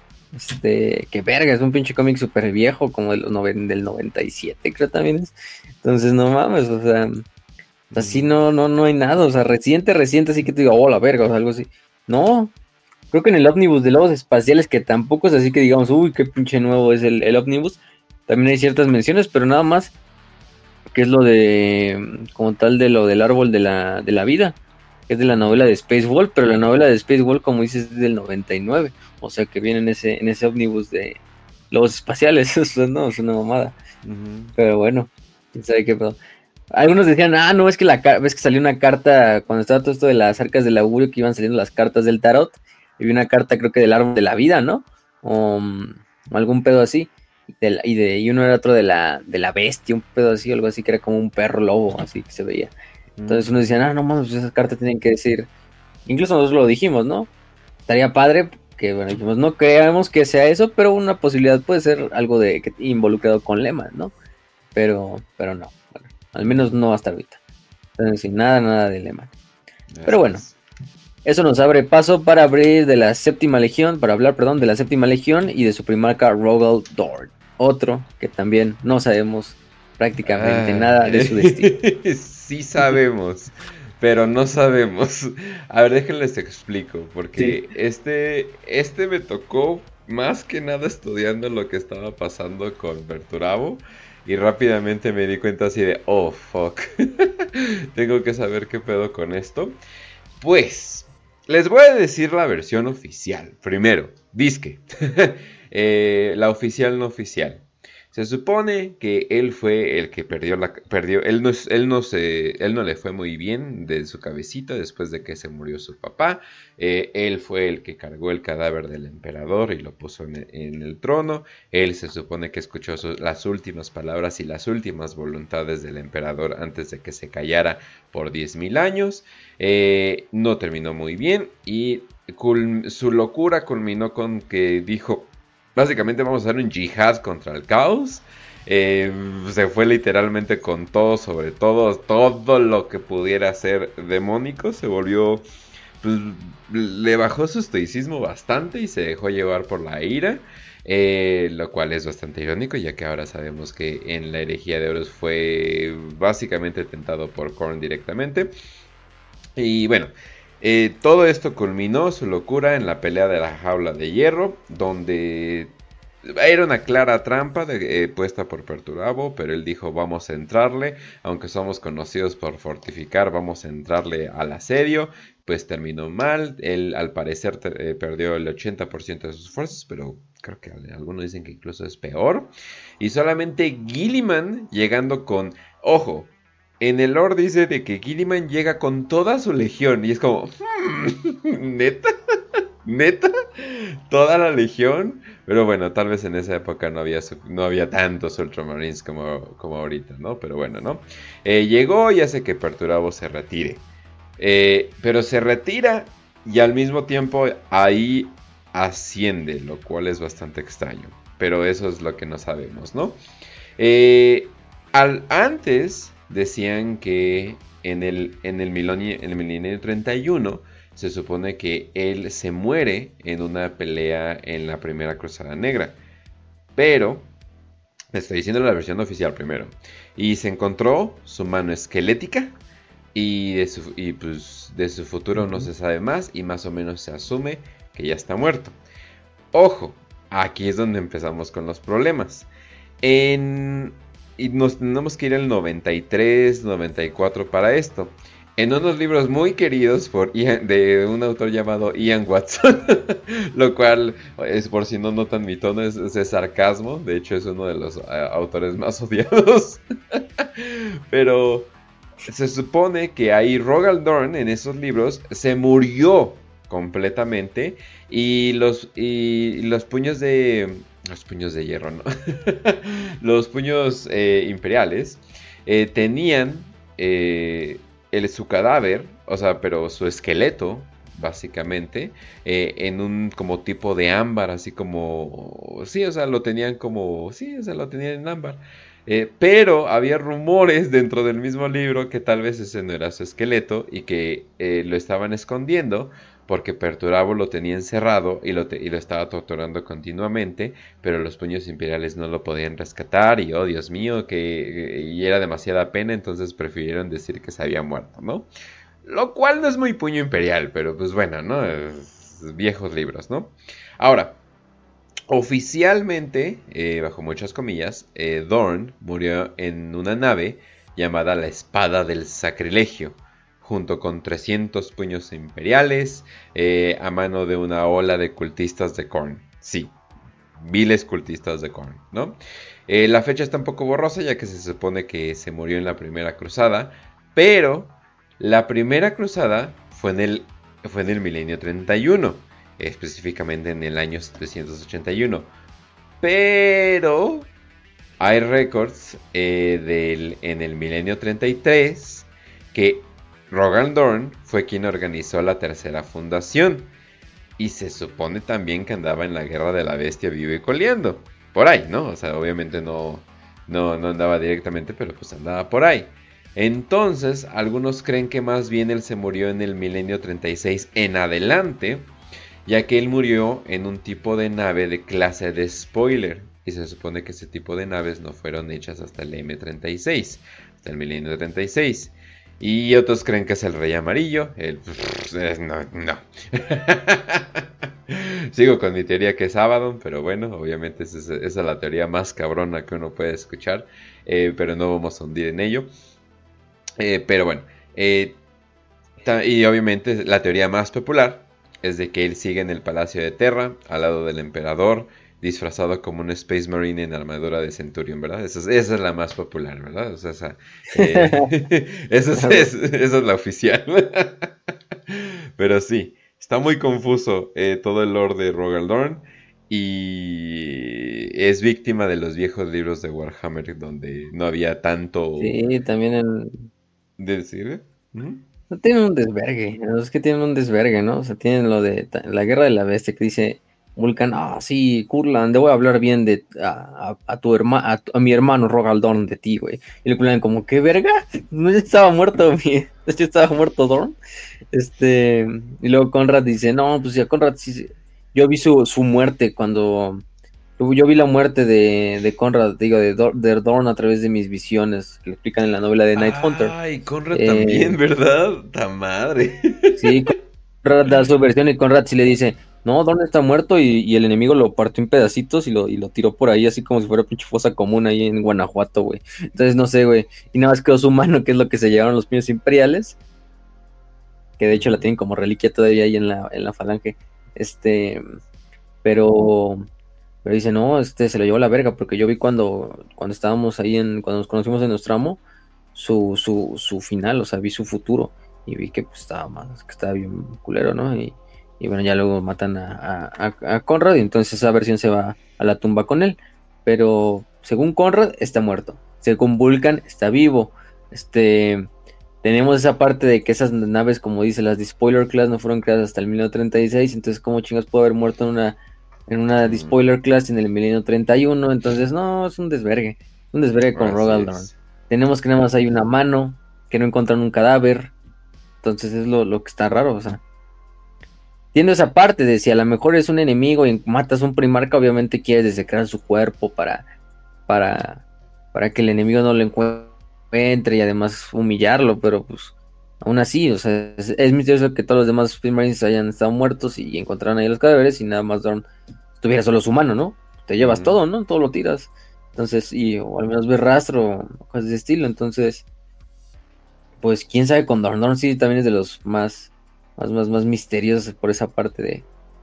Este, que verga, es un pinche cómic súper viejo, como de los noven, del noventa y siete, creo también es. Entonces, no mames, o sea, así no, no, no hay nada, o sea, reciente, reciente, así que te digo, oh, la verga, o sea, algo así. No, creo que en el ómnibus de Lobos Espaciales, que tampoco es así que digamos, uy, qué pinche nuevo es el, el ómnibus, también hay ciertas menciones, pero nada más, que es lo de, como tal, de lo del árbol de la, de la vida, que es de la novela de Space Wolf, pero la novela de Space Wolf, como dices, es del noventa y nueve. O sea que viene en ese, en ese ómnibus de Lobos Espaciales. Eso no, es una mamada. Uh-huh. Pero bueno, quién sabe qué pedo. Algunos decían, ah, no, es que la ves que salió una carta cuando estaba todo esto de las arcas del augurio, que iban saliendo las cartas del tarot. Y vi una carta, creo que del árbol de la vida, ¿no? O um, algún pedo así. De la, y, de, y uno era otro de la, de la bestia, un pedo así, algo así, que era como un perro lobo, así que se veía. Entonces uno decía, ah, no mames, pues esas cartas tienen que decir. Incluso nosotros lo dijimos, ¿no? Estaría padre. Que bueno, dijimos, no creemos que sea eso, pero una posibilidad puede ser algo de que involucrado con Lehman, ¿no? Pero, pero no, bueno, al menos no hasta ahorita. Entonces, sin nada, nada de Lehman. Gracias. Pero bueno, eso nos abre paso para abrir de la séptima legión, para hablar, perdón, de la séptima legión y de su primarca Rogal Dorn. Otro que también no sabemos prácticamente ah, nada de su destino. Sí sabemos. Pero no sabemos. A ver, déjenles explico. Porque sí. este, este me tocó más que nada estudiando lo que estaba pasando con Perturabo. Y rápidamente me di cuenta así de, oh, fuck. Tengo que saber qué pedo con esto. Pues, les voy a decir la versión oficial. Primero, disque. eh, la oficial no oficial. Se supone que él fue el que perdió la perdió él no él no se él no le fue muy bien de su cabecita después de que se murió su papá. Eh, él fue el que cargó el cadáver del emperador y lo puso en el, en el trono. Él se supone que escuchó su, las últimas palabras y las últimas voluntades del emperador antes de que se callara por diez mil años. Eh, no terminó muy bien y cul- su locura culminó con que dijo: básicamente vamos a hacer un yihad contra el caos. Eh, se fue literalmente con todo, sobre todo, todo lo que pudiera ser demónico. Se volvió, pues, le bajó su estoicismo bastante y se dejó llevar por la ira. Eh, lo cual es bastante irónico, ya que ahora sabemos que en la herejía de Horus fue básicamente tentado por Korn directamente. Y bueno, eh, todo esto culminó su locura en la pelea de la jaula de hierro, donde era una clara trampa de, eh, puesta por Perturabo, pero él dijo: vamos a entrarle, aunque somos conocidos por fortificar, vamos a entrarle al asedio. Pues terminó mal, él al parecer te, eh, perdió el ochenta por ciento de sus fuerzas, pero creo que algunos dicen que incluso es peor. Y solamente Guilliman llegando con, ojo, en el lore dice de que Guilliman llega con toda su legión. Y es como, hmm, ¿neta? ¿Neta? ¿Toda la legión? Pero bueno, tal vez en esa época no había, no había tantos Ultramarines como, como ahorita, ¿no? Pero bueno, ¿no? Eh, llegó y hace que Perturabo se retire. Eh, pero se retira y al mismo tiempo ahí asciende, lo cual es bastante extraño. Pero eso es lo que no sabemos, ¿no? Eh, al, antes... decían que en el, en el milenio, en el milenio treinta y uno se supone que él se muere en una pelea en la primera Cruzada Negra. Pero, estoy diciendo la versión oficial primero. Y se encontró su mano esquelética. Y de su, y pues, de su futuro uh-huh. no se sabe más. Y más o menos se asume que ya está muerto. Ojo, aquí es donde empezamos con los problemas. En... Y nos tenemos que ir al noventa y tres, noventa y cuatro para esto. En unos libros muy queridos por Ian, de un autor llamado Ian Watson. Lo cual, es por si no notan mi tono, es, es sarcasmo. De hecho, es uno de los uh, autores más odiados. Pero se supone que ahí Rogal Dorn en esos libros se murió completamente. Y los, y los puños de... Los puños de hierro, ¿no? Los puños eh, imperiales eh, tenían eh, el, su cadáver, o sea, pero su esqueleto, básicamente, eh, en un como tipo de ámbar, así como... Sí, o sea, lo tenían como... Sí, o sea, lo tenían en ámbar. Eh, pero había rumores dentro del mismo libro que tal vez ese no era su esqueleto y que eh, lo estaban escondiendo porque Perturabo lo tenía encerrado y lo, te, y lo estaba torturando continuamente, pero los puños imperiales no lo podían rescatar y, oh Dios mío, que y era demasiada pena, entonces prefirieron decir que se había muerto, ¿no? Lo cual no es muy puño imperial, pero pues bueno, ¿no? Es, es viejos libros, ¿no? Ahora, oficialmente, eh, bajo muchas comillas, eh, Dorn murió en una nave llamada la Espada del Sacrilegio, junto con trescientos puños imperiales, eh, a mano de una ola de cultistas de Khorne. Sí, viles cultistas de Khorne, ¿no? Eh, la fecha está un poco borrosa, ya que se supone que se murió en la primera cruzada, pero la primera cruzada fue en el, fue en el milenio treinta y uno, específicamente en el año setecientos ochenta y uno. Pero hay récords eh, del, en el milenio treinta y tres que Rogal Dorn fue quien organizó la tercera fundación. Y se supone también que andaba en la guerra de la bestia vivo y coleando. Por ahí, ¿no? O sea, obviamente no, no, no andaba directamente, pero pues andaba por ahí. Entonces, algunos creen que más bien él se murió en el milenio treinta y seis en adelante, ya que él murió en un tipo de nave de clase de spoiler. Y se supone que ese tipo de naves no fueron hechas hasta el eme treinta y seis, hasta el milenio treinta y seis. Y otros creen que es el Rey Amarillo. El... No, no. Sigo con mi teoría que es Abaddon, pero bueno, obviamente esa es, esa es la teoría más cabrona que uno puede escuchar. Eh, pero no vamos a hundir en ello. Eh, pero bueno. Eh, y obviamente la teoría más popular es de que él sigue en el Palacio de Terra, al lado del Emperador, disfrazado como un Space Marine en armadura de Centurion, ¿verdad? Esa es, esa es la más popular, ¿verdad? O sea, esa, eh, esa, es, es, esa es la oficial. Pero sí, está muy confuso eh, todo el lore de Rogal Dorn. Y es víctima de los viejos libros de Warhammer, donde no había tanto Sí, también el... de decir. ¿Mm? No tienen un desvergue, ¿no? Es que tienen un desvergue, ¿no? O sea, tienen lo de ta- la guerra de la bestia que dice Vulcan, ah, sí, Kurland, te voy a hablar bien de a, a, a tu hermano, a, tu- a mi hermano Rogal Dorn de ti, güey. Y el Kurland como, ¿qué verga? No ya estaba muerto, mi, ya estaba muerto Dorn. Este, y luego Conrad dice, no, pues ya Conrad sí, sí, yo vi su, su muerte cuando yo, yo vi la muerte de, de Conrad, digo, de, Dor- de Dorn a través de mis visiones, que le explican en la novela de Night Hunter. Ay, Conrad Eh, también, ¿verdad? ¡Ta madre! Sí, Conrad da su versión y Conrad sí le dice, no, Dorn está muerto y, y el enemigo lo partió en pedacitos y lo, y lo tiró por ahí así como si fuera pinche fosa común ahí en Guanajuato, güey. Entonces no sé, güey. Y nada más quedó su mano, que es lo que se llevaron los puños imperiales, que de hecho la tienen como reliquia todavía ahí en la, en la falange. Este, pero, pero dice, no, este se lo llevó la verga, porque yo vi cuando, cuando estábamos ahí en, cuando nos conocimos en Nostramo, su, su, su final, o sea, vi su futuro y vi que pues estaba más, que estaba bien culero, ¿no? Y, y bueno, ya luego matan a, a, a Conrad y entonces esa versión se va a la tumba con él. Pero según Conrad está muerto, según Vulcan está vivo. Este, tenemos esa parte de que esas naves, como dice, las de Spoiler Class no fueron creadas hasta el mil novecientos treinta y seis, entonces cómo chingas puede haber muerto en una en una Mm, Spoiler Class en el milenio treinta y uno, entonces no, es un desvergue, un desvergue con así Rogal Dorn. es. Tenemos que nada más hay una mano, que no encuentran un cadáver. Entonces es lo, lo que está raro, o sea. Tiene esa parte de si a lo mejor es un enemigo y matas a un primarca, obviamente quieres desecrar su cuerpo para, para, para que el enemigo no lo encuentre y además humillarlo, pero pues aún así, o sea, es, es misterioso que todos los demás Marines hayan estado muertos y encontraron ahí los cadáveres y nada más Dorn estuviera solo su mano, ¿no? Te llevas Ujú. todo, ¿no? Todo lo tiras. Entonces, y o al menos ves rastro o cosas de estilo, entonces pues quién sabe con Dorn. Dorn sí también es de los más, más, más, más misteriosos por esa parte de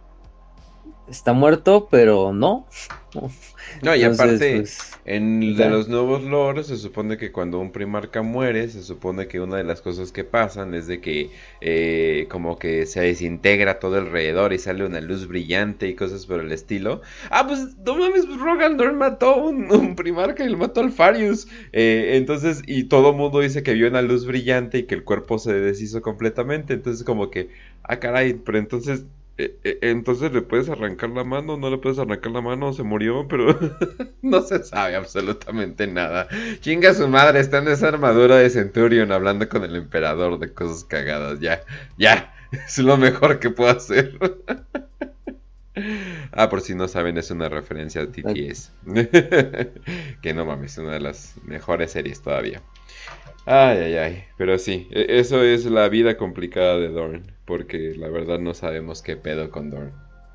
está muerto, pero no. No, y Entonces, aparte, pues, en de está. los nuevos lores se supone que cuando un primarca muere, se supone que una de las cosas que pasan es de que eh, como que se desintegra todo alrededor y sale una luz brillante y cosas por el estilo. Ah, pues no mames, pues, Rogal Dorn mató un, un primarca y lo mató al Farius. Eh, entonces, y todo el mundo dice que vio una luz brillante y que el cuerpo se deshizo completamente. Entonces, como que, ah, caray, pero entonces eh, eh, entonces le puedes arrancar la mano, no le puedes arrancar la mano, se murió, pero no se sabe absolutamente nada. Chinga su madre, está en esa armadura de Centurion hablando con el emperador de cosas cagadas. Ya, ya, es lo mejor que puedo hacer. Ah, por si no saben, es una referencia a T T S. Que no mames, una de las mejores series todavía. Ay, ay, ay. Pero sí, e- eso es la vida complicada de Dorn. Porque la verdad no sabemos qué pedo con Dorn.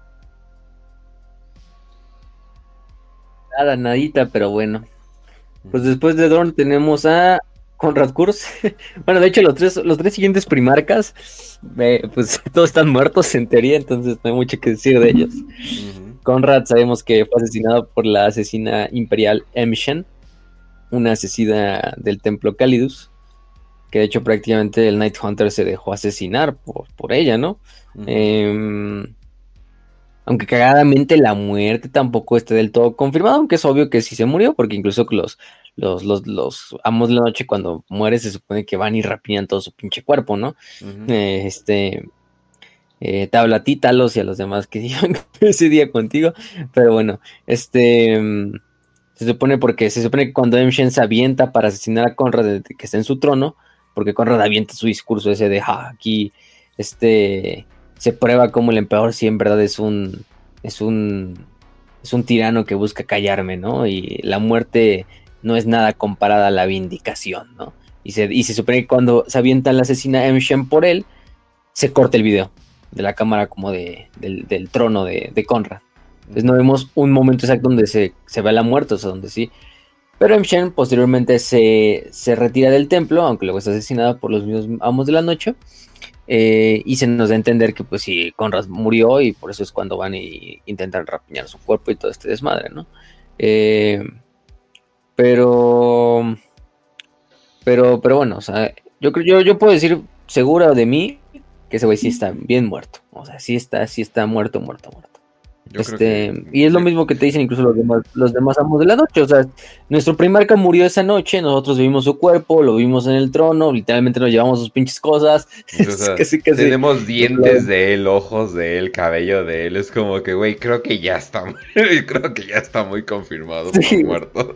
Nada, nadita, pero bueno. Pues Ujú. después de Dorn tenemos a Conrad Kurz. Bueno, de hecho, los tres, los tres siguientes primarcas, eh, pues todos están muertos en teoría, entonces no hay mucho que decir de ellos. Ujú. Conrad sabemos que fue asesinado por la asesina imperial Emshen, una asesina del templo Calidus, que de hecho prácticamente el Night Hunter se dejó asesinar por, por ella, ¿no? Ujú. Eh, aunque cagadamente la muerte tampoco esté del todo confirmada, aunque es obvio que sí se murió, porque incluso los, los, los, los amos de la noche cuando muere se supone que van y rapiñan todo su pinche cuerpo, ¿no? Ujú. Eh, este, eh, te habla a ti, Talos, y a los demás que iban ese día contigo, pero bueno, este... mm, se supone porque se supone que cuando Emshen se avienta para asesinar a Conrad desde que está en su trono, porque Conrad avienta su discurso ese de ja, aquí este se prueba como el emperador sí en verdad es un es un es un tirano que busca callarme, ¿no? Y la muerte no es nada comparada a la vindicación, ¿no? Y se, y se supone que cuando se avienta la asesina Emshen por él, se corta el video de la cámara como de, del, del trono de, de Conrad. Entonces no Ujú. vemos un momento exacto donde se, se ve la muerte, o sea, donde sí. Pero Emshen posteriormente se, se retira del templo, aunque luego es asesinada por los mismos amos de la noche. Eh, y se nos da a entender que pues sí, Conrad murió y por eso es cuando van y intentan rapiñar su cuerpo y todo este desmadre, ¿no? Eh, pero, pero, pero bueno, o sea, yo creo, yo, yo puedo decir segura de mí que ese güey sí está bien muerto, o sea, sí está, sí está muerto, muerto, muerto. Yo Este, creo que y es lo sí. mismo que te dicen incluso los demás, los demás amos de la noche. O sea, nuestro primarca murió esa noche, nosotros vimos su cuerpo, lo vimos en el trono, literalmente nos llevamos sus pinches cosas. O Es sea, casi, casi. tenemos dientes de él, ojos de él, cabello de él. Es como que, güey, creo que ya está. Creo que ya está muy confirmado por Sí. muerto.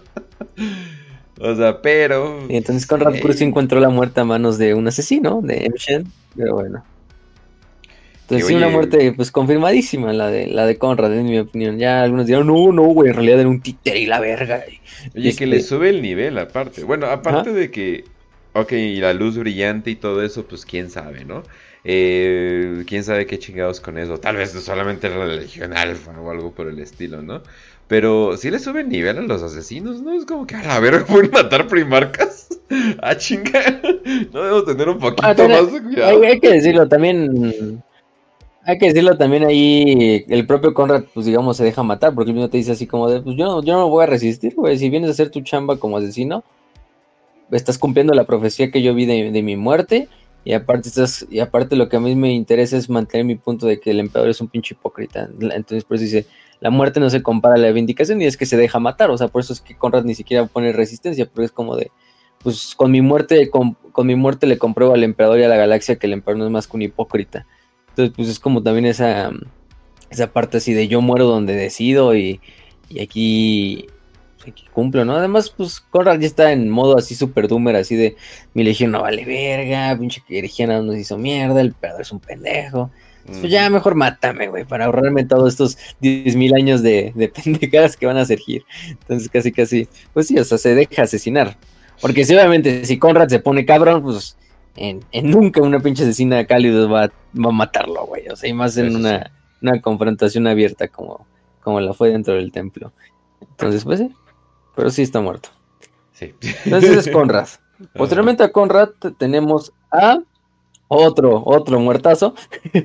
O sea, pero. Y entonces Conrad Kurz eh, encontró la muerte a manos de un asesino, de M. Shen, pero bueno. que Entonces sí, una oye. muerte pues confirmadísima, la de la de Conrad, en mi opinión. Ya algunos dirán, no, no, güey, en realidad era un títere y la verga. Y Oye, que le este, sube el nivel aparte. Bueno, ajá. aparte de que, ok, y la luz brillante y todo eso, pues quién sabe, ¿no? Eh, quién sabe qué chingados con eso. Tal vez solamente era la Legión Alfa o algo por el estilo, ¿no? Pero sí le sube el nivel a los asesinos, ¿no? Es como que a la verga pueden matar primarcas. Ah, chinga. No debemos tener un Bueno, poquito también más de hay, cuidado. hay que decirlo también. Hay que decirlo también ahí, el propio Conrad, pues digamos, se deja matar, porque él mismo te dice así como de, pues yo no, yo no voy a resistir, güey, si vienes a hacer tu chamba como asesino, estás cumpliendo la profecía que yo vi de, de mi muerte, y aparte estás, y aparte lo que a mí me interesa es mantener mi punto de que el emperador es un pinche hipócrita, entonces por eso dice, la muerte no se compara a la vindicación, y es que se deja matar, o sea, por eso es que Conrad ni siquiera pone resistencia, porque es como de, pues con mi muerte, con, con mi muerte le compruebo al emperador y a la galaxia que el emperador no es más que un hipócrita. Entonces, pues es como también esa, esa parte así de yo muero donde decido y, y aquí, aquí cumplo, ¿no? Además, pues Conrad ya está en modo así super doomer, así de mi legión no vale verga, pinche herejía nada nos hizo mierda, el pedo es un pendejo. Entonces, pues ya Ujú. mejor mátame, güey, para ahorrarme todos estos diez mil años de, de pendejadas que van a surgir. Entonces, casi, casi, pues sí, o sea, se deja asesinar. Porque sí, obviamente, si Conrad se pone cabrón, pues en, en nunca una pinche asesina cálido va, va a matarlo, güey. O sea, y más en Eso sí. una, una confrontación abierta como, como la fue dentro del templo. Entonces, pues sí, pero sí está muerto. Sí. Entonces ese es Conrad. Ajá. Posteriormente a Conrad tenemos a otro, otro muertazo,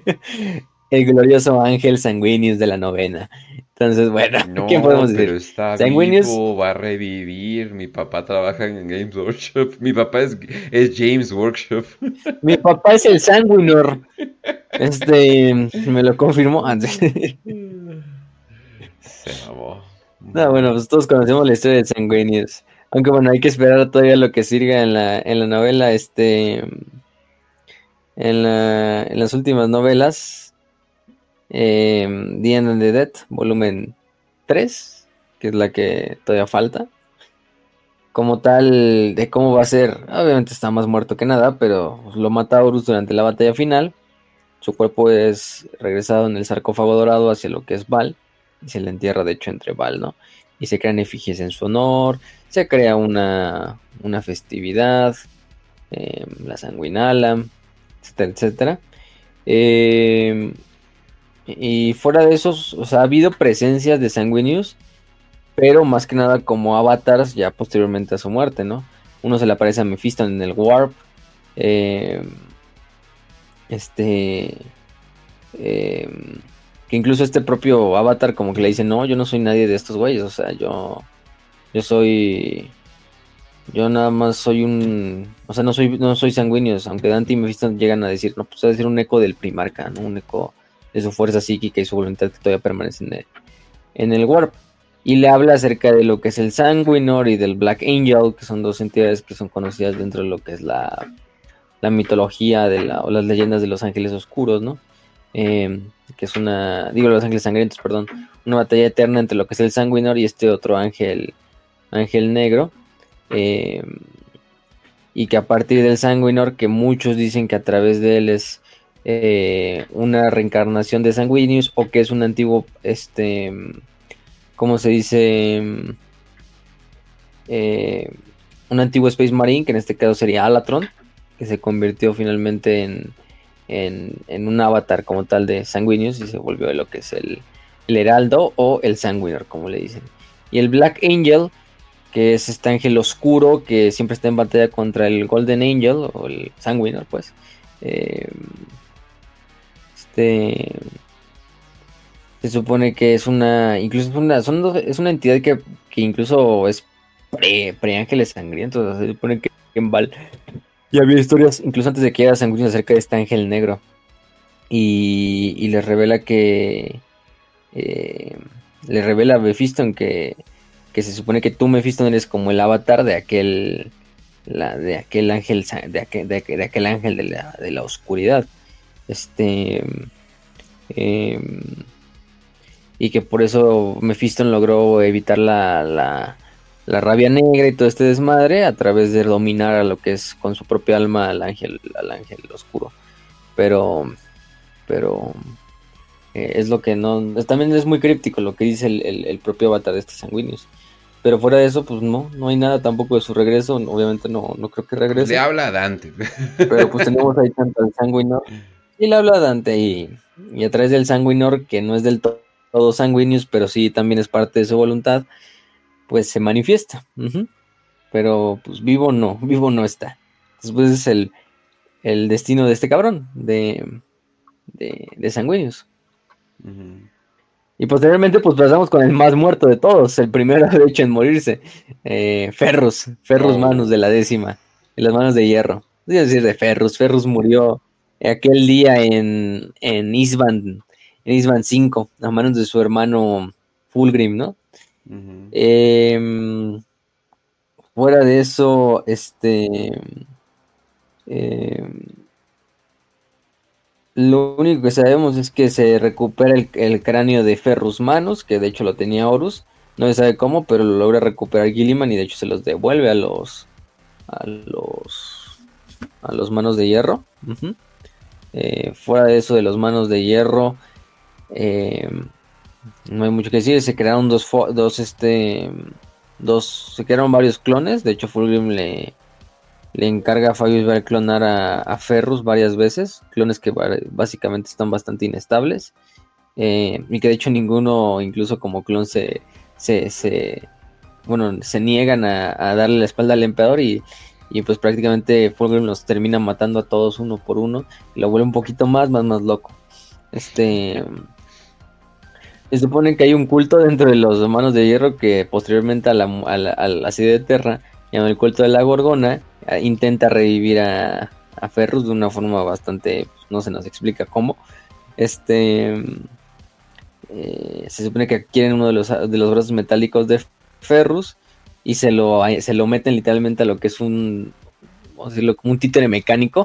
el glorioso Ángel Sanguinius de la novena. Entonces, bueno, ¿quién podemos No, pero decir? está Sanguinius, vivo, va a revivir. Mi papá trabaja en Games Workshop. Mi papá es, es James Workshop. mi papá es el Sanguinor. Este, me lo confirmó antes. Se mamó. No, bueno, pues todos conocemos la historia de Sanguinius. Aunque bueno, hay que esperar todavía lo que siga en la, en la novela, este, en la, en las últimas novelas, eh, The End and the Dead, volumen tres, que es la que todavía falta. Como tal, de cómo va a ser, obviamente está más muerto que nada, pero lo mata Horus durante la batalla final. Su cuerpo es regresado en el sarcófago dorado hacia lo que es Val, y se le entierra de hecho entre Val, ¿no? Y se crean efigies en su honor, se crea una, una festividad, eh, la sanguinala, etcétera, etcétera. Eh, y fuera de esos, o sea, ha habido presencias de Sanguinius, pero más que nada como avatars ya posteriormente a su muerte, ¿no? Uno se le aparece a Mephisto en el Warp, eh, este... Eh, que incluso este propio Avatar como que le dice, no, yo no soy nadie de estos güeyes, o sea, yo, yo soy, yo nada más soy un, o sea, no soy, no soy sanguíneo, aunque Dante y Mephisto llegan a decir, no, pues a decir un eco del Primarca, ¿no? Un eco de su fuerza psíquica y su voluntad que todavía permanece en el, en el Warp. Y le habla acerca de lo que es el Sanguinor y del Black Angel, que son dos entidades que son conocidas dentro de lo que es la, la mitología de la, o las leyendas de los ángeles oscuros, ¿no? Eh, que es una, digo los ángeles sangrientos, perdón, una batalla eterna entre lo que es el Sanguinor y este otro ángel, ángel negro, eh, y que a partir del Sanguinor, que muchos dicen que a través de él es eh, una reencarnación de Sanguinius, o que es un antiguo, este, ¿cómo se dice? Eh, un antiguo Space Marine, que en este caso sería Alatron, que se convirtió finalmente en En, en un avatar como tal de Sanguinius y se volvió de lo que es el, el Heraldo o el Sanguinor, como le dicen. Y el Black Angel, que es este ángel oscuro que siempre está en batalla contra el Golden Angel o el Sanguinor, pues. Eh, este se supone que es una, incluso es una, son dos, es una entidad que, que incluso es pre, pre ángeles sangrientos. O sea, se supone que en Val ya había historias, incluso antes de que haya sanguíneos, acerca de este ángel negro. Y, y les revela que eh, le revela a Mephiston que, que se supone que tú, Mephiston, eres como el avatar de aquel la, de aquel ángel de aquel, de, de aquel ángel de la, de la oscuridad. Este eh, y que por eso Mephiston logró evitar la, la, la rabia negra y todo este desmadre a través de dominar a lo que es con su propia alma al ángel, al ángel oscuro. Pero pero eh, es lo que no, también es muy críptico lo que dice el, el, el propio avatar de este Sanguinius. Pero fuera de eso, pues no, no hay nada tampoco de su regreso. Obviamente no, no creo que regrese. Le habla a Dante. Pero pues tenemos ahí tanto al Sanguinor. Y le habla a Dante y, y a través del Sanguinor, que no es del to- todo Sanguinius, pero sí también es parte de su voluntad, pues se manifiesta. Uh-huh. Pero pues vivo no, vivo no está. Después es el, el destino de este cabrón, de, de, de Sanguinius. Uh-huh. Y posteriormente pues pasamos con el más muerto de todos, el primero de hecho en morirse, eh, Ferrus, Ferrus oh. Manus de la décima, en las manos de hierro. Es decir, de Ferrus, Ferrus murió aquel día en, en Isban, en Isban cinco, a manos de su hermano Fulgrim, ¿no? Uh-huh. Eh, fuera de eso, este... Eh, lo único que sabemos es que se recupera el, el cráneo de Ferrus Manus, que de hecho lo tenía Horus. No se sabe cómo, pero lo logra recuperar Gilliman y de hecho se los devuelve a los a los a los manos de hierro. Uh-huh. Eh, fuera de eso de los manos de hierro, eh, no hay mucho que decir. Se crearon dos dos este dos se crearon varios clones. De hecho, Fulgrim le Le encarga a Fabius Ver clonar a, a Ferrus varias veces, clones que básicamente están bastante inestables, eh, y que de hecho ninguno, incluso como clon, se, se, se bueno, se niegan a, a darle la espalda al emperador y, y pues prácticamente Fulgrim los termina matando a todos uno por uno y lo vuelve un poquito más, más, más loco. Este... Se supone que hay un culto dentro de los Manos de Hierro que posteriormente a la, a la, a la ciudad de Terra, llama el culto de la Gorgona, intenta revivir a, a Ferrus de una forma bastante, pues, no se nos explica cómo. Este eh, se supone que quieren uno de los, de los brazos metálicos de Ferrus y se lo, se lo meten literalmente a lo que es un, vamos a decirlo, como un títere mecánico.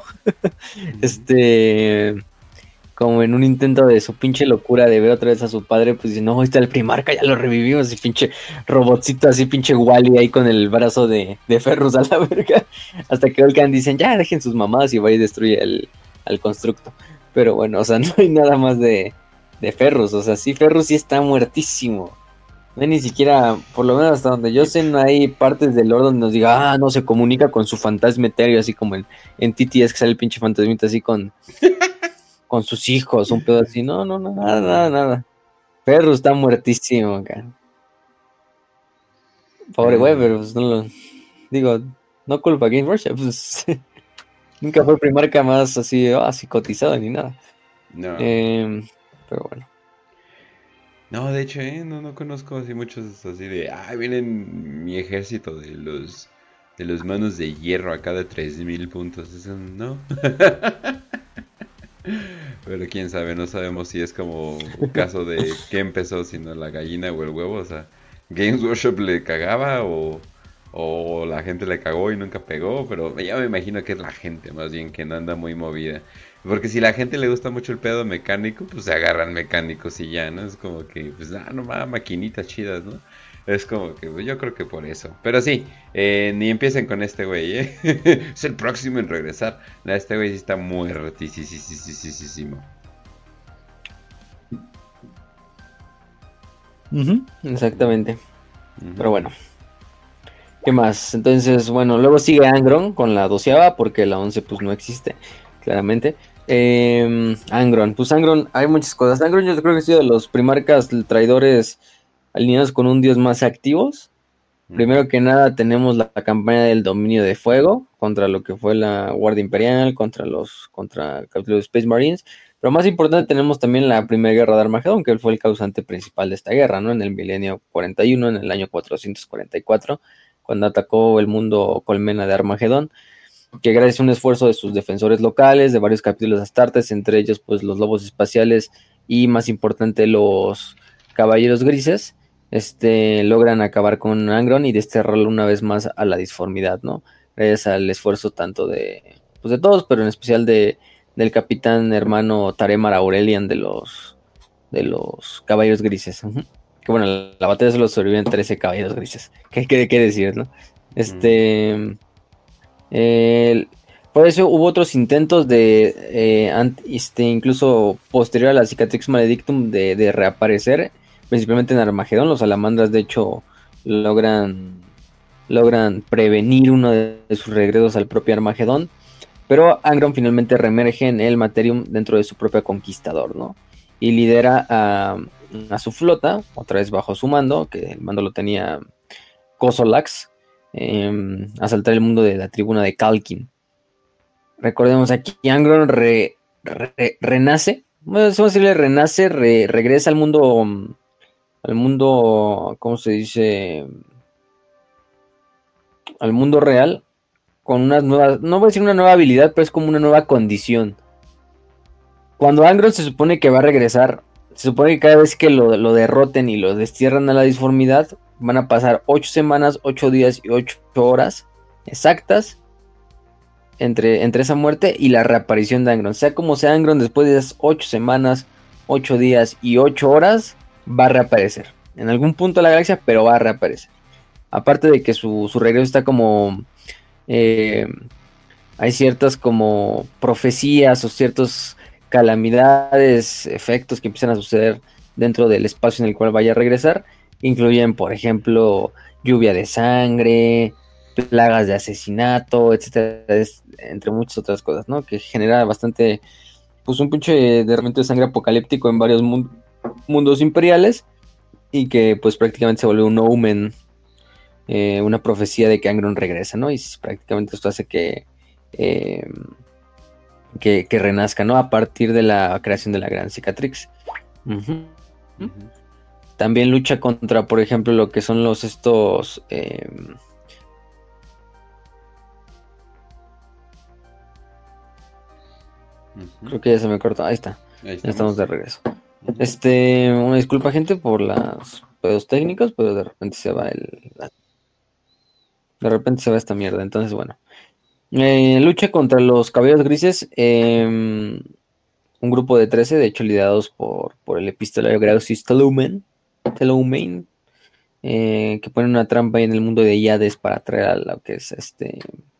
este como en un intento de su pinche locura de ver otra vez a su padre, pues dice, no, ahí está el Primarca, ya lo revivimos, y pinche robotcito así, pinche Wally ahí con el brazo de, de Ferrus a la verga, hasta que Volcan dicen, ya dejen sus mamadas y va y destruye el, al constructo. Pero bueno, o sea, no hay nada más de, de Ferrus, o sea, sí, Ferrus sí está muertísimo. No hay ni siquiera, por lo menos hasta donde yo sé, no hay partes del lore donde nos diga, ah, no, se comunica con su fantasma etéreo, así como en, en T T S que sale el pinche fantasmita así con... con sus hijos, un pedo así, no, no, no, nada, nada, nada. Ferrus está muertísimo, cara. Pobre güey, pero pues no lo... Digo, no culpa a Game Workshop, pues... Nunca fue el Primarca más así, oh, así cotizado ni nada. No. Eh, pero bueno. No, de hecho, eh, no, no conozco así muchos así de, ah, vienen mi ejército de los... de los Manos de Hierro acá de tres mil puntos, eso no... Pero quién sabe, no sabemos si es como un caso de qué empezó, sino la gallina o el huevo. O sea, Games Workshop le cagaba o, o la gente le cagó y nunca pegó. Pero ya me imagino que es la gente más bien que no anda muy movida. Porque si la gente le gusta mucho el pedo mecánico, pues se agarran mecánicos y ya, ¿no? Es como que, pues, ah, no más, maquinitas chidas, ¿no? Es como que, pues, yo creo que por eso. Pero sí, eh, ni empiecen con este güey, ¿eh? Es el próximo en regresar. No, este güey sí está muertísimo. Uh-huh, exactamente. Uh-huh. Pero bueno. ¿Qué más? Entonces, bueno, luego sigue Angron con la doceava, porque la once pues no existe, claramente. Eh, Angron, pues Angron, hay muchas cosas. Angron yo creo que ha sido de los primarcas traidores alineados con un dios más activos. Primero que nada tenemos la, la campaña del dominio de fuego contra lo que fue la Guardia Imperial, contra los contra los Space Marines, pero más importante tenemos también la primera guerra de Armagedón, que fue el causante principal de esta guerra, ¿no? En el milenio cuarenta y uno, en el año cuatrocientos cuarenta y cuatro, cuando atacó el mundo colmena de Armagedón, que gracias a un esfuerzo de sus defensores locales, de varios capítulos astartes, entre ellos pues los lobos espaciales y más importante los caballeros grises, este, logran acabar con Angron y desterrarlo una vez más a la disformidad, ¿no? Gracias al esfuerzo tanto de, pues de todos, pero en especial de, del capitán hermano Taremar Aurelian de los, de los caballeros grises. Uh-huh. Que bueno, la, la batalla solo sobreviven trece caballeros grises. ¿Qué hay que, que decir, no? Este... Mm. Eh, por eso hubo otros intentos de, eh, ant, este, incluso posterior a la Cicatrix Maledictum, de, de reaparecer, principalmente en Armagedón. Los salamandras, de hecho, logran, logran prevenir uno de, de sus regresos al propio Armagedón. Pero Angron finalmente reemerge en el Materium dentro de su propio conquistador, ¿no? Y lidera a, a su flota, otra vez bajo su mando, que el mando lo tenía Kozolax. Eh, asaltar el mundo de la tribuna de Kalkin. Recordemos aquí, Angron re, re, renace, bueno, vamos a decirle renace, re, regresa al mundo, al mundo, ¿cómo se dice? Al mundo real, con unas nuevas, no voy a decir una nueva habilidad, pero es como una nueva condición. Cuando Angron se supone que va a regresar, se supone que cada vez que lo, lo derroten y lo destierran a la disformidad, van a pasar ocho semanas, ocho días y ocho horas exactas entre, entre esa muerte y la reaparición de Angron. Sea como sea, Angron después de esas ocho semanas, ocho días y ocho horas va a reaparecer. En algún punto de la galaxia, pero va a reaparecer. Aparte de que su, su regreso está como... Eh, hay ciertas como profecías o ciertos calamidades, efectos que empiezan a suceder dentro del espacio en el cual vaya a regresar. Incluyen, por ejemplo, lluvia de sangre, plagas de asesinato, etcétera, entre muchas otras cosas, ¿no? Que genera bastante, pues un pinche derramamiento de sangre apocalíptico en varios mun- mundos imperiales y que pues prácticamente se vuelve un omen, eh, una profecía de que Angron regresa, ¿no? Y prácticamente esto hace que, eh, que, que renazca, ¿no? A partir de la creación de la Gran Cicatrix. Uh-huh. Uh-huh. También lucha contra, por ejemplo, lo que son los estos... Eh, uh-huh. Creo que ya se me cortó. Ahí está. Ahí ya estamos de regreso. Uh-huh. Este, una disculpa, gente, por los pedos técnicos, pero de repente se va el... De repente se va esta mierda. Entonces, bueno. Eh, lucha contra los caballeros grises. Eh, un grupo de trece, de hecho, liderados por, por el epistolario Grausis Telumen. Telumen. Eh, que ponen una trampa ahí en el mundo de Iades para atraer a lo que es este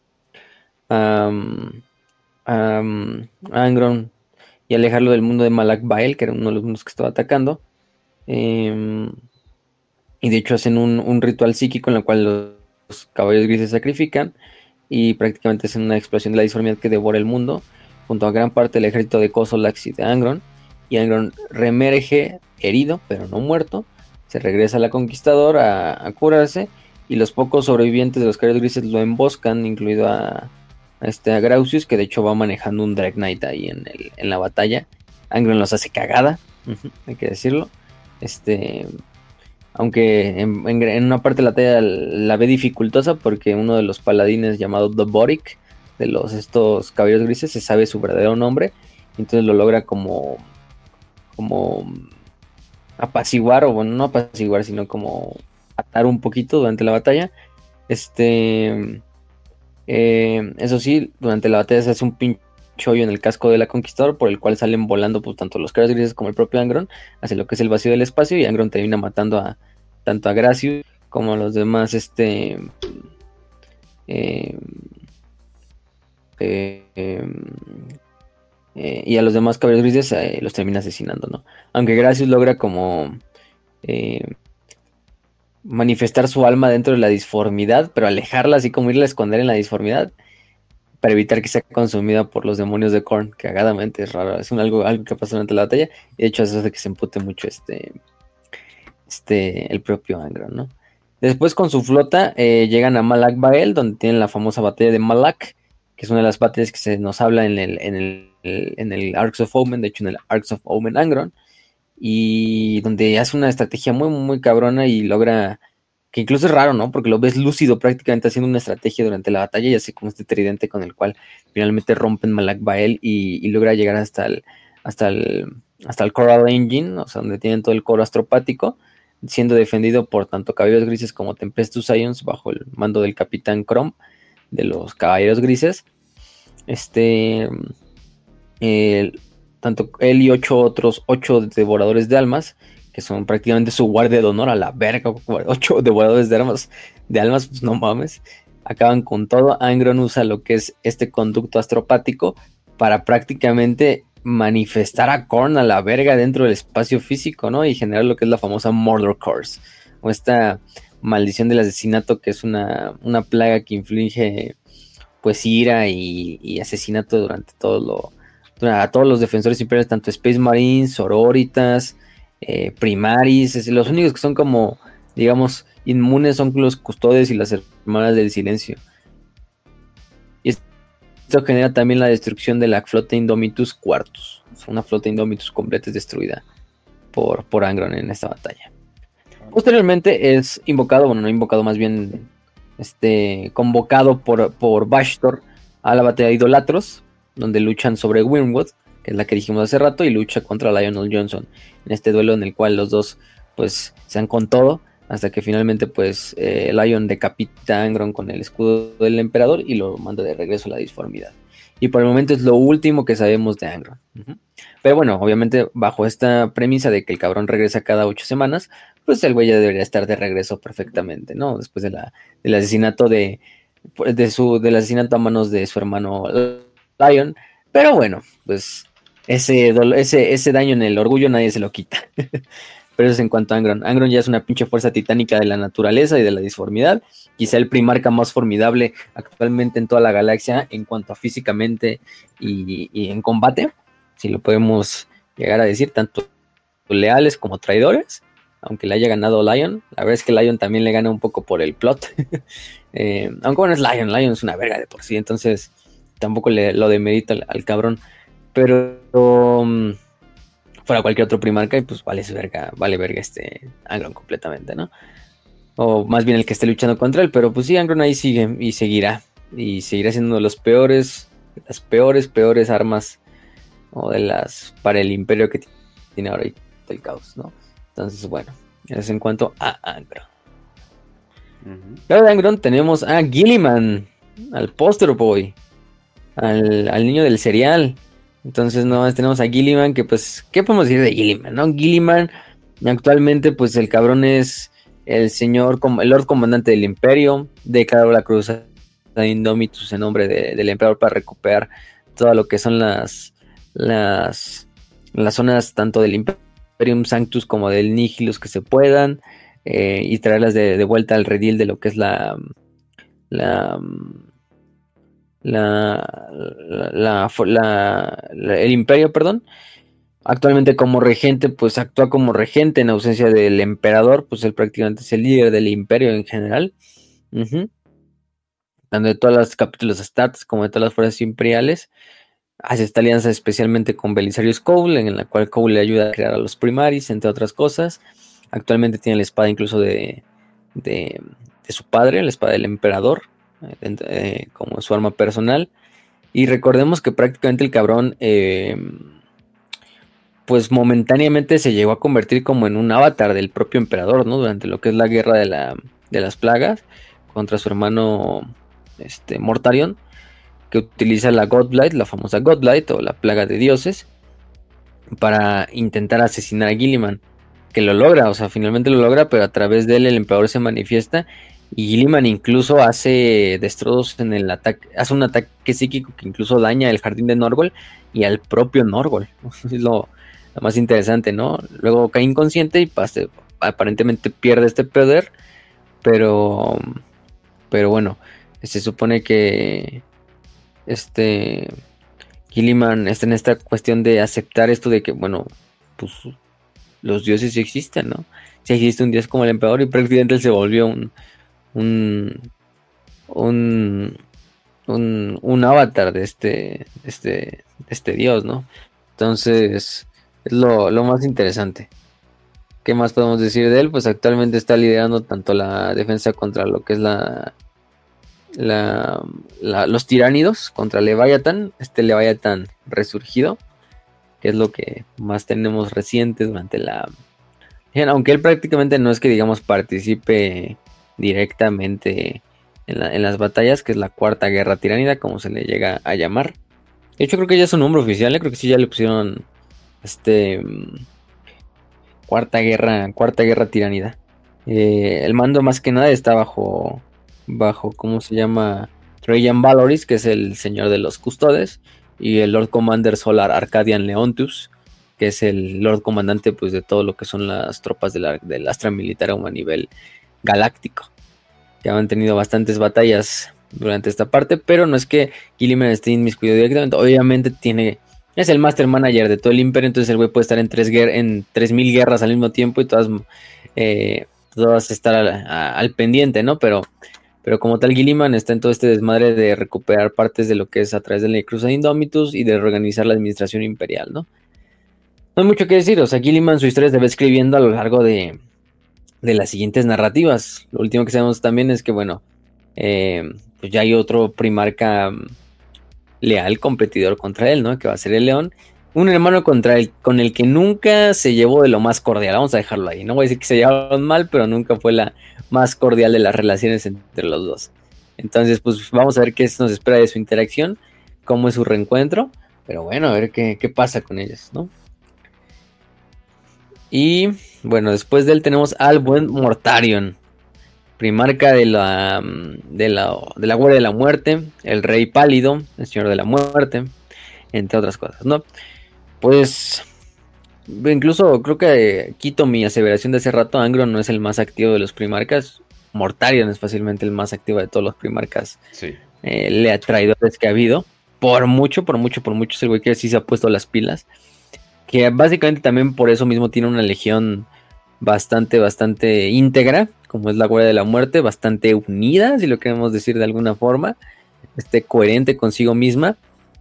um, um, Angron y alejarlo del mundo de Malak Bael, que era uno de los mundos que estaba atacando. Eh, y de hecho hacen un, un ritual psíquico en el cual los, los caballeros grises se sacrifican y prácticamente hacen una explosión de la disformidad que devora el mundo junto a gran parte del ejército de Kozolax y de Angron. Y Angron reemerge herido, pero no muerto. Se regresa a la Conquistador a, a curarse y los pocos sobrevivientes de los caballeros grises lo emboscan, incluido a, a este a Grausius, que de hecho va manejando un Drag Knight ahí en, el, en la batalla. Angron los hace cagada, uh-huh, hay que decirlo. Este, aunque en, en, en una parte de la batalla la ve dificultosa porque uno de los paladines llamado The Boric, de los estos caballeros grises, se sabe su verdadero nombre, entonces lo logra como como apaciguar, o bueno, no apaciguar, sino como atar un poquito durante la batalla. Este, eh, eso sí, durante la batalla se hace un pinche hoyo en el casco de la Conquistador, por el cual salen volando pues tanto los caballeros grises como el propio Angron hacia lo que es el vacío del espacio, y Angron termina matando a tanto a Gracius como a los demás, este, eh, eh, eh, Eh, y a los demás caballeros grises eh, los termina asesinando, ¿no? Aunque Gracius logra como eh, manifestar su alma dentro de la disformidad, pero alejarla, así como irla a esconder en la disformidad, para evitar que sea consumida por los demonios de Khorne. Cagadamente, es raro, es un, algo, algo que pasa durante la batalla, y de hecho eso hace que se empute mucho este, este, el propio Angron, ¿no? Después con su flota eh, llegan a Malak Bael, donde tienen la famosa batalla de Malak, que es una de las batallas que se nos habla en el, en el, en el Arcs of Omen, de hecho en el Arcs of Omen Angron, y donde hace una estrategia muy, muy cabrona y logra, que incluso es raro, ¿no? Porque lo ves lúcido prácticamente haciendo una estrategia durante la batalla y así como este tridente con el cual finalmente rompen Malak Bael y, y logra llegar hasta el, hasta el, hasta el Coral Engine, o sea, donde tienen todo el coro astropático, siendo defendido por tanto Caballeros Grises como Tempestus Ions bajo el mando del Capitán Chrome de los Caballeros Grises. Este, eh, tanto él y ocho otros, ocho devoradores de almas, que son prácticamente su guardia de honor a la verga, ocho devoradores de almas, de almas, pues no mames, acaban con todo. Angron usa lo que es este conducto astropático para prácticamente manifestar a Khorne a la verga dentro del espacio físico, ¿no? Y generar lo que es la famosa Mordor Curse, o esta maldición del asesinato, que es una, una plaga que inflige pues ira y, y asesinato durante todo lo, durante, a todos los defensores imperiales, tanto Space Marines, Sororitas, eh, Primaris, es, los únicos que son como, digamos, inmunes son los Custodes y las Hermanas del Silencio. Y esto genera también la destrucción de la flota Indomitus Quartus. Una flota Indomitus completa es destruida por, por Angron en esta batalla. Posteriormente es invocado, bueno, no invocado, más bien este, convocado por, por Bastor a la batalla de Idolatros, donde luchan sobre Wyrmwood, que es la que dijimos hace rato, y lucha contra Lionel Johnson en este duelo en el cual los dos pues se dan con todo, hasta que finalmente pues eh, Lion decapita a Angron con el escudo del emperador y lo manda de regreso a la disformidad. Y por el momento es lo último que sabemos de Angron. Uh-huh. Pero bueno, obviamente bajo esta premisa de que el cabrón regresa cada ocho semanas, pues el güey ya debería estar de regreso perfectamente, ¿no? Después de la, del asesinato de, de su, del asesinato a manos de su hermano Lion. Pero bueno, pues ese, ese, ese daño en el orgullo nadie se lo quita. Pero eso es en cuanto a Angron. Angron ya es una pinche fuerza titánica de la naturaleza y de la disformidad. Quizá el primarca más formidable actualmente en toda la galaxia en cuanto a físicamente y, y en combate, si lo podemos llegar a decir, tanto leales como traidores. Aunque le haya ganado Lion, la verdad es que Lion también le gana un poco por el plot. eh, aunque bueno, es Lion, Lion es una verga de por sí, entonces tampoco le, lo demerita al, al cabrón. Pero um, fuera cualquier otro primarca y pues vale verga, vale verga este Angron completamente, ¿no? O más bien el que esté luchando contra él, pero pues sí, Angron ahí sigue y seguirá. Y seguirá siendo uno de los peores, las peores, peores armas o de las para el imperio que tiene ahora el caos, ¿no? Entonces, bueno, eso es en cuanto a Angron. Uh-huh. Luego de Angron tenemos a Guilliman, al Poster Boy, al, al niño del cereal. Entonces, no, tenemos a Guilliman, que pues, ¿qué podemos decir de Guilliman, no? Guilliman, actualmente, pues, el cabrón es el señor, el Lord Comandante del Imperio, declaró la cruzada de Indomitus en nombre de, del Emperador para recuperar todo lo que son las, las, las zonas tanto del Imperio Imperium Sanctus como del Nihilus que se puedan, eh, y traerlas de, de vuelta al redil de lo que es la la la, la, la, la, la el imperio, perdón. Actualmente como regente, pues actúa como regente en ausencia del emperador, pues él prácticamente es el líder del imperio en general, uh-huh. Tanto de todos los capítulos Stats como de todas las fuerzas imperiales. Hace esta alianza especialmente con Belisarius Cole, en la cual Cole le ayuda a crear a los Primaris, entre otras cosas. Actualmente tiene la espada incluso de, de, de su padre, la espada del emperador, eh, eh, como su arma personal. Y recordemos que prácticamente el cabrón, eh, pues momentáneamente se llegó a convertir como en un avatar del propio emperador, ¿no? Durante lo que es la guerra de, la, de las plagas contra su hermano este, Mortarion, que utiliza la Godblight, la famosa Godblight o la plaga de dioses, para intentar asesinar a Guilliman, que lo logra, o sea, finalmente lo logra, pero a través de él el emperador se manifiesta y Guilliman incluso hace destrozos en el ataque, hace un ataque psíquico que incluso daña el jardín de Norgol y al propio Norgol. Es lo, lo más interesante, ¿no? Luego cae inconsciente y pase, aparentemente pierde este poder, pero pero bueno, se supone que este Guilliman está en esta cuestión de aceptar esto de que, bueno, pues los dioses sí existen, ¿no? Sí existe un dios como el emperador y prácticamente él se volvió un un un, un, un avatar de este, este, de este dios, ¿no? Entonces es lo, lo más interesante. ¿Qué más podemos decir de él? Pues actualmente está liderando tanto la defensa contra lo que es la La, la, los tiránidos contra Leviathan, este Leviathan resurgido, que es lo que más tenemos reciente durante la... Aunque él prácticamente no es que digamos participe directamente en, la, en las batallas, que es la cuarta guerra tiránida, como se le llega a llamar. De hecho creo que ya es un nombre oficial, ¿eh? Creo que sí ya le pusieron este cuarta guerra, cuarta guerra tiránida. Eh, el mando más que nada está bajo bajo, ¿cómo se llama? Trajan Valoris, que es el señor de los custodes, y el Lord Commander Solar Arcadian Leontius, que es el Lord Comandante pues de todo lo que son las tropas de la, del Astra Militarum a nivel galáctico, que han tenido bastantes batallas durante esta parte, pero no es que Guilliman esté inmiscuido directamente, obviamente tiene... Es el Master Manager de todo el Imperio, entonces el güey puede estar en tres guer en tres mil guerras al mismo tiempo y todas, eh, todas estar al, a, al pendiente, ¿no? Pero... Pero como tal, Guilliman está en todo este desmadre de recuperar partes de lo que es a través de la Cruzada Indomitus y de reorganizar la administración imperial, ¿no? No hay mucho que decir, o sea, Guilliman su historia se va escribiendo a lo largo de, de las siguientes narrativas. Lo último que sabemos también es que, bueno, eh, pues ya hay otro primarca leal, competidor contra él, ¿no? Que va a ser el León. Un hermano contra el, con el que nunca se llevó de lo más cordial, vamos a dejarlo ahí. No voy a decir que se llevaron mal, pero nunca fue la más cordial de las relaciones entre los dos. Entonces, pues vamos a ver qué nos espera de su interacción, cómo es su reencuentro, pero bueno, a ver qué, qué pasa con ellos, ¿no? Y bueno, después de él tenemos al buen Mortarion, primarca de la, de la, de la Guardia de la Muerte, el Rey Pálido, el Señor de la Muerte, entre otras cosas, ¿no? Pues... Incluso creo que quito mi aseveración de hace rato. Angron no es el más activo de los primarcas. Mortarion es fácilmente el más activo de todos los primarcas. Sí. Eh, lea traidores que ha habido. Por mucho, por mucho, por mucho. Es el güey que sí se ha puesto las pilas. Que básicamente también por eso mismo tiene una legión bastante, bastante íntegra. Como es la Guardia de la Muerte. Bastante unida, si lo queremos decir de alguna forma. Este, coherente consigo misma.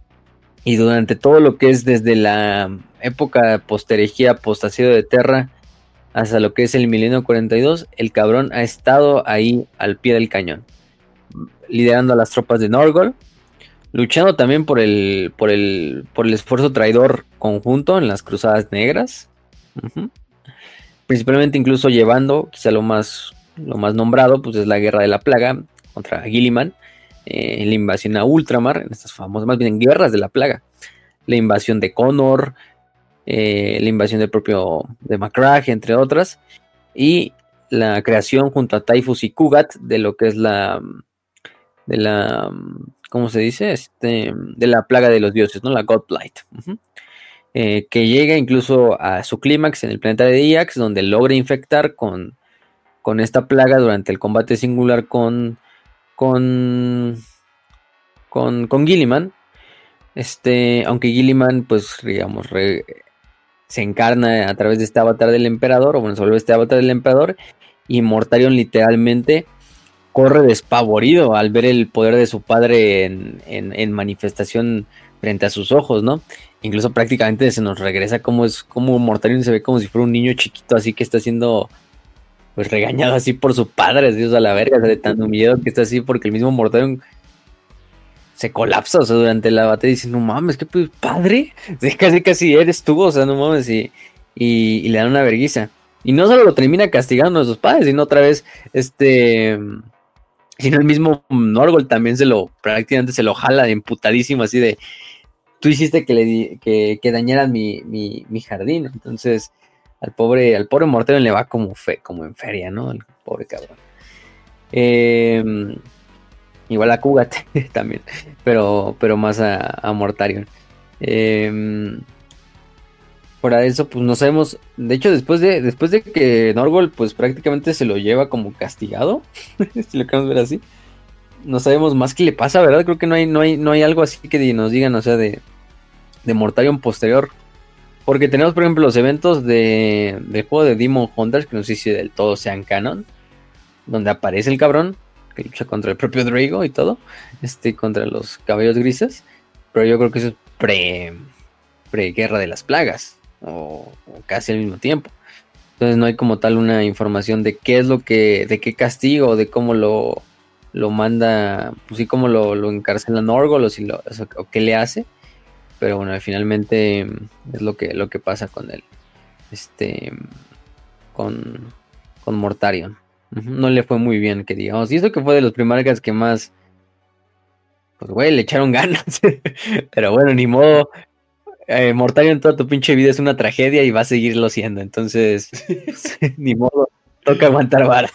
Y durante todo lo que es desde la época post-herejía, post-asedio de Terra, hasta lo que es el milenio cuarenta y dos, el cabrón ha estado ahí al pie del cañón, liderando a las tropas de Norgol, luchando también por el, por el, por el esfuerzo traidor conjunto en las Cruzadas Negras, uh-huh. Principalmente incluso llevando, quizá lo más, lo más nombrado, pues es la Guerra de la Plaga contra Guilliman. Eh, la invasión a Ultramar, en estas famosas, más bien guerras de la plaga, la invasión de Connor, eh, la invasión del propio de Macragge, entre otras, y la creación junto a Typhus y Kugat de lo que es la, de la, ¿cómo se dice? Este, de la plaga de los dioses, ¿no? La Godblight, uh-huh. eh, que llega incluso a su clímax en el planeta de Iax, donde logra infectar con, con esta plaga durante el combate singular con Con, con, con Guilliman. Este, aunque Guilliman, pues, digamos, re, se encarna a través de este avatar del emperador, o bueno, se vuelve este avatar del emperador, y Mortarion literalmente corre despavorido al ver el poder de su padre en, en, en manifestación frente a sus ojos, ¿no? Incluso prácticamente se nos regresa como es, como Mortarion se ve como si fuera un niño chiquito, así que está siendo pues regañado así por su padre, Dios a la verga, o sea, de tan humillado que está así porque el mismo Mortarion se colapsa, o sea, durante la batalla dice, no mames, ¿qué pues, padre? Sí, casi casi eres tú, o sea, no mames, y, y, y le dan una verguiza. Y no solo lo termina castigando a sus padres, sino otra vez, este, sino el mismo Norgol también se lo, prácticamente se lo jala emputadísimo, así de, tú hiciste que le di, que, que dañaran mi, mi, mi jardín, entonces... Al pobre, al pobre Mortarion le va como fe, como en feria, ¿no? El pobre cabrón. Eh, igual a Kugat también, pero, pero más a, a Mortarion. Eh, fuera de eso, pues no sabemos. De hecho, después de, después de que Norgol, pues prácticamente se lo lleva como castigado, si lo queremos ver así. No sabemos más qué le pasa, ¿verdad? Creo que no hay, no hay, no hay algo así que nos digan, o sea, de, de Mortarion posterior. Porque tenemos, por ejemplo, los eventos de, del juego de Demon Hunters, que no sé si del todo sean canon, donde aparece el cabrón, que lucha contra el propio Drago y todo, este, contra los caballos grises, pero yo creo que eso es pre, pre guerra de las plagas, o, o casi al mismo tiempo. Entonces no hay como tal una información de qué es lo que, de qué castigo, de cómo lo, lo manda, pues sí, cómo lo, lo encarcela Norgol, o, si lo, o qué le hace. Pero bueno, finalmente es lo que, lo que pasa con él. Este. Con. Con Mortarion. Uh-huh. No le fue muy bien, que digamos. Y eso que fue de los primarcas que más. Pues güey, le echaron ganas. Pero bueno, ni modo. Eh, Mortarion, toda tu pinche vida es una tragedia y va a seguirlo siendo. Entonces. Pues, ni modo. Toca aguantar vara.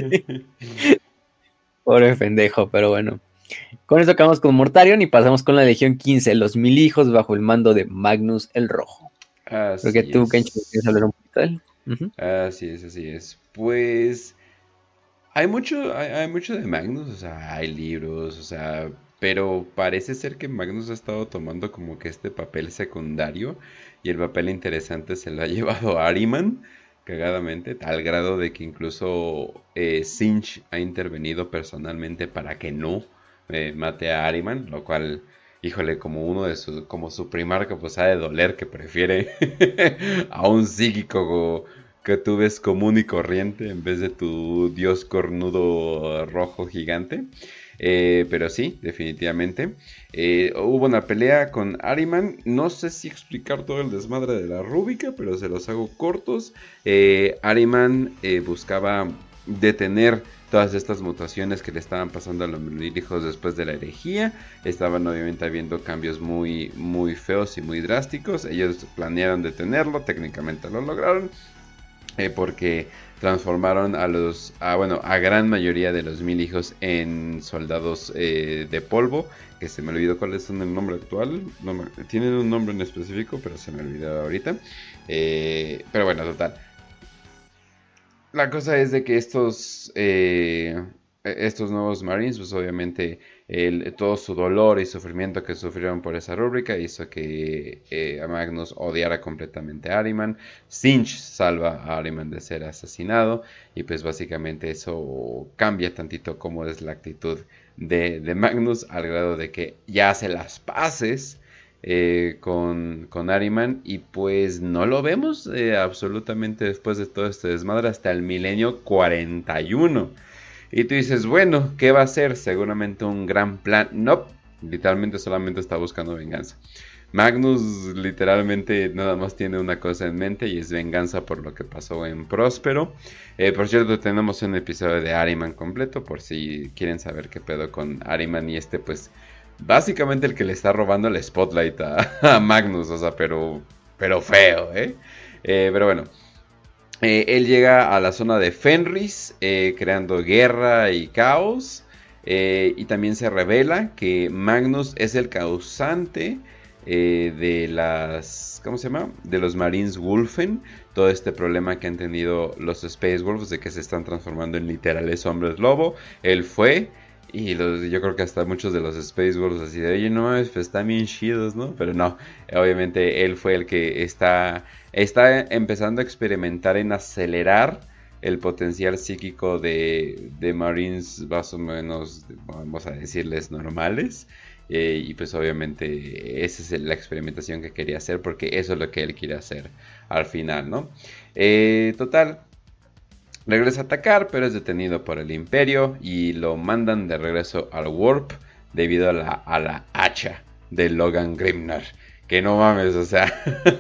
Pobre pendejo, pero bueno. Con esto acabamos con Mortarion y pasamos con la Legión quince, los mil hijos bajo el mando de Magnus el Rojo. Así Creo que tú, es. Kencho, quieres hablar un poquito de él. Uh-huh. Así es, así es. Pues hay mucho, hay, hay mucho de Magnus, o sea, hay libros, o sea, pero parece ser que Magnus ha estado tomando como que este papel secundario y el papel interesante se lo ha llevado Ahriman, cagadamente, tal grado de que incluso eh, Sinch ha intervenido personalmente para que no eh, mate a Ahriman, lo cual, híjole, como uno de sus, como su primarca, pues ha de doler que prefiere a un psíquico que tú ves común y corriente en vez de tu dios cornudo rojo gigante. Eh, pero sí, definitivamente. Eh, hubo una pelea con Ahriman. No sé si explicar todo el desmadre de la Rúbica, pero se los hago cortos. Eh, Ahriman eh, buscaba detener todas estas mutaciones que le estaban pasando a los mil hijos después de la herejía. Estaban obviamente habiendo cambios muy, muy feos y muy drásticos. Ellos planearon detenerlo, técnicamente lo lograron. Eh, porque transformaron a los, a, bueno, a gran mayoría de los mil hijos en soldados eh, de polvo, que se me olvidó cuál es el nombre actual, no me, tienen un nombre en específico, pero se me olvidó ahorita, eh, pero bueno, total. La cosa es de que estos, eh, estos nuevos Marines, pues obviamente el, todo su dolor y sufrimiento que sufrieron por esa rúbrica hizo que eh, a Magnus odiara completamente a Ahriman. Sinch salva a Ahriman de ser asesinado y pues básicamente eso cambia tantito cómo es la actitud de, de Magnus, al grado de que ya hace las paces Eh, con, con Ahriman y pues no lo vemos eh, absolutamente después de todo este desmadre hasta el milenio cuarenta y uno. Y tú dices, bueno, ¿qué va a hacer? Seguramente un gran plan. No, literalmente solamente está buscando venganza. Magnus literalmente nada más tiene una cosa en mente y es venganza por lo que pasó en Próspero. Eh, por cierto, tenemos un episodio de Ahriman completo por si quieren saber qué pedo con Ahriman y este pues básicamente el que le está robando el spotlight a, a Magnus, o sea, pero, pero feo, ¿eh? eh pero bueno, eh, él llega a la zona de Fenris, eh, creando guerra y caos, eh, y también se revela que Magnus es el causante eh, de las, ¿cómo se llama? De los Marines Wulfen, todo este problema que han tenido los Space Wolves de que se están transformando en literales hombres lobo. Él fue... Y los, yo creo que hasta muchos de los Space Wolves así de, oye, no mames, pues están bien chidos, ¿no? Pero no, obviamente él fue el que está, está empezando a experimentar en acelerar el potencial psíquico de, de Marines más o menos, vamos a decirles, normales. Eh, y pues obviamente esa es la experimentación que quería hacer porque eso es lo que él quiere hacer al final, ¿no? Eh, total. Regresa a atacar, pero es detenido por el Imperio y lo mandan de regreso al Warp debido a la, a la hacha de Logan Grimnar. Que no mames, o sea...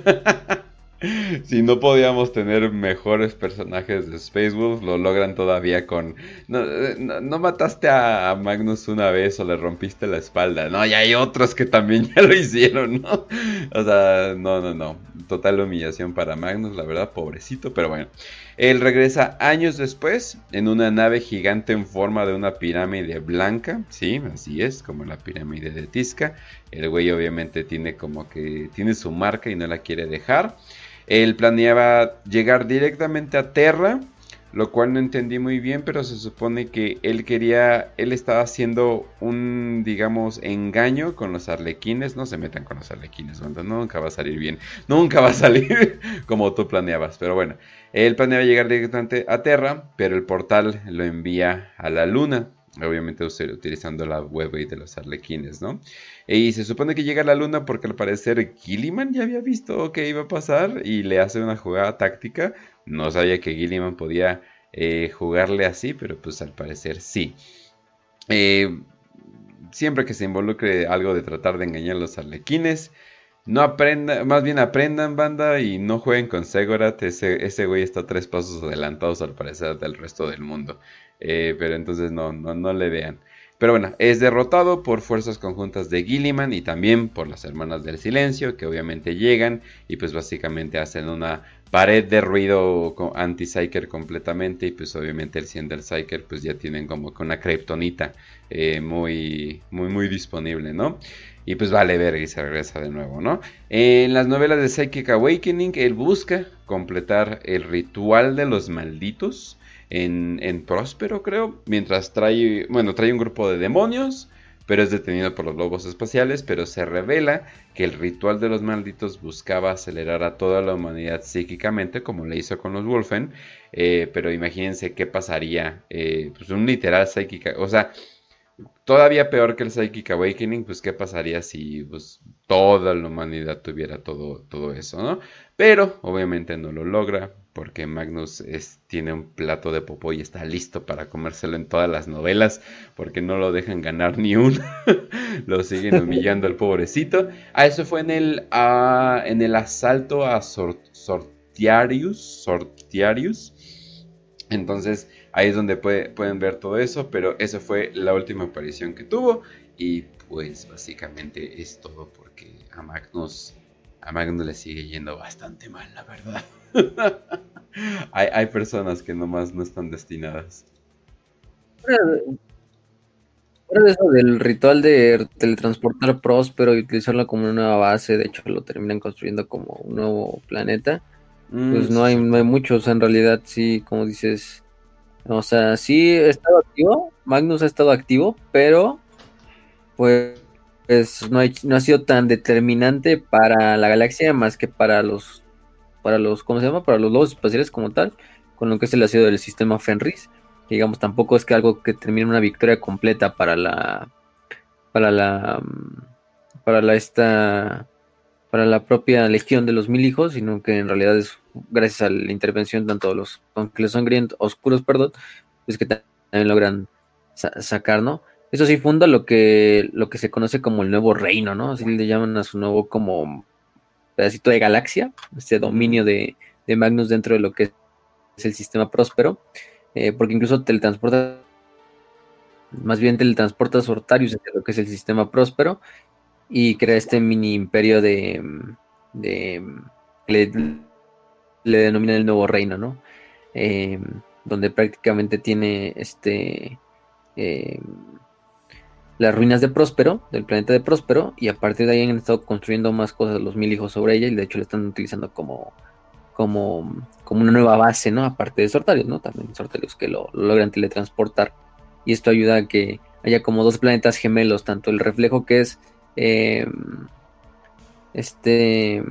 si no podíamos tener mejores personajes de Space Wolves, lo logran todavía con... No, no, no mataste a Magnus una vez o le rompiste la espalda. No, y hay otros que también ya lo hicieron, ¿no? O sea, no, no, no. Total humillación para Magnus, la verdad, pobrecito, pero bueno. Él regresa años después en una nave gigante en forma de una pirámide blanca. Sí, así es, como la pirámide de Tizca. El güey obviamente tiene como que... tiene su marca y no la quiere dejar. Él planeaba llegar directamente a Terra lo cual no entendí muy bien, pero se supone que él quería, él estaba haciendo un, digamos, engaño con los arlequines. No se metan con los arlequines, banda, nunca va a salir bien, nunca va a salir como tú planeabas, pero bueno, él planeaba llegar directamente a Terra, pero el portal lo envía a la Luna. Obviamente utilizando la web de los arlequines, ¿no? Y se supone que llega a la Luna porque al parecer Gilliman ya había visto que iba a pasar y le hace una jugada táctica. No sabía que Gilliman podía eh, jugarle así, pero pues al parecer sí. Eh, siempre que se involucre algo de tratar de engañar a los arlequines, no aprendan, más bien aprendan, banda, y no jueguen con Seggorat. Ese, ese güey está tres pasos adelantados al parecer del resto del mundo. Eh, pero entonces no, no, no le vean. Pero bueno, es derrotado por fuerzas conjuntas de Gilliman y también por las Hermanas del Silencio, que obviamente llegan y pues básicamente hacen una pared de ruido anti-Psyker completamente. Y pues obviamente el cien del Psyker pues ya tienen como que una kriptonita eh, muy, muy, muy disponible, ¿no? Y pues vale verga y se regresa de nuevo, ¿no? En las novelas de Psychic Awakening, él busca completar el ritual de los malditos en, en Próspero, creo. Mientras trae, bueno, trae un grupo de demonios, pero es detenido por los lobos espaciales. Pero se revela que el ritual de los malditos buscaba acelerar a toda la humanidad psíquicamente, como le hizo con los Wulfen. Eh, pero imagínense qué pasaría, eh, pues un literal Psychic, o sea... Todavía peor que el Psychic Awakening, pues qué pasaría si pues, toda la humanidad tuviera todo, todo eso, ¿no? Pero obviamente no lo logra, porque Magnus es, tiene un plato de popó y está listo para comérselo en todas las novelas, porque no lo dejan ganar ni uno. Lo siguen humillando al pobrecito. Ah, eso fue en el, uh, en el asalto a Sort Sortiarius, Sortiarius. Entonces ahí es donde puede, pueden ver todo eso, pero esa fue la última aparición que tuvo. Y pues básicamente es todo, porque a Magnus, a Magnus le sigue yendo bastante mal, la verdad. hay, hay personas que nomás no están destinadas. Fuera de eso del ritual de teletransportar Próspero y utilizarlo como una nueva base, de hecho lo terminan construyendo como un nuevo planeta. Pues no hay, no hay muchos, en realidad sí, como dices, o sea, sí ha estado activo, Magnus ha estado activo, pero pues, pues no, hay, no ha sido tan determinante para la galaxia más que para los, para los, ¿cómo se llama? Para los lobos espaciales como tal, con lo que es el ácido del sistema Fenris, que digamos tampoco es que algo que termine una victoria completa para la, para la, para la esta... para la propia legión de los mil hijos, sino que en realidad es gracias a la intervención tanto de los ángeles sangrientos, oscuros, perdón, pues que también logran sa sacar, ¿no? Eso sí funda lo que, lo que se conoce como el nuevo reino, ¿no? Así le llaman a su nuevo como pedacito de galaxia, este dominio de, de Magnus dentro de lo que es el sistema Próspero, eh, porque incluso teletransporta, más bien teletransporta a Sortarius hacia lo que es el sistema Próspero, y crea este mini imperio de, de le, le denominan el nuevo reino, ¿no? Eh, donde prácticamente tiene este eh, las ruinas de Próspero, del planeta de Próspero, y a partir de ahí han estado construyendo más cosas los mil hijos sobre ella, y de hecho lo están utilizando como como, como una nueva base, ¿no? Aparte de Sortarius, ¿no? También Sortarius que lo, lo logran teletransportar, y esto ayuda a que haya como dos planetas gemelos, tanto el reflejo que es Eh, este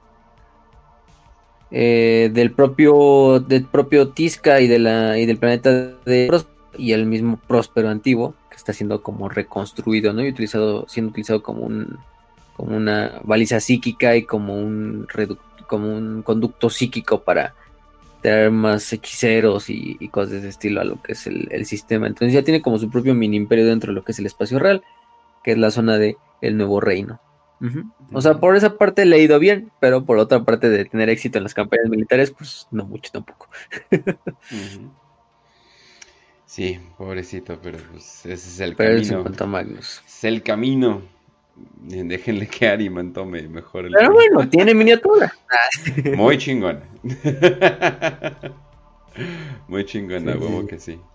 eh, del propio del propio Tisca y de la y del planeta de Próspero, y el mismo Próspero antiguo que está siendo como reconstruido, ¿no? Y utilizado siendo utilizado como un como una baliza psíquica y como un como un conducto psíquico para traer más hechiceros y, y cosas de ese estilo a lo que es el, el sistema. Entonces ya tiene como su propio mini imperio dentro de lo que es el espacio real, que es la zona de el nuevo reino. Uh-huh. O sea, por esa parte le ha ido bien, pero por otra parte de tener éxito en las campañas militares, pues no mucho tampoco. Uh-huh. Sí, pobrecito, pero pues ese es el pero camino. Es, Magnus. es el camino. Déjenle que Ariman tome mejor el Pero camino. bueno, tiene miniatura. Muy chingona. Muy chingona, sí, como sí. que sí.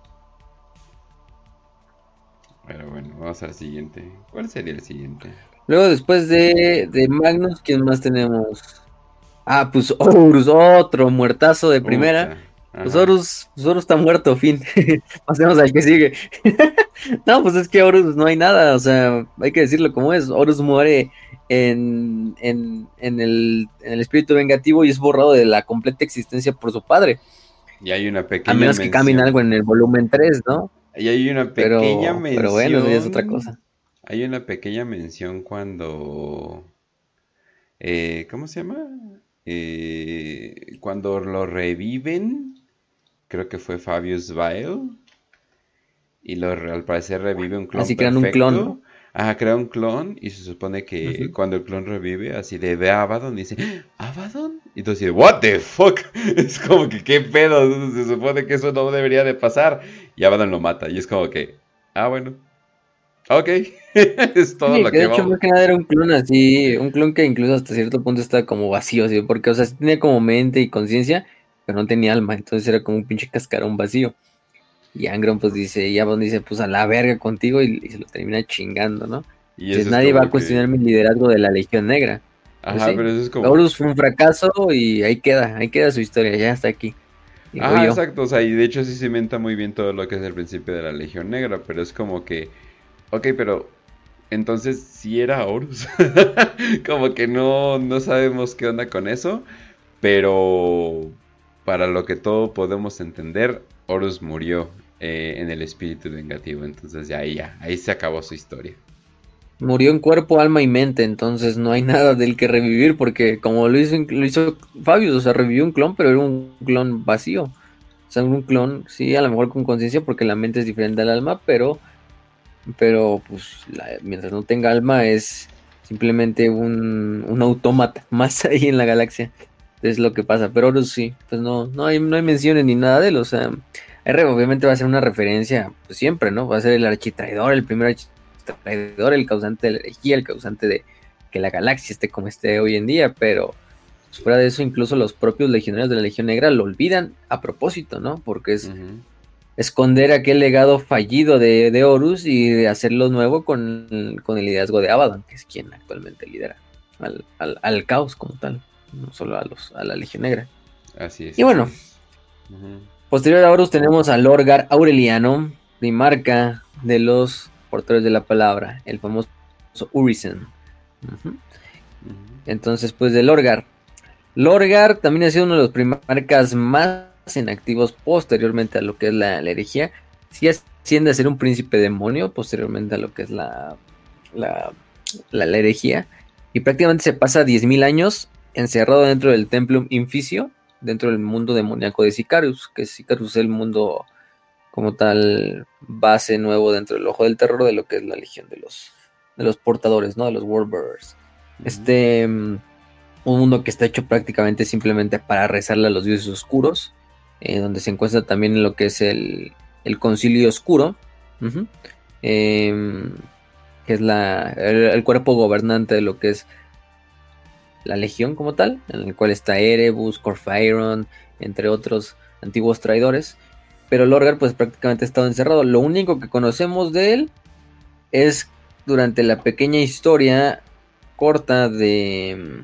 Pero bueno, vamos al siguiente. ¿Cuál sería el siguiente? Luego, después de, de Magnus, ¿quién más tenemos? Ah, pues Horus, otro muertazo de primera. Pues Ajá. Horus, pues Horus está muerto, fin. Pasemos al que sigue. No, pues es que Horus no hay nada, o sea, hay que decirlo como es. Horus muere en, en, en el, en el espíritu vengativo y es borrado de la completa existencia por su padre. Y hay una A pequeña menos que cambien algo mención. en el volumen tres, ¿no? Y hay una pequeña Pero, pero bueno, eso ya es otra mención. cosa. Hay una pequeña mención cuando. eh, ¿cómo se llama? Eh, cuando lo reviven. Creo que fue Fabius Vile. Y lo, al parecer revive un clon Así crean un clon, ¿no? perfecto. Ajá, crea un clon. Y se supone que Ujú. cuando el clon revive, así de ve a Abaddon, dice: "¿Ah, ¿Abaddon?" Y tú así de ¿What the fuck? Es como que qué pedo. Se supone que eso no debería de pasar. Y Abaddon lo mata. Y es como que. Ah, bueno. Ok. Es todo Sí, lo que de que hecho vamos. más que nada era un clon así, un clon que incluso hasta cierto punto estaba como vacío, así, porque, o sea, sí tenía como mente y conciencia, pero no tenía alma, entonces era como un pinche cascarón vacío. Y Angron pues dice, y Abaddon dice, pues a la verga contigo y, y se lo termina chingando, ¿no? Y Dices, eso es nadie va a como cuestionar mi que. liderazgo de la Legión Negra. Pues Ajá, sí, pero eso es como. Horus fue un fracaso y ahí queda, ahí queda su historia, ya está aquí, digo Ajá, yo. exacto. O sea, y de hecho sí se inventa muy bien todo lo que es el principio de la Legión Negra. Pero es como que. Ok, pero entonces sí era Horus. Como que no, no sabemos qué onda con eso. Pero para lo que todo podemos entender, Horus murió eh, en el espíritu vengativo. Entonces ya ahí ya, ahí se acabó su historia. Murió en cuerpo, alma y mente, entonces no hay nada del que revivir, porque como lo hizo, lo hizo Fabius, o sea, revivió un clon, pero era un clon vacío. O sea, un clon, sí, a lo mejor con conciencia, porque la mente es diferente al alma, pero, pero pues la- mientras no tenga alma es simplemente un, un autómata más ahí en la galaxia. Es lo que pasa, pero Horus sí, pues no, no hay, no hay menciones ni nada de él, o sea, R obviamente va a ser una referencia, pues siempre, ¿no? Va a ser el architraidor, el primer architraidor, el causante de la herejía, el causante de que la galaxia esté como esté hoy en día, pero pues, fuera de eso, incluso los propios legionarios de la Legión Negra lo olvidan a propósito, ¿no? Porque es Ujú. esconder aquel legado fallido de, de Horus y de hacerlo nuevo con, con el liderazgo de Abaddon, que es quien actualmente lidera al, al, al caos como tal, no solo a, los, a la Legión Negra. Así es, Y así bueno, es. Ujú. posterior a Horus tenemos a Lorgar Aureliano, primarca de los portadores de la palabra, el famoso Urizen. Uh-huh. Ujú. Entonces, pues de Lorgar. Lorgar también ha sido uno de los primarcas más inactivos posteriormente a lo que es la, la herejía. Sí asciende a ser un príncipe demonio posteriormente a lo que es la, la, la, la herejía. Y prácticamente se pasa diez mil años encerrado dentro del Templum Inficio, dentro del mundo demoníaco de Sicarus, que Sicarus es el mundo como tal base nuevo dentro del ojo del terror de lo que es la legión de los, de los portadores, ¿no? De los Worldbearers. Ujú. Este, um, un mundo que está hecho prácticamente simplemente para rezarle a los dioses oscuros, eh, donde se encuentra también lo que es el, el concilio oscuro, uh-huh, eh, que es la, el, el, cuerpo gobernante de lo que es la legión como tal, en el cual está Erebus, Corphiron, entre otros antiguos traidores. Pero Lorgar pues prácticamente ha estado encerrado. Lo único que conocemos de él es durante la pequeña historia corta de...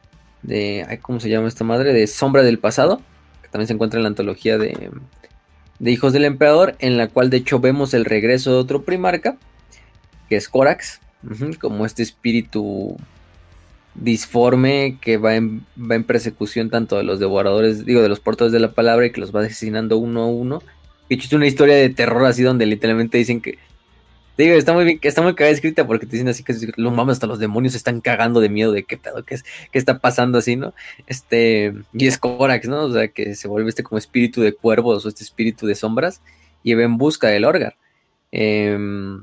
de ay, ¿cómo se llama esta madre? De Sombra del Pasado, que también se encuentra en la antología de, de Hijos del Emperador, en la cual de hecho vemos el regreso de otro primarca, que es Corax, uh-huh, como este espíritu disforme que va en, va en persecución tanto de los devoradores, digo, de los portadores de la palabra y que los va asesinando uno a uno. De hecho, es una historia de terror así donde literalmente dicen que digo, está muy bien, está muy cagada escrita porque te dicen así que los mames hasta los demonios se están cagando de miedo de qué pedo, qué, es, qué está pasando así, ¿no? Este, y es Corax, ¿no? O sea, que se vuelve este como espíritu de cuervos o este espíritu de sombras y va en busca del Orgar. Eh,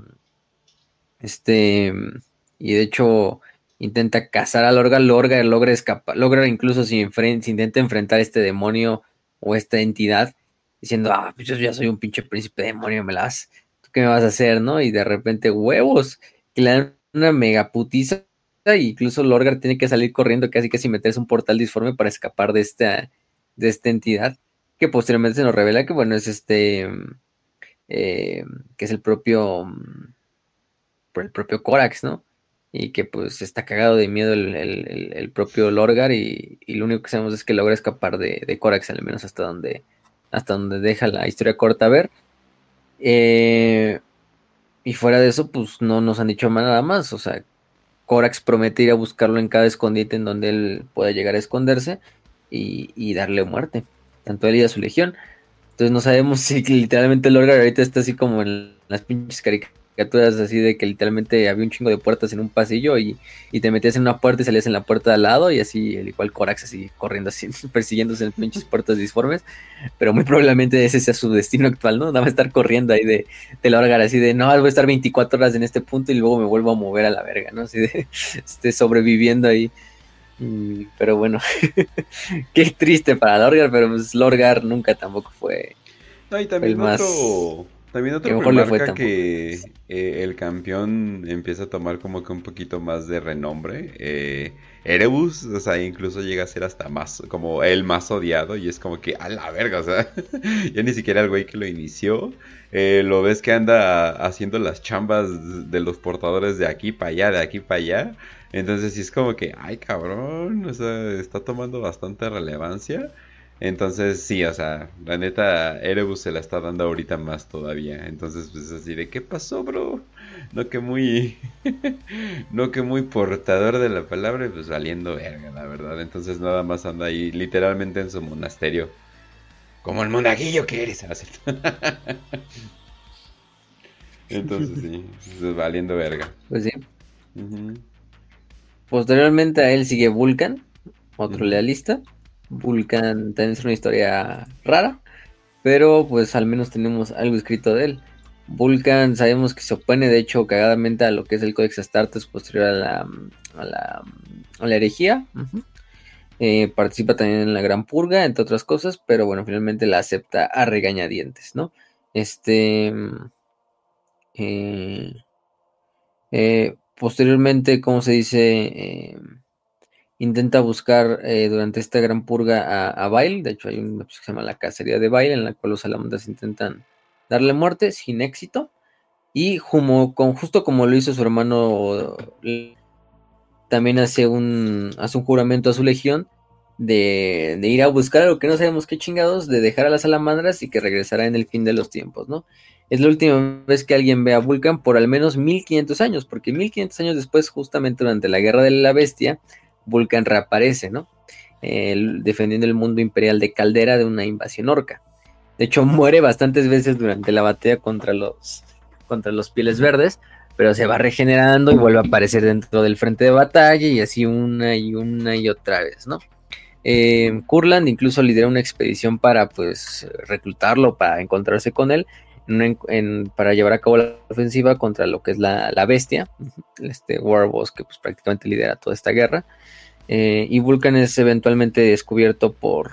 este, y de hecho intenta cazar al Orgar, el Orgar logra escapar, logra incluso si, enfrenta, si intenta enfrentar a este demonio o esta entidad, diciendo, ah, pues yo ya soy un pinche príncipe demonio, me las ¿qué me vas a hacer, no? Y de repente, huevos, que le dan una mega putiza, y incluso Lorgar tiene que salir corriendo, casi casi meterse un portal disforme para escapar de esta, de esta entidad, que posteriormente se nos revela que, bueno, es este, eh, que es el propio, el propio Corax, ¿no? Y que pues está cagado de miedo el, el, el, el propio Lorgar, y, y, lo único que sabemos es que logra escapar de, de Corax, al menos hasta donde hasta donde deja la historia corta a ver. Eh, y fuera de eso, pues no nos han dicho nada más. O sea, Corax promete ir a buscarlo en cada escondite en donde él pueda llegar a esconderse y, y darle muerte, tanto a él y a su legión. Entonces no sabemos si literalmente Lorgar ahorita está así como en las pinches caricaturas, así de que literalmente había un chingo de puertas en un pasillo y, y te metías en una puerta y salías en la puerta de al lado, y así, el igual Corax así corriendo así, persiguiéndose en pinches puertas disformes. Pero muy probablemente ese sea su destino actual, ¿no? Nada más estar corriendo ahí de, de Lorgar, así de, no, voy a estar veinticuatro horas en este punto y luego me vuelvo a mover a la verga, ¿no? Así de, este, sobreviviendo ahí. Mm, pero bueno, qué triste para Lorgar, pero pues Lorgar nunca tampoco fue, No, y fue el también más otro, también que otro que mejor le fue marca tampoco. que eh, el campeón empieza a tomar como que un poquito más de renombre. Eh, Erebus, o sea, incluso llega a ser hasta más, como el más odiado, y es como que, a la verga, o sea, ya ni siquiera el güey que lo inició. Eh, lo ves que anda haciendo las chambas de los portadores de aquí para allá, de aquí para allá. Entonces sí es como que, ay cabrón, o sea, está tomando bastante relevancia. Entonces, sí, o sea, la neta, Erebus se la está dando ahorita más todavía. Entonces, pues así de, ¿qué pasó, bro? No que muy, no que muy portador de la palabra, pues valiendo verga, la verdad. Entonces, nada más anda ahí, literalmente en su monasterio. Como el monaguillo que eres, hace. Entonces, sí, pues, valiendo verga. Pues sí. Ujú, Posteriormente a él sigue Vulcan, otro ujú. lealista. Vulcan también es una historia rara, pero pues al menos tenemos algo escrito de él. Vulcan sabemos que se opone de hecho cagadamente a lo que es el Codex Astartes posterior a la, a la, a la herejía. Uh-huh. Eh, participa también en la Gran Purga, entre otras cosas, pero bueno, finalmente la acepta a regañadientes, ¿no? Este... Eh, eh, posteriormente, como se dice, eh, intenta buscar eh, durante esta gran purga a, a Bail. De hecho, hay una que se llama la cacería de Bail, en la cual los salamandras intentan darle muerte sin éxito. Y como, con, justo como lo hizo su hermano, también hace un, hace un juramento a su legión de, de ir a buscar algo que no sabemos qué chingados, de dejar a las salamandras y que regresará en el fin de los tiempos, ¿no? Es la última vez que alguien ve a Vulcan por al menos mil quinientos años, porque mil quinientos años después, justamente durante la Guerra de la Bestia, Vulcan reaparece, ¿no? Eh, defendiendo el mundo imperial de Caldera de una invasión orca. De hecho, muere bastantes veces durante la batalla contra los, contra los Pieles Verdes, pero se va regenerando y vuelve a aparecer dentro del frente de batalla y así una y una y otra vez, ¿no? Eh, Kurland incluso lidera una expedición para pues reclutarlo, para encontrarse con él, en, en, para llevar a cabo la ofensiva contra lo que es la, la bestia, este Warboss que pues prácticamente lidera toda esta guerra. Eh, y Vulcan es eventualmente descubierto por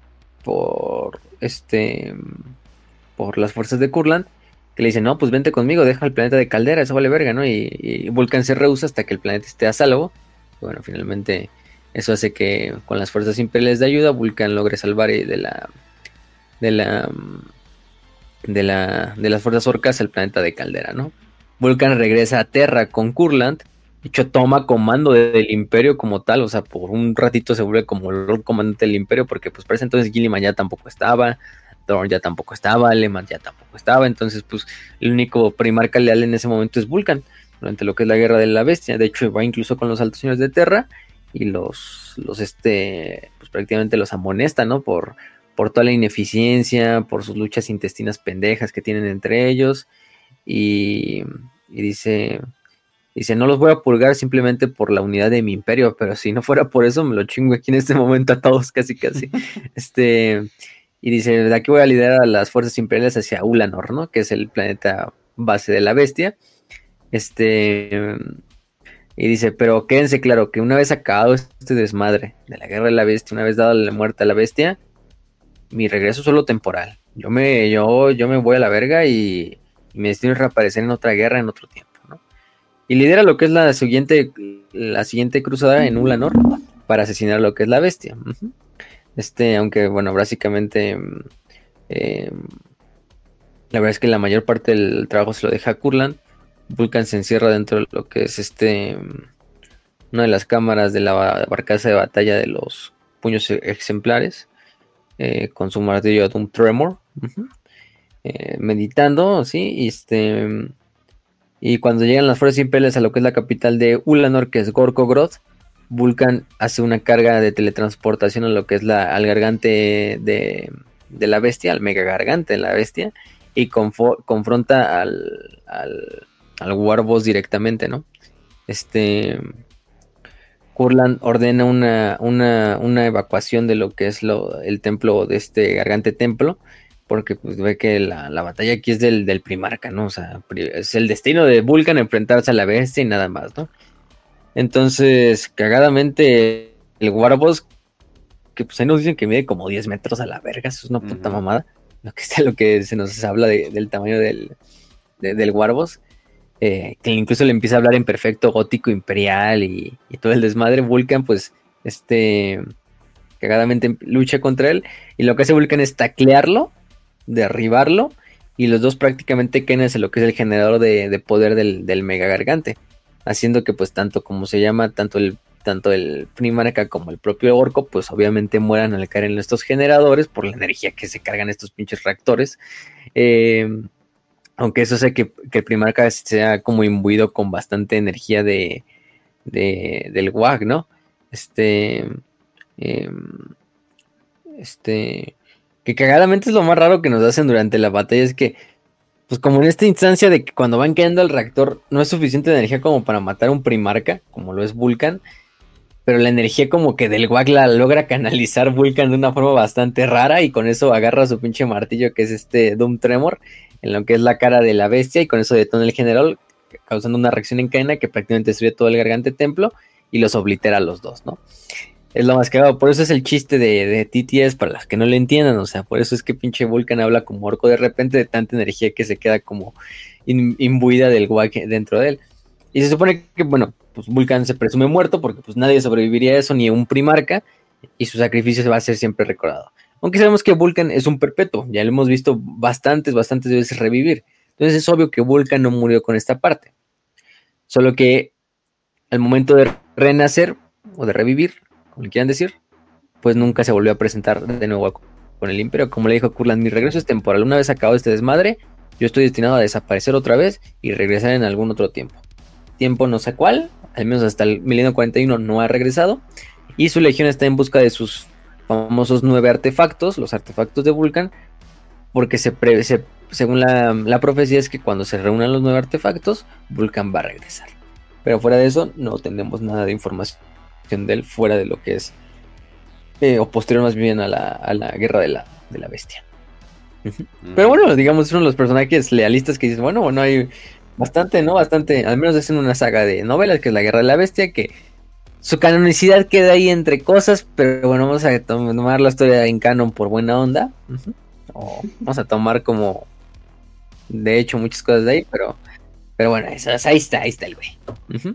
por este por las fuerzas de Kurland, que le dicen, no, pues vente conmigo, deja el planeta de Caldera, eso vale verga, ¿no? Y, y Vulcan se rehúsa hasta que el planeta esté a salvo. Y bueno, finalmente eso hace que con las fuerzas imperiales de ayuda, Vulcan logre salvar de la de la de la de las fuerzas orcas el planeta de Caldera, ¿no? Vulcan regresa a Terra con Kurland. De hecho, toma comando de, del Imperio como tal, o sea, por un ratito se vuelve como el Lord Comandante del Imperio, porque pues para ese entonces Gilliman ya tampoco estaba, Thorn ya tampoco estaba, Lehman ya tampoco estaba, entonces pues el único primarca leal en ese momento es Vulcan, durante lo que es la Guerra de la Bestia. De hecho va incluso con los altos señores de Terra y los, los este, pues prácticamente los amonesta, ¿no? Por, por toda la ineficiencia, por sus luchas intestinas pendejas que tienen entre ellos, y, y dice... Dice, no los voy a purgar simplemente por la unidad de mi imperio, pero si no fuera por eso, me lo chingo aquí en este momento a todos, casi casi. Este, y dice, de aquí voy a liderar a las fuerzas imperiales hacia Ulanor, ¿no? Que es el planeta base de la bestia. Este, y dice, pero quédense claro que una vez acabado este desmadre de la guerra de la bestia, una vez dada la muerte a la bestia, mi regreso es solo temporal. Yo me, yo, yo me voy a la verga y, y me destino a reaparecer en otra guerra en otro tiempo. Y lidera lo que es la siguiente, la siguiente cruzada en Ulanor para asesinar lo que es la bestia. Uh-huh. Este, aunque bueno, básicamente eh, la verdad es que la mayor parte del trabajo se lo deja a Kurland. Vulcan se encierra dentro de lo que es este una de las cámaras de la barcaza de batalla de los puños ejemplares. eh, con su martillo de un Tremor, uh-huh, eh, meditando, sí, y este, y cuando llegan las fuerzas imperiales a lo que es la capital de Ulanor, que es Gorkogrod, Vulcan hace una carga de teletransportación a lo que es la, al gargante de, de la bestia, al mega gargante de la bestia, y confo- confronta al, al, al Warboss directamente, ¿no? Este... Kurland ordena una, una, una evacuación de lo que es lo, el templo de este Gargante Templo, porque pues ve que la, la batalla aquí es del, del Primarca, ¿no? O sea, es el destino de Vulcan enfrentarse a la bestia y nada más, ¿no? Entonces, cagadamente, el Warboss, que pues ahí nos dicen que mide como diez metros a la verga, eso es una puta uh-huh. mamada, lo que, sea, lo que se nos habla de, del tamaño del, de, del Warboss. Eh, que incluso le empieza a hablar en perfecto gótico imperial y, y todo el desmadre. Vulcan pues este cagadamente lucha contra él y lo que hace Vulcan es taclearlo, derribarlo y los dos prácticamente caen hacia lo que es el generador de, de poder del, del mega gargante, haciendo que pues tanto como se llama tanto el tanto el Primarca como el propio Orco pues obviamente mueran al caer en estos generadores por la energía que se cargan estos pinches reactores. eh Aunque eso hace que, que el Primarca sea como imbuido con bastante energía de, de del W A G, ¿no? Este, eh, este, que cagadamente es lo más raro que nos hacen durante la batalla, es que, pues como en esta instancia de que cuando van cayendo al reactor no es suficiente energía como para matar a un Primarca, como lo es Vulcan, pero la energía como que del W A G la logra canalizar Vulcan de una forma bastante rara y con eso agarra su pinche martillo que es este Doom Tremor en lo que es la cara de la bestia y con eso detona el general causando una reacción en cadena que prácticamente destruye todo el Gargante Templo y los oblitera a los dos, ¿no? Es lo más cagado, por eso es el chiste de, de T T S para los que no le entiendan, o sea, por eso es que pinche Vulcan habla como orco de repente de tanta energía que se queda como in, imbuida del W A G dentro de él. Y se supone que, bueno, pues Vulcan se presume muerto porque pues nadie sobreviviría a eso, ni un Primarca, y su sacrificio se va a ser siempre recordado. Aunque sabemos que Vulcan es un perpetuo, ya lo hemos visto bastantes, bastantes veces revivir. Entonces es obvio que Vulcan no murió con esta parte. Solo que al momento de renacer, o de revivir, como le quieran decir, pues nunca se volvió a presentar de nuevo con el Imperio. Como le dijo Kurland, mi regreso es temporal. Una vez acabado este desmadre, yo estoy destinado a desaparecer otra vez y regresar en algún otro tiempo. Tiempo no sé cuál, al menos hasta el milenio cuarenta y uno no ha regresado. Y su legión está en busca de sus famosos nueve artefactos, los artefactos de Vulcan, porque se, pre, se según la, la profecía es que cuando se reúnan los nueve artefactos, Vulcan va a regresar. Pero fuera de eso, no tenemos nada de información de él fuera de lo que es, eh, o posterior más bien a la, a la guerra de la, de la bestia. Uh-huh. Mm. Pero bueno, digamos, es uno de los personajes lealistas que dices, bueno, bueno, hay bastante, ¿no? Bastante, al menos es en una saga de novelas, que es la guerra de la bestia, que su canonicidad queda ahí entre cosas, pero bueno, vamos a tomar la historia en canon por buena onda. Uh-huh. O vamos a tomar como, de hecho, muchas cosas de ahí, pero, pero bueno, eso, ahí está, ahí está el güey. Uh-huh.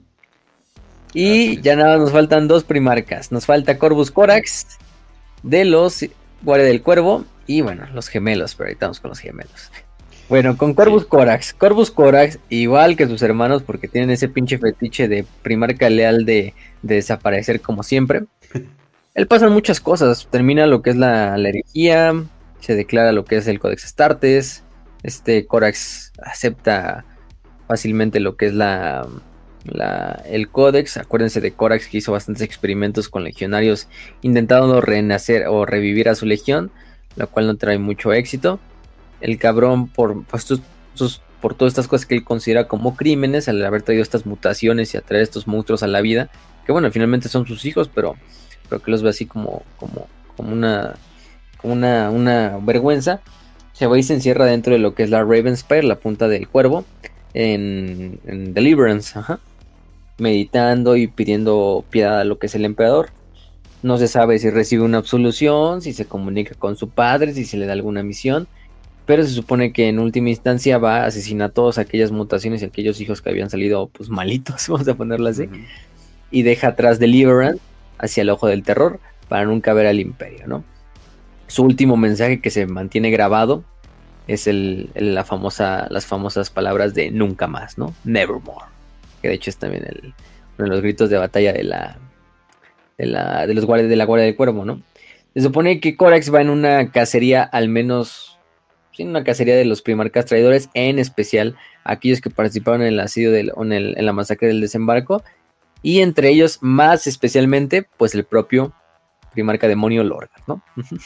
Y ya nada, nos faltan dos primarcas. Nos falta Corvus Corax de los Guardia del Cuervo y bueno, los gemelos, pero ahorita estamos con los gemelos. Bueno, con Corvus sí. Corax. Corvus Corax, igual que sus hermanos, porque tienen ese pinche fetiche de primarca leal de, de desaparecer como siempre. Él pasa muchas cosas. Termina lo que es la, la herejía, se declara lo que es el Codex Astartes. Este Corax acepta fácilmente lo que es la, la el Codex. Acuérdense de Corax, que hizo bastantes experimentos con legionarios intentando renacer o revivir a su legión, lo cual no trae mucho éxito. El cabrón, por, pues, sus, sus, por todas estas cosas que él considera como crímenes, al haber traído estas mutaciones y atraer estos monstruos a la vida, que bueno, finalmente son sus hijos, pero, pero que los ve así como, como, como, una, como una, una vergüenza, se va y se encierra dentro de lo que es la Ravenspire, la punta del cuervo, en, en Deliverance, ajá, meditando y pidiendo piedad a lo que es el emperador. No se sabe si recibe una absolución, si se comunica con su padre, si se le da alguna misión, pero se supone que en última instancia va a asesinar a todas aquellas mutaciones y aquellos hijos que habían salido pues malitos, vamos a ponerlo así, uh-huh. Y deja atrás Deliverance hacia el ojo del terror para nunca ver al imperio, ¿no? Su último mensaje que se mantiene grabado es el, el, la famosa, las famosas palabras de nunca más, ¿no? Nevermore, que de hecho es también el, uno de los gritos de batalla de la de la de los guardias de la Guardia del Cuervo, ¿no? Se supone que Corax va en una cacería, al menos, sí, en una cacería de los Primarcas traidores, en especial aquellos que participaron en el asedio del, en, el, en la masacre del desembarco, y entre ellos, más especialmente, pues el propio Primarca demonio Lorgar, ¿no?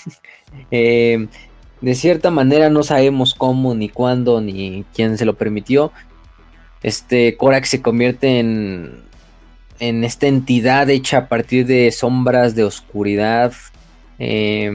eh, de cierta manera no sabemos cómo, ni cuándo, ni quién se lo permitió. Este Corax se convierte en, en esta entidad hecha a partir de sombras, de oscuridad, eh,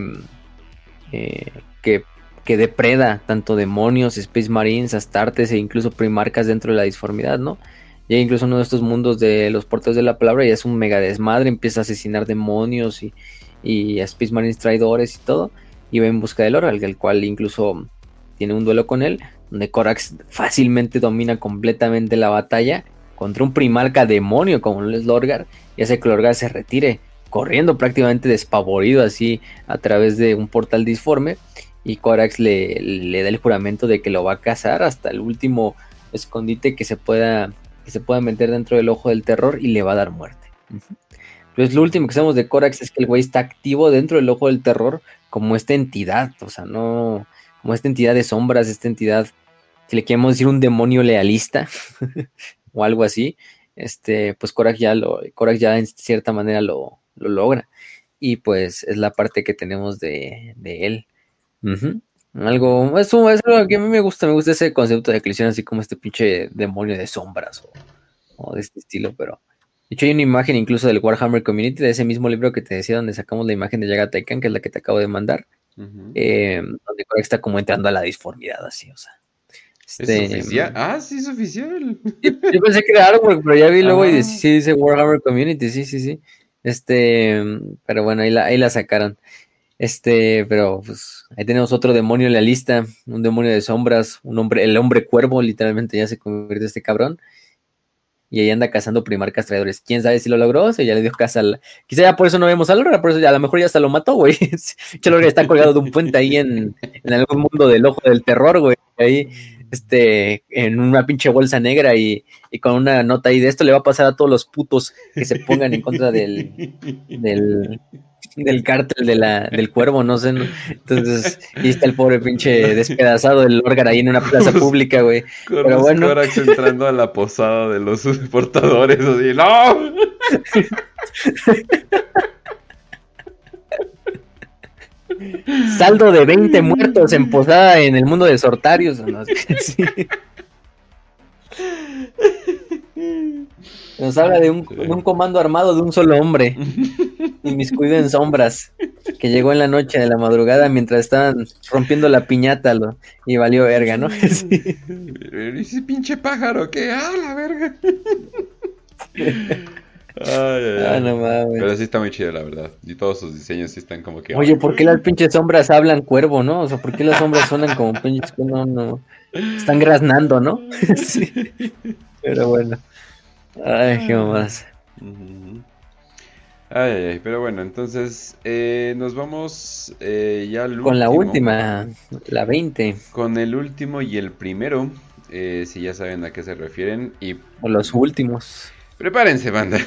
eh, que, que depreda tanto demonios, Space Marines, Astartes e incluso Primarcas dentro de la disformidad, ¿no? Ya incluso uno de estos mundos de los portales de la palabra ya es un mega desmadre, empieza a asesinar demonios y, y a Space Marines traidores y todo, y va en busca del Lorgar, el cual incluso tiene un duelo con él, donde Corax fácilmente domina completamente la batalla contra un Primarca demonio como lo es Lorgar, y hace que Lorgar se retire, corriendo prácticamente despavorido así a través de un portal disforme, y Corax le, le da el juramento de que lo va a cazar hasta el último escondite que se pueda que se pueda meter dentro del ojo del terror y le va a dar muerte. Uh-huh. Entonces lo último que sabemos de Corax es que el güey está activo dentro del ojo del terror como esta entidad, o sea, no como esta entidad de sombras, esta entidad que le queremos decir un demonio lealista o algo así. Este, pues Corax ya lo, Corax ya en cierta manera lo, lo logra, y pues es la parte que tenemos de, de él. Uh-huh. Algo, es, un, es algo que a mí me gusta, me gusta ese concepto de eclipse, así como este pinche demonio de sombras o, o de este estilo, pero de hecho hay una imagen incluso del Warhammer Community, de ese mismo libro que te decía, donde sacamos la imagen de Yaga Taikan, que es la que te acabo de mandar, uh-huh. eh, donde Corax está como entrando a la disformidad, así, o sea. Este, ¿es oficial? Ah, sí, es oficial. Yo pensé que era Artwork, pero ya vi luego ah. y sí dice Warhammer Community, sí, sí, sí. Este, pero bueno, ahí la, ahí la sacaron. Este, pero pues ahí tenemos otro demonio lealista, un demonio de sombras, un hombre, el hombre cuervo, literalmente ya se convierte este cabrón. Y ahí anda cazando Primarcas traidores. ¿Quién sabe si lo logró? O sea, ya le dio caza al... Quizá ya por eso no vemos a Lorgar, por eso ya, a lo mejor ya hasta lo mató, güey. Lorgar está colgado de un puente ahí en, en algún mundo del ojo del terror, güey. Ahí, este, en una pinche bolsa negra y, y con una nota ahí de esto le va a pasar a todos los putos que se pongan en contra del... del del cártel de la, del cuervo, no sé, ¿no? Entonces, y está el pobre pinche despedazado del Lorgar ahí en una plaza pública, güey. Pero bueno. Corax entrando a la posada de los portadores, así, ¡no! Saldo de veinte muertos en posada en el mundo de Sortarios, ¿no? Sí. Nos habla de un, de un comando armado de un solo hombre, inmiscuido en sombras, que llegó en la noche de la madrugada mientras estaban rompiendo la piñata, lo, y valió verga, ¿no? Sí. Ese pinche pájaro, ¿qué? ¡Ah, la verga! Ay, ay, ay. Ah, no mames. Pero sí está muy chido, la verdad. Y todos sus diseños sí están como que... Oye, ¿por qué las pinches sombras hablan cuervo, no? O sea, ¿por qué las sombras suenan como pinches... No, no. Están graznando, ¿no? Sí. Pero bueno. Ay, qué más. Uh-huh. Ay, ay, ay, pero bueno, entonces eh, nos vamos eh, ya al último. Con la última, la veinte. Con el último y el primero, eh, si ya saben a qué se refieren. Y... O los últimos. Prepárense, banda.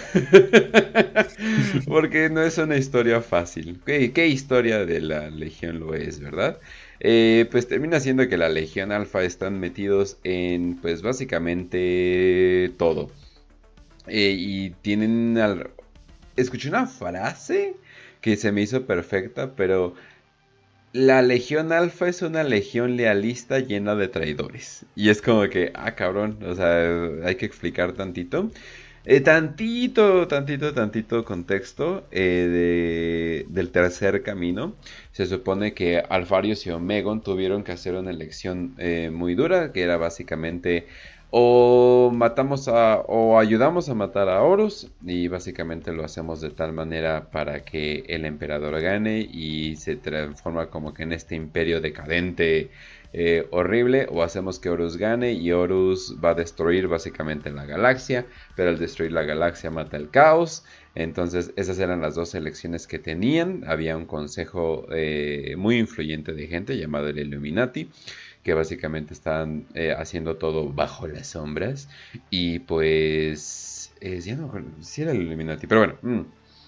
Porque no es una historia fácil. ¿Qué, qué historia de la Legión lo es, verdad? Eh, pues termina siendo que la Legión Alfa están metidos en, pues básicamente todo. Eh, y tienen... Al... Escuché una frase que se me hizo perfecta, pero... La Legión Alfa es una legión lealista llena de traidores. Y es como que, ah, cabrón, o sea, hay que explicar tantito. Eh, tantito, tantito, tantito contexto eh, de, del tercer camino. Se supone que Alfarius y Omegon tuvieron que hacer una elección eh, muy dura, que era básicamente o matamos a o ayudamos a matar a Horus, y básicamente lo hacemos de tal manera para que el emperador gane y se transforma como que en este imperio decadente eh, horrible, o hacemos que Horus gane y Horus va a destruir básicamente la galaxia, pero al destruir la galaxia mata el caos. Entonces esas eran las dos elecciones que tenían. Había un consejo eh, muy influyente de gente llamado el Illuminati, que básicamente estaban eh, haciendo todo bajo las sombras. Y pues... Eh, ya no me acuerdo si era el Illuminati, pero bueno. Mm.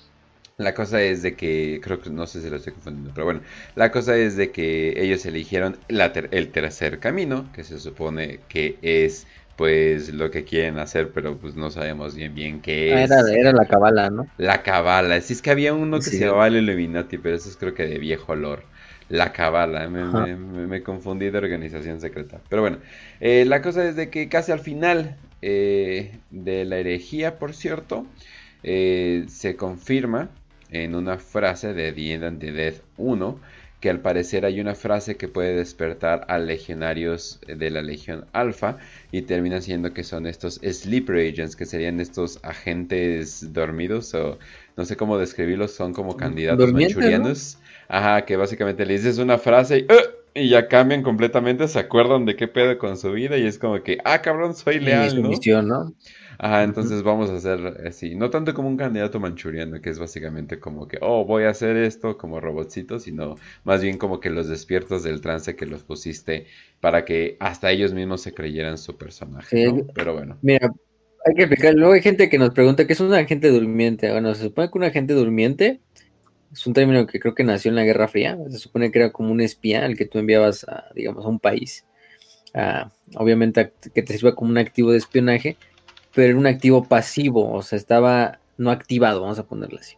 La cosa es de que, creo que no sé si lo estoy confundiendo, pero bueno, la cosa es de que ellos eligieron la ter- el tercer camino, que se supone que es pues lo que quieren hacer, pero pues no sabemos bien bien qué Ah, era, es. era la cabala, ¿no? La Cabala, si es que había uno que Sí, se sí. llamaba el Illuminati, pero eso es creo que de viejo olor. La Cabala, me, Ajá. me- me- me confundí de organización secreta. Pero bueno, eh, la cosa es de que casi al final eh, de la herejía, por cierto, eh, se confirma en una frase de The End and the Death uno que al parecer hay una frase que puede despertar a legionarios de la Legión Alpha y termina siendo que son estos Sleeper Agents, que serían estos agentes dormidos o no sé cómo describirlos, son como candidatos Durmiente, ¿no? manchurianos. Ajá, que básicamente le dices una frase y, ¡uh! Y ya cambian completamente, se acuerdan de qué pedo con su vida y es como que, ah, cabrón, soy Y mi leal, ¿no? sumisión, ¿no? Ajá, Ujú. entonces vamos a hacer así, no tanto como un candidato manchuriano, que es básicamente como que, oh, voy a hacer esto como robotcito, sino más bien como que los despiertos del trance que los pusiste para que hasta ellos mismos se creyeran su personaje, Sí, ¿no? Pero bueno. mira, hay que explicar. Luego hay gente que nos pregunta qué es un agente durmiente. Bueno, se supone que un agente durmiente es un término que creo que nació en la Guerra Fría. Se supone que era como un espía al que tú enviabas a, digamos, a un país. A, obviamente a- que te sirva como un activo de espionaje, pero era un activo pasivo, o sea, estaba no activado, vamos a ponerlo así.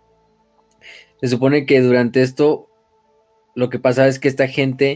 Se supone que durante esto lo que pasaba es que esta gente,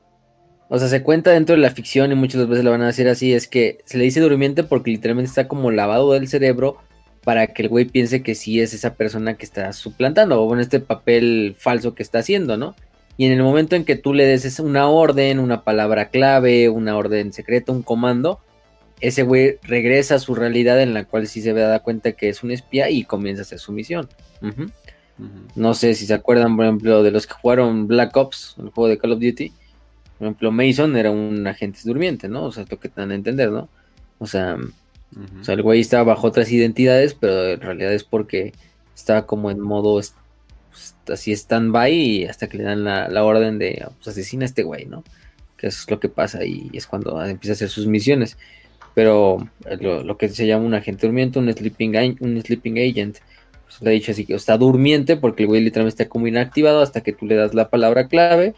o sea, se cuenta dentro de la ficción y muchas veces lo van a decir así, es que se le dice durmiente porque literalmente está como lavado del cerebro para que el güey piense que sí es esa persona que está suplantando, o en este papel falso que está haciendo, ¿no? Y en el momento en que tú le des una orden, una palabra clave, una orden secreta, un comando, ese güey regresa a su realidad en la cual sí se da cuenta que es un espía y comienza a hacer su misión. Uh-huh. Ujú. No sé si se acuerdan, por ejemplo, de los que jugaron Black Ops, el juego de Call of Duty. Por ejemplo, Mason era un agente durmiente, ¿no? O sea, lo que te dan a entender, ¿no? O sea, o Ujú. sea, el güey estaba bajo otras identidades, pero en realidad es porque estaba como en modo est- pues, así stand-by y hasta que le dan la, la orden de pues, asesina a este güey, ¿no? Que eso es lo que pasa y es cuando empieza a hacer sus misiones. Pero eh, lo, lo que se llama un agente durmiente, un sleeping, a- un sleeping agent, pues le he dicho así que está durmiente porque el güey literalmente está como inactivado hasta que tú le das la palabra clave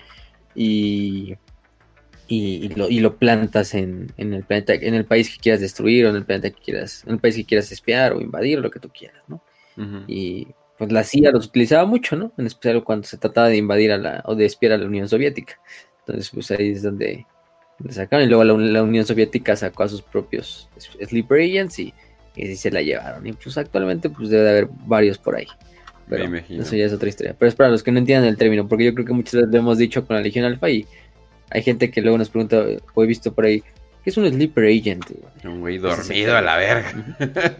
y, y, y lo, y lo plantas en, en el planeta, en el país que quieras destruir o en el planeta que quieras, en el país que quieras espiar o invadir o lo que tú quieras, ¿no? Ujú. Y pues la C I A los utilizaba mucho, ¿no? En especial cuando se trataba de invadir a la, o de espiar a la Unión Soviética. Entonces, pues ahí es donde, donde sacaron. Y luego la, la Unión Soviética sacó a sus propios Sleeper Agents y, y así se la llevaron. Y pues actualmente pues debe de haber varios por ahí. Me Pero eso imagino. ya es otra historia. Pero es para los que no entiendan el término, porque yo creo que muchas veces lo hemos dicho con la Legión Alpha y hay gente que luego nos pregunta, o he visto por ahí, ¿qué es un Sleeper Agent? Un güey Ese es el dormido a la término. verga. Ujú.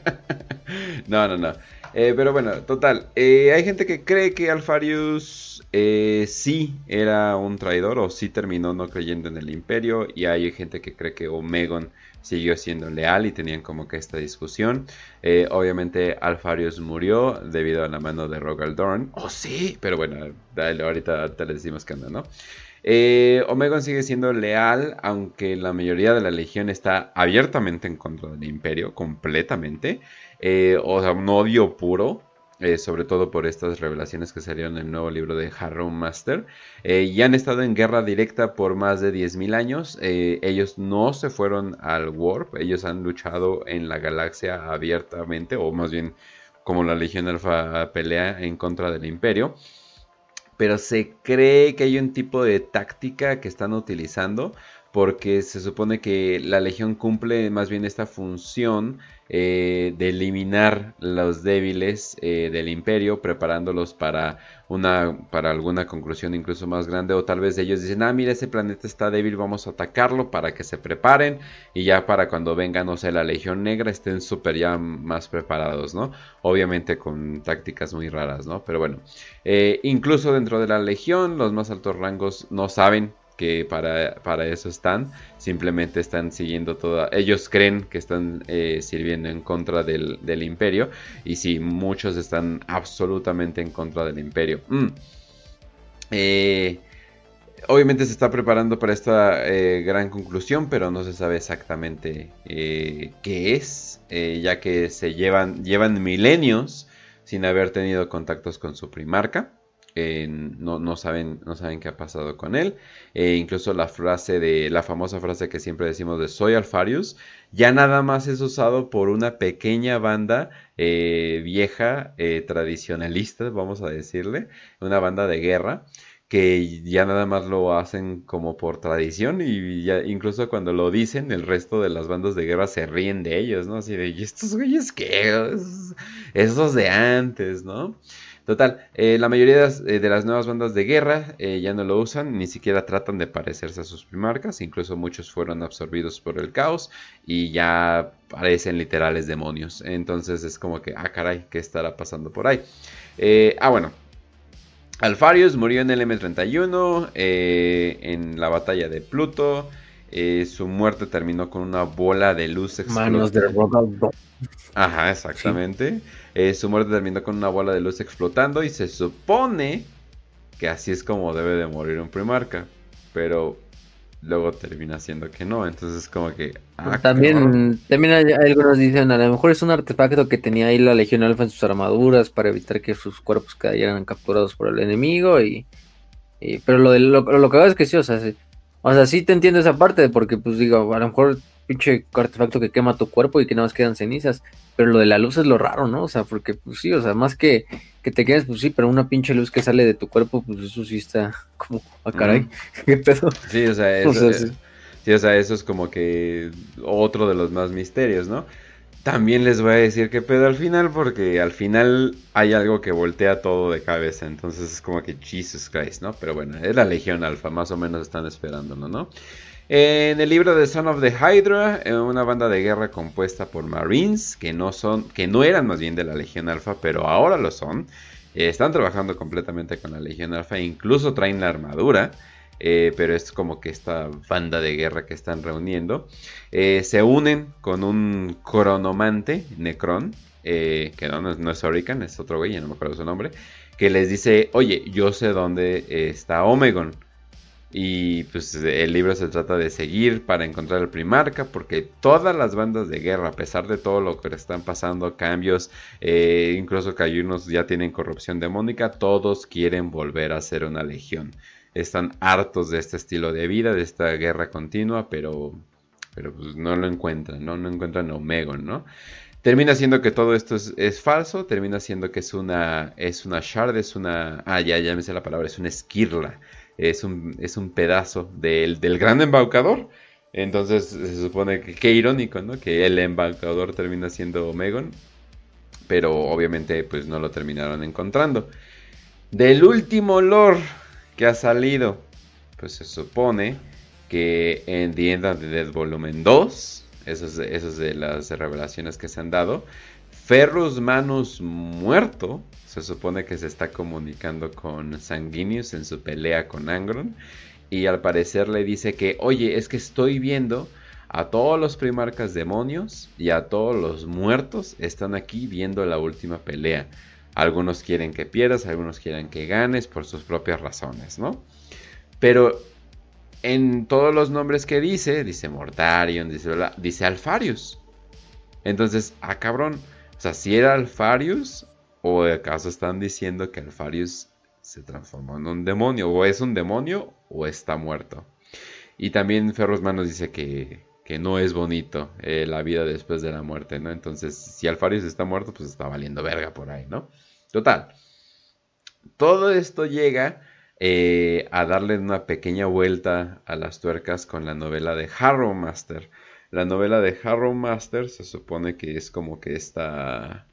No, no, no. Eh, pero bueno, total. Eh, hay gente que cree que Alfarius eh, sí era un traidor o sí terminó no creyendo en el imperio. Y hay gente que cree que Omegon siguió siendo leal y tenían como que esta discusión. Eh, obviamente Alfarius murió debido a la mano de Rogal Dorn. Oh, sí. Pero bueno, dale, ahorita, ahorita les decimos qué onda, ¿no? Eh, Omegon sigue siendo leal, aunque la mayoría de la legión está abiertamente en contra del imperio, completamente. Eh, o sea, un odio puro, eh, sobre todo por estas revelaciones que salieron en el nuevo libro de Harrow Master. Eh, y han estado en guerra directa por más de diez mil años. Eh, ellos no se fueron al Warp, ellos han luchado en la galaxia abiertamente, o más bien como la Legión Alfa pelea en contra del imperio. Pero se cree que hay un tipo de táctica que están utilizando porque se supone que la Legión cumple más bien esta función eh, de eliminar los débiles eh, del Imperio, preparándolos para una para alguna conclusión incluso más grande, o tal vez ellos dicen, ah, mira, ese planeta está débil, vamos a atacarlo para que se preparen y ya para cuando venga, no sé, la Legión Negra estén súper ya más preparados, ¿no? Obviamente con tácticas muy raras, ¿no? Pero bueno, eh, incluso dentro de la Legión, los más altos rangos no saben que para, para eso están, simplemente están siguiendo toda, ellos creen que están eh, sirviendo en contra del, del imperio, y sí, muchos están absolutamente en contra del imperio. Mm. Eh, obviamente se está preparando para esta eh, gran conclusión, pero no se sabe exactamente eh, qué es, eh, ya que se llevan, llevan milenios sin haber tenido contactos con su primarca. Eh, no, no, saben, no saben qué ha pasado con él. Eh, incluso la frase de la famosa frase que siempre decimos de soy Alpharius, ya nada más es usado por una pequeña banda eh, vieja, eh, tradicionalista, vamos a decirle, una banda de guerra, que ya nada más lo hacen como por tradición y ya incluso cuando lo dicen, el resto de las bandas de guerra se ríen de ellos, ¿no? Así de, ¿y estos güeyes qué? Esos de antes, ¿no? Total, eh, la mayoría de las, eh, de las nuevas bandas de guerra eh, ya no lo usan, ni siquiera tratan de parecerse a sus primarcas, incluso muchos fueron absorbidos por el caos y ya parecen literales demonios. Entonces es como que, ah caray, ¿qué estará pasando por ahí? Eh, ah bueno, Alpharius murió en el eme treinta y uno, eh, en la batalla de Pluto. Eh, su muerte terminó con una bola de luz explotando. Manos de Rodolfo. Ajá, exactamente. Sí. Eh, su muerte terminó con una bola de luz explotando y se supone que así es como debe de morir un primarca. Pero luego termina siendo que no, entonces como que... Ah, también, también hay, algunos dicen, a lo mejor es un artefacto que tenía ahí la Legión Alfa en sus armaduras para evitar que sus cuerpos cayeran capturados por el enemigo y... y pero lo, de, lo, lo que hago es que sí, o sea, sí, o sea, sí te entiendo esa parte, porque pues digo, a lo mejor pinche artefacto que quema tu cuerpo y que nada más quedan cenizas, pero lo de la luz es lo raro, ¿no? O sea, porque pues sí, o sea, más que que te quedes, pues sí, pero una pinche luz que sale de tu cuerpo, pues eso sí está como, ah, caray, mm. ¿Qué pedo? Sí, o sea, eso, o sea, es, sí. Sí, o sea, eso es como que otro de los más misterios, ¿no? También les voy a decir qué pedo al final, porque al final hay algo que voltea todo de cabeza, entonces es como que Jesus Christ, ¿no? Pero bueno, es la Legión Alfa, más o menos están esperándolo, ¿no? En el libro de Son of the Hydra, una banda de guerra compuesta por Marines, que no son, que no eran más bien de la Legión Alfa, pero ahora lo son. Eh, están trabajando completamente con la Legión Alfa, incluso traen la armadura, eh, pero es como que esta banda de guerra que están reuniendo. Eh, se unen con un cronomante, Necron, eh, que no, no es Hurricane, es otro güey, ya no me acuerdo su nombre, que les dice, oye, yo sé dónde está Omegon. Y pues el libro se trata de seguir para encontrar el primarca, porque todas las bandas de guerra, a pesar de todo lo que le están pasando, cambios, eh, incluso que hay unos ya tienen corrupción demónica, todos quieren volver a ser una legión. Están hartos de este estilo de vida, de esta guerra continua, pero, pero pues no lo encuentran, ¿no? No encuentran a Omegon, ¿no? Termina siendo que todo esto es, es falso, termina siendo que es una, es una shard, es una... Ah, ya, ya me sé la palabra, es una esquirla. Es un, es un pedazo del, del gran embaucador. Entonces se supone que qué irónico, ¿no? Que el embaucador termina siendo Omegon. Pero obviamente pues no lo terminaron encontrando. Del último lore que ha salido, pues se supone que en The End of the Dead Volumen dos, eso es, eso es de las revelaciones que se han dado, Ferrus Manus muerto, se supone que se está comunicando con Sanguinius en su pelea con Angron. Y al parecer le dice que, oye, es que estoy viendo a todos los primarcas demonios y a todos los muertos están aquí viendo la última pelea. Algunos quieren que pierdas, algunos quieren que ganes por sus propias razones, ¿no? Pero en todos los nombres que dice, dice Mortarion, dice, dice Alpharius. Entonces, ah, cabrón. O sea, si era Alpharius, o acaso están diciendo que Alpharius se transformó en un demonio, o es un demonio, o está muerto. Y también Ferrus Manus dice que, que no es bonito eh, la vida después de la muerte, ¿no? Entonces, si Alpharius está muerto, pues está valiendo verga por ahí, ¿no? Total. Todo esto llega eh, a darle una pequeña vuelta a las tuercas con la novela de Harrowmaster. La novela de Harrowmaster se supone que es como que esta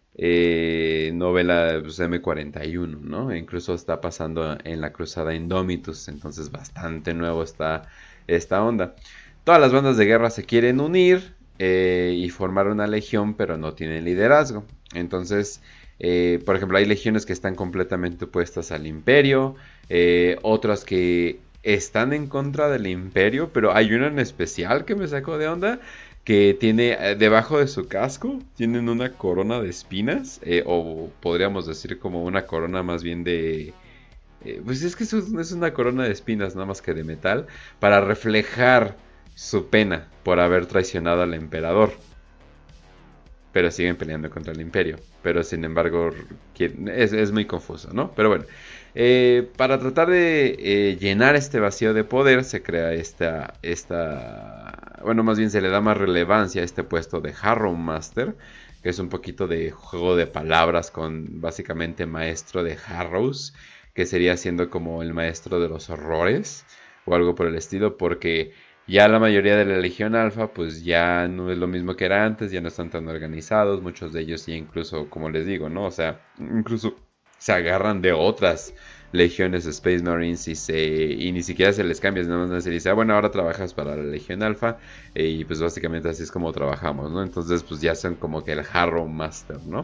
eh, novela pues, eme cuarenta y uno, ¿no? E incluso está pasando en la Cruzada Indomitus, entonces bastante nuevo está esta onda. Todas las bandas de guerra se quieren unir eh, y formar una legión, pero no tienen liderazgo. Entonces, eh, por ejemplo, hay legiones que están completamente opuestas al imperio, eh, otras que están en contra del imperio, pero hay una en especial que me sacó de onda, que tiene eh, debajo de su casco, tienen una corona de espinas, eh, o podríamos decir como una corona más bien de... Eh, pues es que es, es una corona de espinas, nada más que de metal, para reflejar su pena por haber traicionado al emperador. pero siguen peleando contra el Imperio. Pero sin embargo, es, es muy confuso, ¿no? Pero bueno, eh, para tratar de eh, llenar este vacío de poder, se crea esta, esta... Bueno, más bien se le da más relevancia a este puesto de Harrow Master, que es un poquito de juego de palabras con básicamente maestro de Harrows, que sería siendo como el maestro de los horrores, o algo por el estilo, porque ya la mayoría de la Legión Alfa, pues ya no es lo mismo que era antes, ya no están tan organizados, muchos de ellos ya incluso, como les digo, ¿no? O sea, incluso se agarran de otras legiones de Space Marines y, se, y ni siquiera se les cambia, nada más se dice, ah, bueno, ahora trabajas para la Legión Alfa, eh, y pues básicamente así es como trabajamos, ¿no? Entonces, pues ya son como que el Harrow Master, ¿no?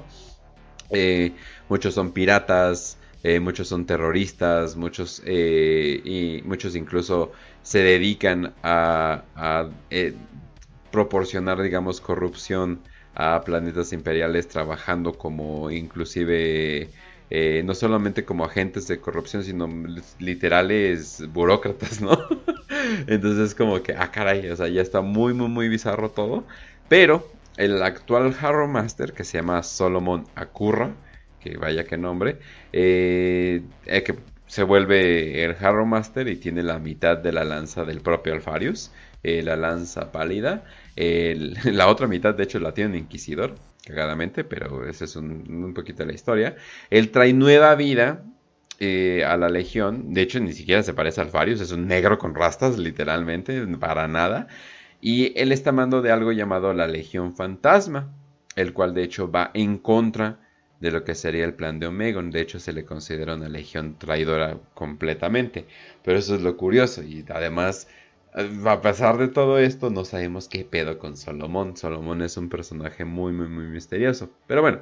Eh, muchos son piratas, eh, muchos son terroristas, muchos, eh, y muchos incluso se dedican a, a eh, proporcionar, digamos, corrupción a planetas imperiales, trabajando como inclusive eh, no solamente como agentes de corrupción, sino literales burócratas, ¿no? Entonces como que, ah, caray, o sea, ya está muy, muy, muy bizarro todo. Pero el actual Harrow Master, que se llama Solomon Akurra, que vaya que nombre, eh, eh, que se vuelve el Harrow Master y tiene la mitad de la lanza del propio Alfarius, eh, la lanza pálida. El, la otra mitad, de hecho, la tiene un Inquisidor, cagadamente, pero esa es un, un poquito la historia. Él trae nueva vida eh, a la Legión. De hecho, ni siquiera se parece a Alfarius, es un negro con rastas, literalmente, para nada. Y él está mando de algo llamado la Legión Fantasma, el cual de hecho va en contra de lo que sería el plan de Omegon. De hecho, se le considera una legión traidora completamente. Pero eso es lo curioso. Y además, a pesar de todo esto, no sabemos qué pedo con Solomon. Solomon es un personaje muy, muy, muy misterioso. Pero bueno,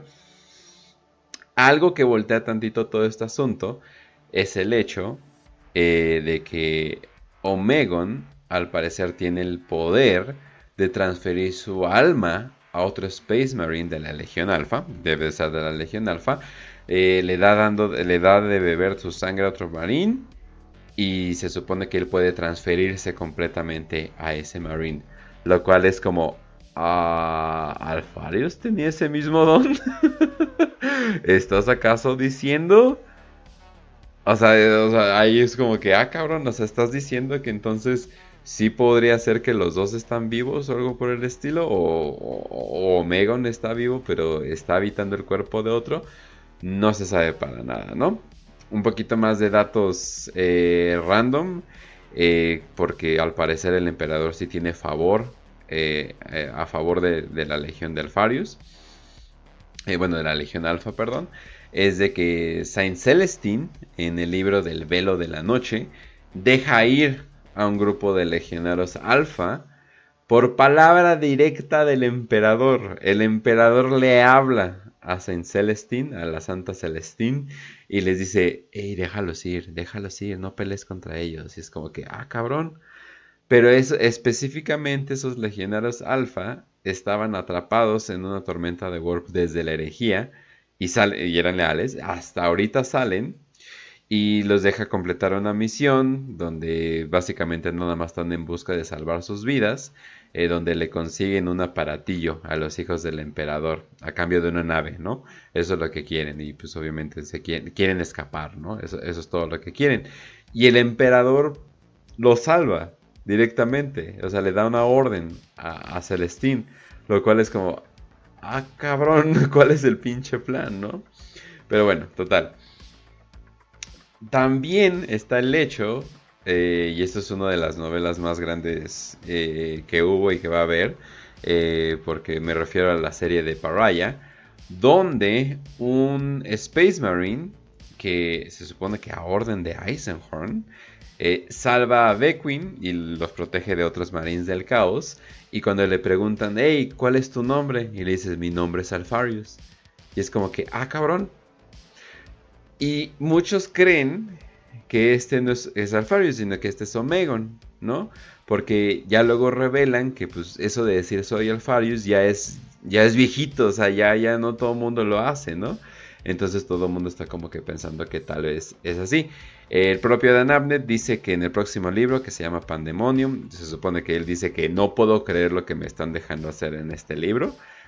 algo que voltea tantito todo este asunto es el hecho eh, de que Omegon, al parecer, tiene el poder de transferir su alma a otro Space Marine de la Legión Alfa, debe ser de la Legión Alfa, eh, le, da dando, le da de beber su sangre a otro Marine, y se supone que él puede transferirse completamente a ese Marine, lo cual es como, ah, ¿Alfarius tenía ese mismo don? ¿Estás acaso diciendo? O sea, o sea, ahí es como que, ah, cabrón, o sea, estás diciendo que entonces sí podría ser que los dos están vivos o algo por el estilo, o, o, o Omegon está vivo pero está habitando el cuerpo de otro. No se sabe para nada, ¿no? Un poquito más de datos eh, random, eh, porque al parecer el emperador sí tiene favor, eh, eh, a favor de, de la Legión de Alfarius, eh, bueno, de la Legión Alfa, perdón. Es de que Saint Celestine, en el libro del Velo de la Noche, deja ir a un grupo de legionarios alfa por palabra directa del emperador. El emperador le habla a Saint Celestine, a la Santa Celestine, y les dice, hey, déjalos ir, déjalos ir, no pelees contra ellos. Y es como que, ah, cabrón. Pero es, específicamente esos legionarios alfa estaban atrapados en una tormenta de warp desde la herejía, y, sal- y eran leales. Hasta ahorita salen y los deja completar una misión donde básicamente nada más están en busca de salvar sus vidas, eh, donde le consiguen un aparatillo a los hijos del emperador a cambio de una nave, ¿no? Eso es lo que quieren, y pues obviamente se quieren, quieren escapar, ¿no? Eso, eso es todo lo que quieren. Y el emperador los salva directamente, o sea, le da una orden a, a Celestine, lo cual es como, ah, cabrón, ¿cuál es el pinche plan, no? Pero bueno, total. También está el hecho, eh, y esto es una de las novelas más grandes eh, que hubo y que va a haber, eh, porque me refiero a la serie de Pariah, donde un Space Marine, que se supone que a orden de Eisenhorn, eh, salva a Vequin y los protege de otros Marines del Caos, y cuando le preguntan, hey, ¿cuál es tu nombre? Y le dices, mi nombre es Alfarius. Y es como que, ah, cabrón. Y muchos creen que este no es, es Alfarius, sino que este es Omegon, ¿no? Porque ya luego revelan que pues eso de decir soy Alfarius ya es, ya es viejito, o sea, ya, ya no todo el mundo lo hace, ¿no? Entonces todo el mundo está como que pensando que tal vez es así. El propio Dan Abnett dice que en el próximo libro, que se llama Pandemonium, se supone que él dice que no puedo creer lo que me están dejando hacer en este libro,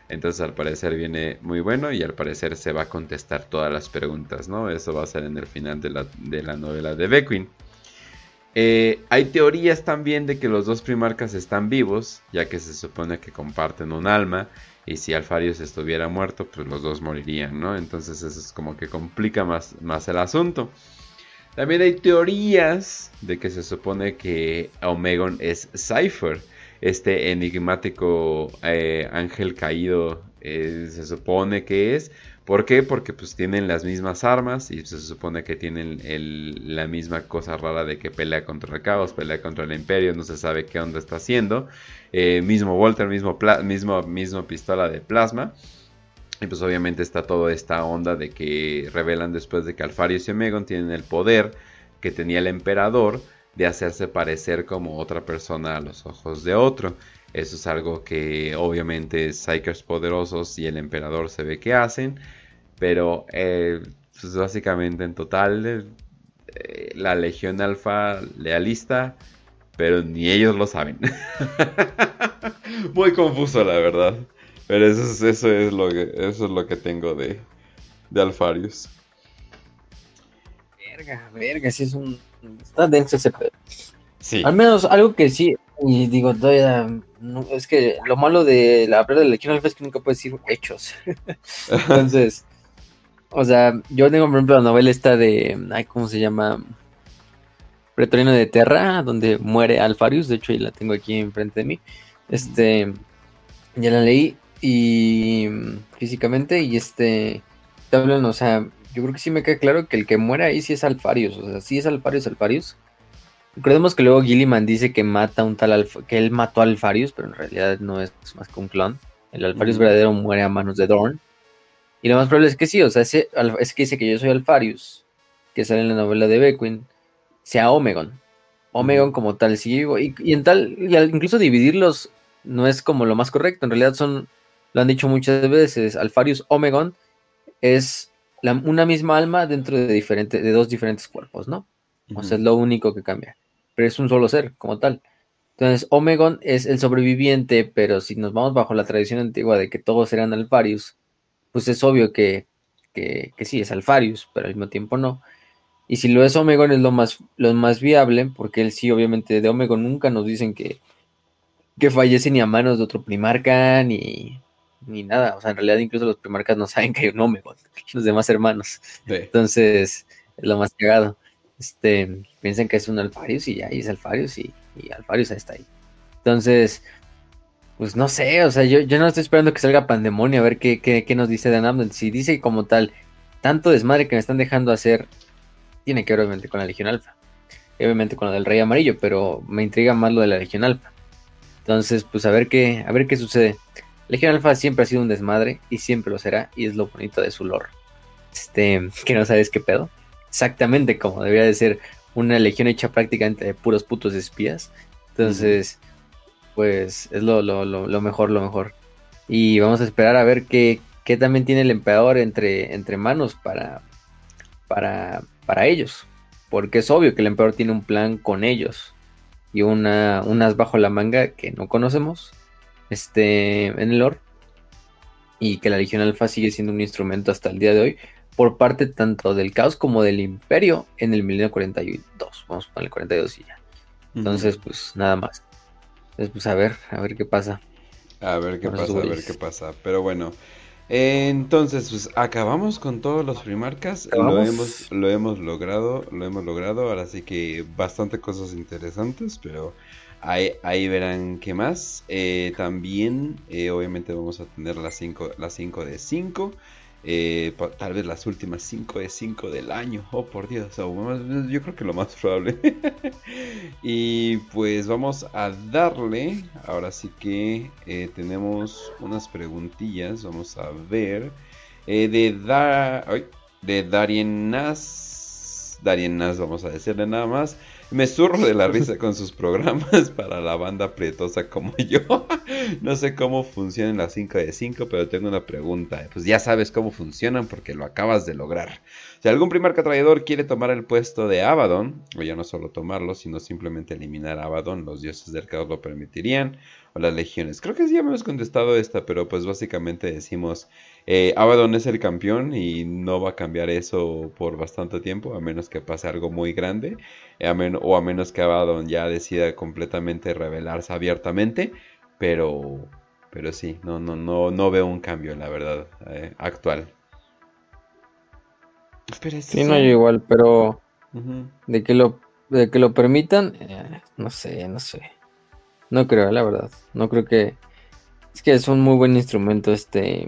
Entonces al parecer viene muy bueno y al parecer se va a contestar todas las preguntas, ¿no? Eso va a ser en el final de la, de la novela de Bekuin. Eh, hay teorías también de que los dos primarcas están vivos, ya que se supone que comparten un alma. Y si Alpharius estuviera muerto, pues los dos morirían, ¿no? Entonces eso es como que complica más, más el asunto. También hay teorías de que se supone que Omegon es Cypher. Este enigmático eh, ángel caído eh, se supone que es. ¿Por qué? Porque pues tienen las mismas armas y se supone que tienen el, la misma cosa rara de que pelea contra el caos, pelea contra el imperio, no se sabe qué onda está haciendo. Eh, mismo Volter, mismo, mismo, mismo pistola de plasma. Y pues obviamente está toda esta onda de que revelan después de que Alpharius y Omegon tienen el poder que tenía el emperador de hacerse parecer como otra persona a los ojos de otro. Eso es algo que obviamente Psykers poderosos y el emperador se ve que hacen. Pero eh, pues básicamente en total eh, la Legión Alfa lealista, pero ni ellos lo saben. Muy confuso la verdad. Pero eso es, eso es, lo, que, eso es lo que tengo de, de Alpharius. Verga, verga, sí es un... Está denso ese pedo. Sí. Al menos algo que sí, y digo, todavía... No, es que lo malo de la pelea de la Legión Alfa es que nunca puedes decir hechos. Entonces, o sea, yo tengo por ejemplo la novela esta de... Ay, ¿cómo se llama? Pretoriano de Terra, donde muere Alpharius. De hecho, ahí la tengo aquí enfrente de mí. Este... Ya la leí y físicamente y este te hablan, o sea, yo creo que sí me queda claro que el que muere ahí sí es Alpharius, o sea, sí es Alpharius, Alpharius. Recordemos que luego Gilliman dice que mata un tal Alf- que él mató a Alpharius, pero en realidad no es más que un clon. El Alpharius mm. verdadero muere a manos de Dorn. Y lo más probable es que sí, o sea, ese, es que dice que yo soy Alpharius, que sale en la novela de Bekuin, sea Omegon. Omegon mm. como tal, sí, y, y en tal, y al incluso dividirlos no es como lo más correcto, en realidad son, lo han dicho muchas veces, Alpharius Omegon es la, una misma alma dentro de, diferente, de dos diferentes cuerpos, ¿no? Uh-huh. O sea, es lo único que cambia, pero es un solo ser, como tal. Entonces, Omegon es el sobreviviente, pero si nos vamos bajo la tradición antigua de que todos eran Alpharius, pues es obvio que, que, que sí, es Alpharius, pero al mismo tiempo no. Y si lo es Omegon es lo más, lo más viable, porque él sí, obviamente, de Omegon nunca nos dicen que que fallece ni a manos de otro primarca, ni, ni nada. O sea, en realidad incluso los primarcas no saben que hay un Omegon, los demás hermanos. Sí. Entonces, es lo más cagado. Este, piensan que es un Alpharius y ya, y es Alpharius y, y Alpharius está ahí. Entonces, pues no sé, o sea, yo, yo no estoy esperando que salga Pandemonio a ver qué, qué, qué nos dice Dan Abnett. Si dice como tal, tanto desmadre que me están dejando hacer, tiene que ver obviamente con la Legión Alfa. Y obviamente con lo del Rey Amarillo, pero me intriga más lo de la Legión Alfa. Entonces, pues a ver qué, a ver qué sucede. Legión Alfa siempre ha sido un desmadre y siempre lo será, y es lo bonito de su lore. Este, que no sabes qué pedo. Exactamente como debería de ser una legión hecha prácticamente de puros putos espías. Entonces, uh-huh. pues es lo, lo, lo, lo mejor, lo mejor. Y vamos a esperar a ver qué, qué también tiene el emperador entre, entre manos para, para, para ellos. Porque es obvio que el emperador tiene un plan con ellos. Y una, unas bajo la manga que no conocemos este, en el lore. Y que la Legión Alfa sigue siendo un instrumento hasta el día de hoy. Por parte tanto del caos como del imperio en el milenio cuarenta y dos. Vamos con el cuarenta y dos y ya. Entonces, uh-huh. pues nada más. Entonces, pues a ver, a ver qué pasa. A ver qué pasa, a ver qué pasa. Pero bueno. Entonces, pues acabamos con todos los primarcas. Lo hemos, lo hemos logrado, lo hemos logrado. Ahora sí que bastante cosas interesantes, pero ahí, ahí verán qué más. Eh, también, eh, obviamente, vamos a tener las cinco las cinco de cinco. Eh, tal vez las últimas cinco de cinco del año. Oh, por Dios. Oh, yo creo que lo más probable. Y pues vamos a darle. Ahora sí que eh, tenemos unas preguntillas. Vamos a ver. Eh, de da ay, de Darien Nas. Darien Nas, vamos a decirle nada más. Me zurro de la risa con sus programas para la banda prietosa como yo. No sé cómo funcionan las cinco de cinco, pero tengo una pregunta. Pues ya sabes cómo funcionan porque lo acabas de lograr. Si algún primarca traidor quiere tomar el puesto de Abaddon, o ya no solo tomarlo, sino simplemente eliminar a Abaddon, los dioses del caos lo permitirían, o las legiones. Creo que sí ya me hemos contestado esta, pero pues básicamente decimos, eh, Abaddon es el campeón y no va a cambiar eso por bastante tiempo, a menos que pase algo muy grande, eh, a men- o a menos que Abaddon ya decida completamente rebelarse abiertamente, pero, pero sí, no, no, no, no veo un cambio, la verdad, eh, actual. Espera, ¿estos Sí, no, yo son? igual, pero Ujú. de que lo, de que lo permitan, eh, no sé, no sé. No creo, la verdad. No creo que. Es que es un muy buen instrumento este.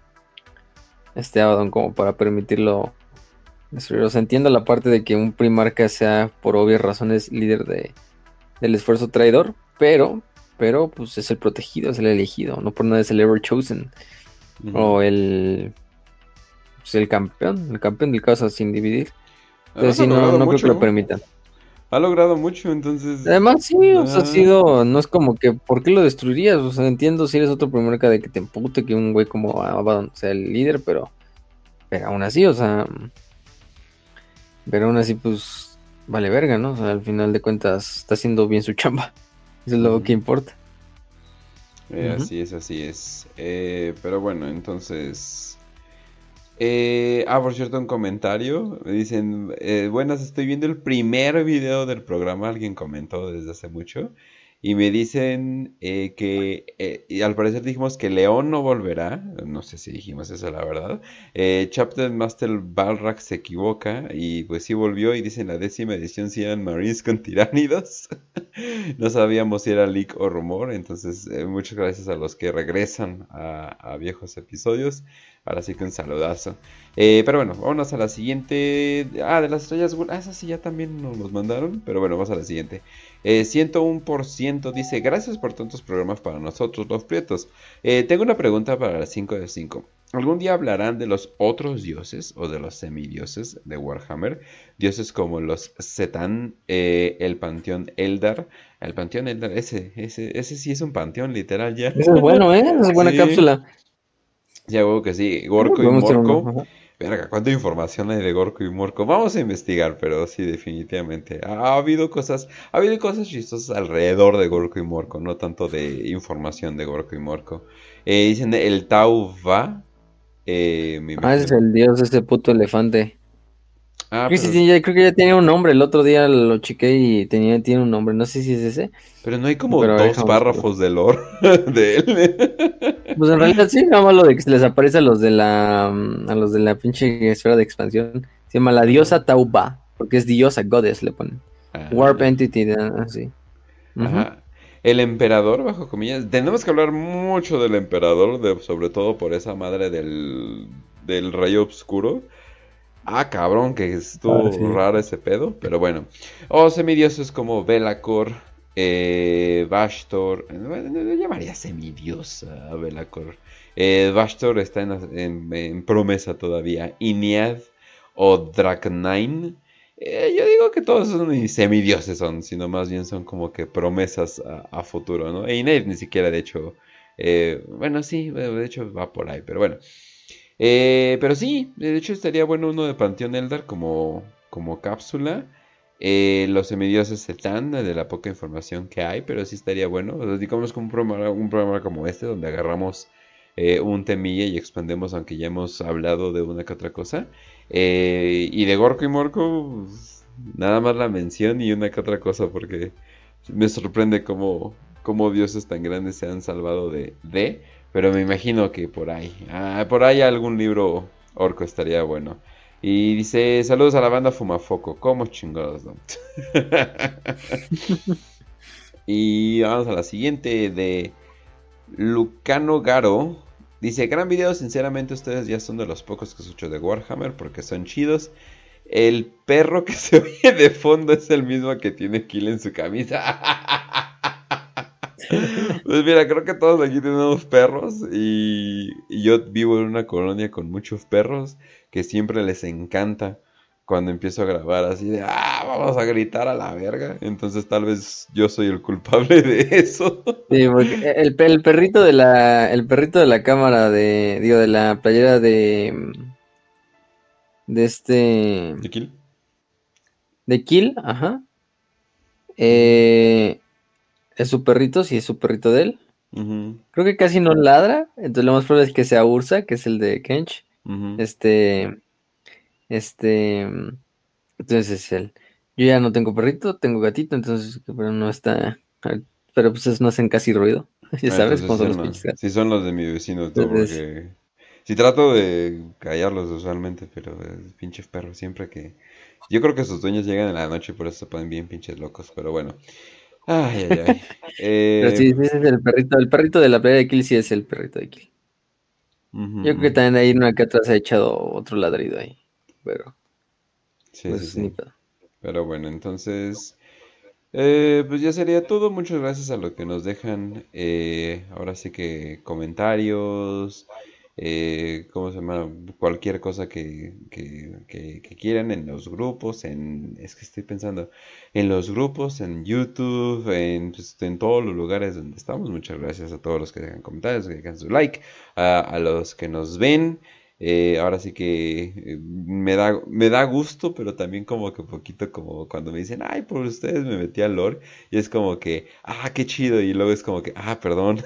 Este Abaddon como para permitirlo destruir. O sea, entiendo la parte de que un primarca sea por obvias razones líder de, del esfuerzo traidor, pero. Pero pues es el protegido, es el elegido. No por nada es el ever chosen. Ujú. O el. Pues el campeón. El campeón del caos sin dividir. Entonces Además ha sí, no, logrado no creo que lo mucho. permitan. Ha logrado mucho, entonces. Además, sí, o sea, ha Ah, sido, no es como que, ¿por qué lo destruirías? O sea, entiendo si eres otro primarca de que te empute que un güey como Abaddon sea el líder, pero, pero aún así, o sea, pero aún así, pues, vale verga, ¿no? O sea, al final de cuentas, está haciendo bien su chamba. Eso es lo que ujú. importa. Eh, Ujú. así es, así es. Eh, pero bueno, entonces. Eh, ah, por cierto, un comentario. Me dicen, eh, buenas, estoy viendo el primer video del programa. Alguien comentó desde hace mucho. Y me dicen eh, que, eh, y al parecer dijimos que León no volverá. No sé si dijimos eso, la verdad. Eh, Chapter Master Balrac se equivoca. Y pues sí volvió. Y dicen la décima edición si eran Marines con tiránidos. No sabíamos si era leak o rumor. Entonces, eh, muchas gracias a los que regresan a, a viejos episodios. Ahora sí que un saludazo. Eh, pero bueno, vámonos a la siguiente. Ah, de las estrellas. Gul- Ah, esa sí ya también nos los mandaron. Pero bueno, vamos a la siguiente. Eh, ciento uno por ciento dice: Gracias por tantos programas para nosotros, los prietos. Eh, tengo una pregunta para las cinco de cinco. ¿Algún día hablarán de los otros dioses o de los semidioses de Warhammer? Dioses como los Setán, eh, el panteón Eldar. El panteón Eldar, ese, ese, ese sí es un panteón, literal ya. Eso es bueno, ¿eh? Esa es buena Sí. cápsula. Ya, huevo que sí. Sí, Gorko y podemos tener uno. Morko. Ajá. Verga, ¿cuánta información hay de Gorko y Morko? Vamos a investigar, pero sí, definitivamente. Ha, ha habido cosas, ha habido cosas chistosas alrededor de Gorko y Morko, no tanto de información de Gorko y Morko. Eh, dicen el Tau Va, eh, me Ah, ese imagino. es el dios, ese puto elefante. Ah, Creo que sí, pero, tiene- ya- creo que ya tenía un nombre. El otro día lo chequé y tenía, tiene un nombre. No sé si es ese, pero no hay como pero a ver, dos déjame buscarlo. párrafos de lore de él. Pues en realidad sí, nada más lo de que se les aparece a los de la mm, a los de la pinche esfera de expansión. Se llama la Ajá. diosa Tauba, porque es diosa, goddess le ponen. Warp Ah. Entity, así. Ajá. El emperador, bajo comillas. Tenemos que hablar mucho del emperador, de- sobre todo por esa madre del, del rey oscuro. Ah, cabrón, que Ah, estuvo sí. raro ese pedo, pero bueno. O semidioses como Belacor, eh, Bastor. eh, Bueno, no, no llamaría semidiosa a Belacor. Eh, Bastor está en, en- en promesa todavía. Inead o Draknine. Eh, yo digo que todos son ni semidioses son, sino más bien son como que promesas a, a futuro, ¿no? E Inead ni siquiera, de hecho. eh, bueno, sí, de hecho va por ahí, pero bueno. Eh, pero sí, de hecho estaría bueno uno de Panteón Eldar como, como cápsula. Eh, los semidioses están de la poca información que hay, pero sí estaría bueno. O sea, digamos como un programa, un programa como este, donde agarramos eh, un temilla y expandemos, aunque ya hemos hablado de una que otra cosa. Eh, y de Gorko y Morko, pues, nada más la mención y una que otra cosa, porque me sorprende cómo, cómo dioses tan grandes se han salvado de, de pero me imagino que por ahí. Ah, por ahí algún libro orco estaría bueno. Y dice, saludos a la banda Fumafoco. ¿Cómo chingados, no? Y vamos a la siguiente de Lucano Garo. Dice, gran video, sinceramente ustedes ya son de los pocos que escucho de Warhammer porque son chidos. El perro que se oye de fondo es el mismo que tiene Kill en su camisa. Pues mira, creo que todos aquí tenemos perros y, y yo vivo en una colonia con muchos perros que siempre les encanta cuando empiezo a grabar así de, ah, vamos a gritar a la verga. Entonces tal vez yo soy el culpable de eso. Sí, porque el, pe- el perrito de la, el perrito de la cámara de, digo, de la playera de, de este, ¿De kill? de Kill, ajá, Ujú, eh, es su perrito, sí es su perrito de él. ujú, Creo que casi no ladra, entonces lo más probable es que sea Ursa, que es el de Kench. ujú. Este, este, entonces es él. Yo ya no tengo perrito, tengo gatito, entonces, pero no está, pero pues esos no hacen casi ruido, ya Ah, sabes entonces cómo sí son son los los, pinches gatos. sí son los de mi vecino, todo, Entonces, porque sí trato de callarlos usualmente, pero eh, pinches perros, siempre que... Yo creo que sus dueños llegan en la noche y por eso se ponen bien pinches locos, pero bueno. Ay, ay, ay. pero Eh, sí, sí, ese es el perrito, el perrito de la playa de Kill sí es el perrito de Kill. ujú, Yo creo que ujú. también ahí una que atrás se ha echado otro ladrido ahí, pero Sí, sí, pues ni sí. pedo. Pero bueno, entonces... Eh, pues ya sería todo. Muchas gracias a los que nos dejan. Eh, ahora sí que comentarios. Eh, ¿cómo se llama? Cualquier cosa que, que, que- que quieran en los grupos. En, es que estoy pensando. En los grupos, en YouTube, en, pues, en todos los lugares donde estamos. Muchas gracias a todos los que dejan comentarios, que dejan su like. A, a los que nos ven. Eh, ahora sí que eh, me da, me da gusto, pero también como que poquito como cuando me dicen, ay, por ustedes me metí al lore, y es como que, ah, qué chido, y luego es como que, ah, perdón.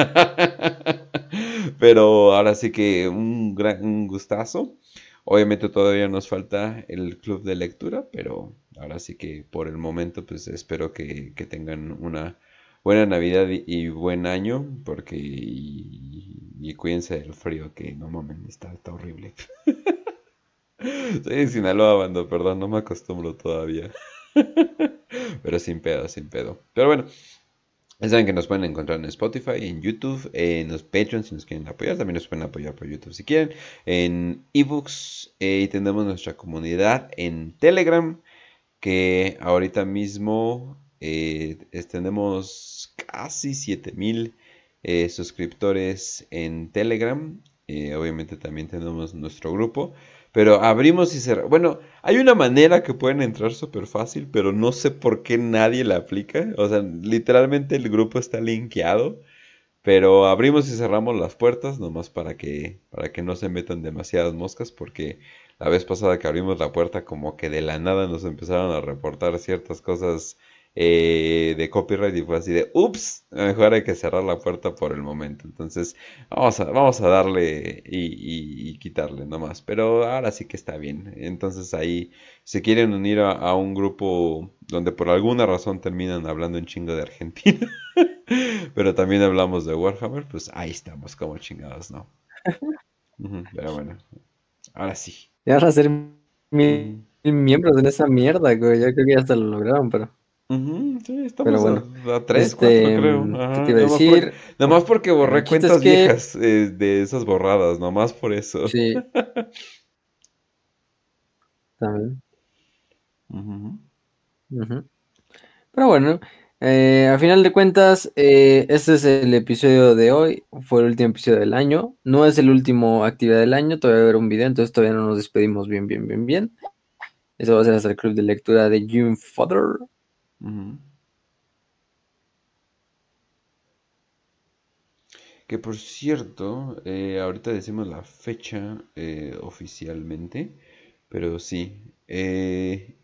Pero ahora sí que un gran un gustazo. Obviamente todavía nos falta el club de lectura, pero ahora sí que por el momento pues espero que, que tengan una buena Navidad y, y buen año, porque y, y cuídense del frío, que no mamen, está, está horrible. Estoy en Sinaloa, bando, perdón, no me acostumbro todavía. Pero sin pedo, sin pedo. Pero bueno, ya saben que nos pueden encontrar en Spotify, en YouTube, en los Patreons si nos quieren apoyar. También nos pueden apoyar por YouTube si quieren. En eBooks. Eh, y tenemos nuestra comunidad en Telegram. Que ahorita mismo eh, es- tenemos casi siete mil eh, suscriptores en Telegram. Eh, obviamente también tenemos nuestro grupo. Pero abrimos y cerramos. Bueno, hay una manera que pueden entrar súper fácil, pero no sé por qué nadie la aplica. O sea, literalmente el grupo está linkeado. Pero abrimos y cerramos las puertas nomás para que, para que no se metan demasiadas moscas, porque la vez pasada que abrimos la puerta como que de la nada nos empezaron a reportar ciertas cosas eh, de copyright y fue así de, ups, mejor hay que cerrar la puerta por el momento. Entonces vamos a, vamos a darle y, y- y quitarle nomás, pero ahora sí que está bien. Entonces ahí se quieren unir a, a un grupo donde por alguna razón terminan hablando un chingo de Argentina. Pero también hablamos de Warhammer, pues ahí estamos como chingados, ¿no? Ujú, pero bueno, ahora sí. Ya van a ser mil, Ujú, mil miembros en esa mierda, güey. Yo creo que ya hasta lo lograron, pero, ujú, sí, pero estamos a, bueno. a tres, cuatro Este, creo. mm, ¿qué te Ajá, iba a nada más porque, decir? nada más porque El borré chiste es cuentas que, viejas eh, de esas borradas, nomás por eso. sí, también. Ujú. Ujú. Pero bueno, eh, a final de cuentas, eh, este es el episodio de hoy. Fue el último episodio del año. No es el último actividad del año. Todavía va a haber un video, entonces todavía no nos despedimos bien, bien, bien, bien. Eso va a ser hasta el club de lectura de June Father. Ujú. Que por cierto, eh, ahorita decimos la fecha eh, oficialmente, pero sí. eh,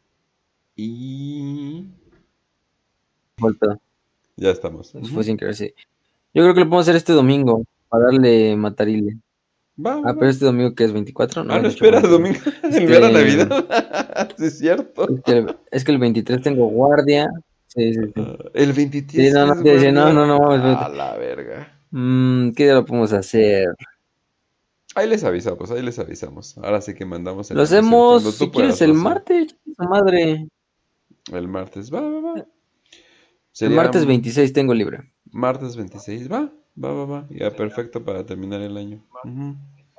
y Vuelta. ya estamos. Eso fue Ujú. sin querer, sí. Yo creo que lo podemos hacer este domingo para darle matarile. Va, va, Ah, va. pero este domingo que es veinticuatro, no, Ah, no, veintiocho fue espera, veinticinco. domingo, el mío era Este, Navidad. Sí, es cierto. es que el, es que el veintitrés tengo guardia. Sí, sí, sí. Ah, el Sí, veintitrés no, no, es te decía, no, no, guardia. no, mames, A espérate. la verga. Mm, ¿qué día lo podemos hacer? Ahí les avisamos, ahí les avisamos. Ahora sí que mandamos el Lo aviso. hacemos, Cuando si tú quieres, puedas, el socio. martes, su madre. El martes. Va, va, va. El Sería martes mm, veintiséis tengo libre. martes veintiséis. Va, va, va, va. Ya perfecto para terminar el año. Ujú.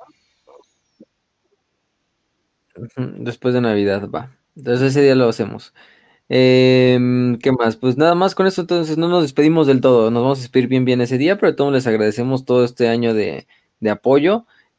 Ujú, después de Navidad, va. Entonces ese día lo hacemos. Em, ¿qué más? Pues nada más con eso, entonces no nos despedimos del todo. Nos vamos a despedir bien, bien ese día, pero a todos les agradecemos todo este año de, de apoyo.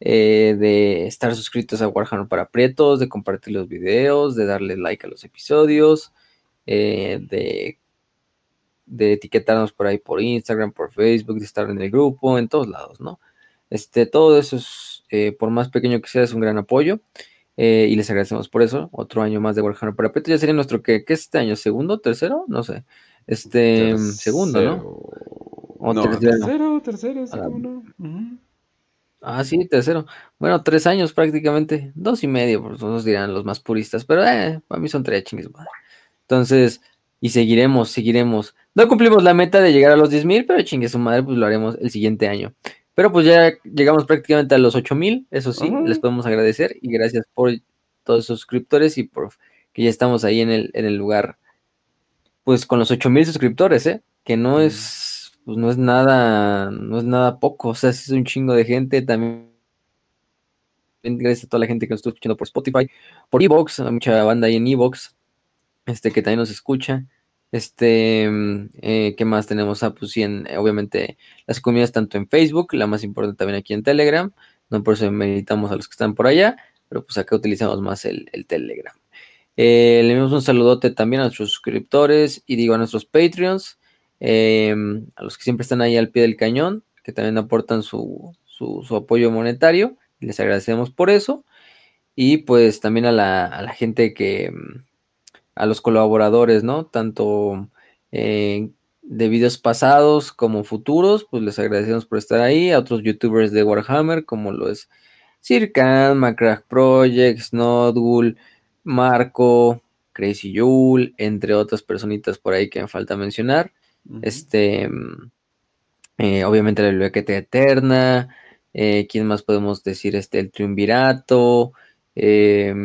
eh, de estar suscritos a Warhammer para Prietos, de compartir los videos, de darle like a los episodios, eh, de, de etiquetarnos por ahí por Instagram, por Facebook, de estar en el grupo, en todos lados, ¿no? Este, todo eso es, eh, por más pequeño que sea, es un gran apoyo. Eh, y les agradecemos por eso. Otro año más de Warhammer para Prietos. Ya sería nuestro, ¿qué, qué es este año? ¿Segundo? ¿Tercero? No sé. Este, segundo, ¿no? Tercero. O No, tercero. tercero, tercero, sí, Ah, cómo no. Ujú. ah, sí, tercero. Bueno, tres años prácticamente. Dos y medio, por todos dirán los más puristas. Pero eh, para mí son tres chingues, madre. Entonces, y seguiremos, seguiremos. No cumplimos la meta de llegar a los diez mil, pero chingue su madre, pues lo haremos el siguiente año. Pero pues ya llegamos prácticamente a los ocho mil, eso sí, Ajá. les podemos agradecer y gracias por todos esos suscriptores y por que ya estamos ahí en el, en el lugar, pues con los ocho mil suscriptores, ¿eh? Que no Mm. es, pues no es nada, no es nada poco, o sea, sí es un chingo de gente, también gracias a toda la gente que nos está escuchando por Spotify, por Evox, hay mucha banda ahí en Evox, este, que también nos escucha. Este, eh, ¿qué más tenemos? Ah, pues sí, en, eh, obviamente las comunidades tanto en Facebook, la más importante también aquí en Telegram, no por eso meditamos a los que están por allá, pero pues acá utilizamos más el, el Telegram. Eh, le enviamos un saludote también a nuestros suscriptores y digo a nuestros Patreons, eh, a los que siempre están ahí al pie del cañón, que también aportan su, su, su apoyo monetario, y les agradecemos por eso, y pues también a la, a la gente que a los colaboradores, ¿no? Tanto eh, de videos pasados como futuros, pues les agradecemos por estar ahí. A otros youtubers de Warhammer, como lo es Sirkan, Macrack Project, Snodgul, Marco, Crazy Yule, entre otras personitas por ahí que me falta mencionar. Ujú. Este, eh, obviamente la Biblioteca Eterna, eh, ¿quién más podemos decir? Este, el Triunvirato, eh,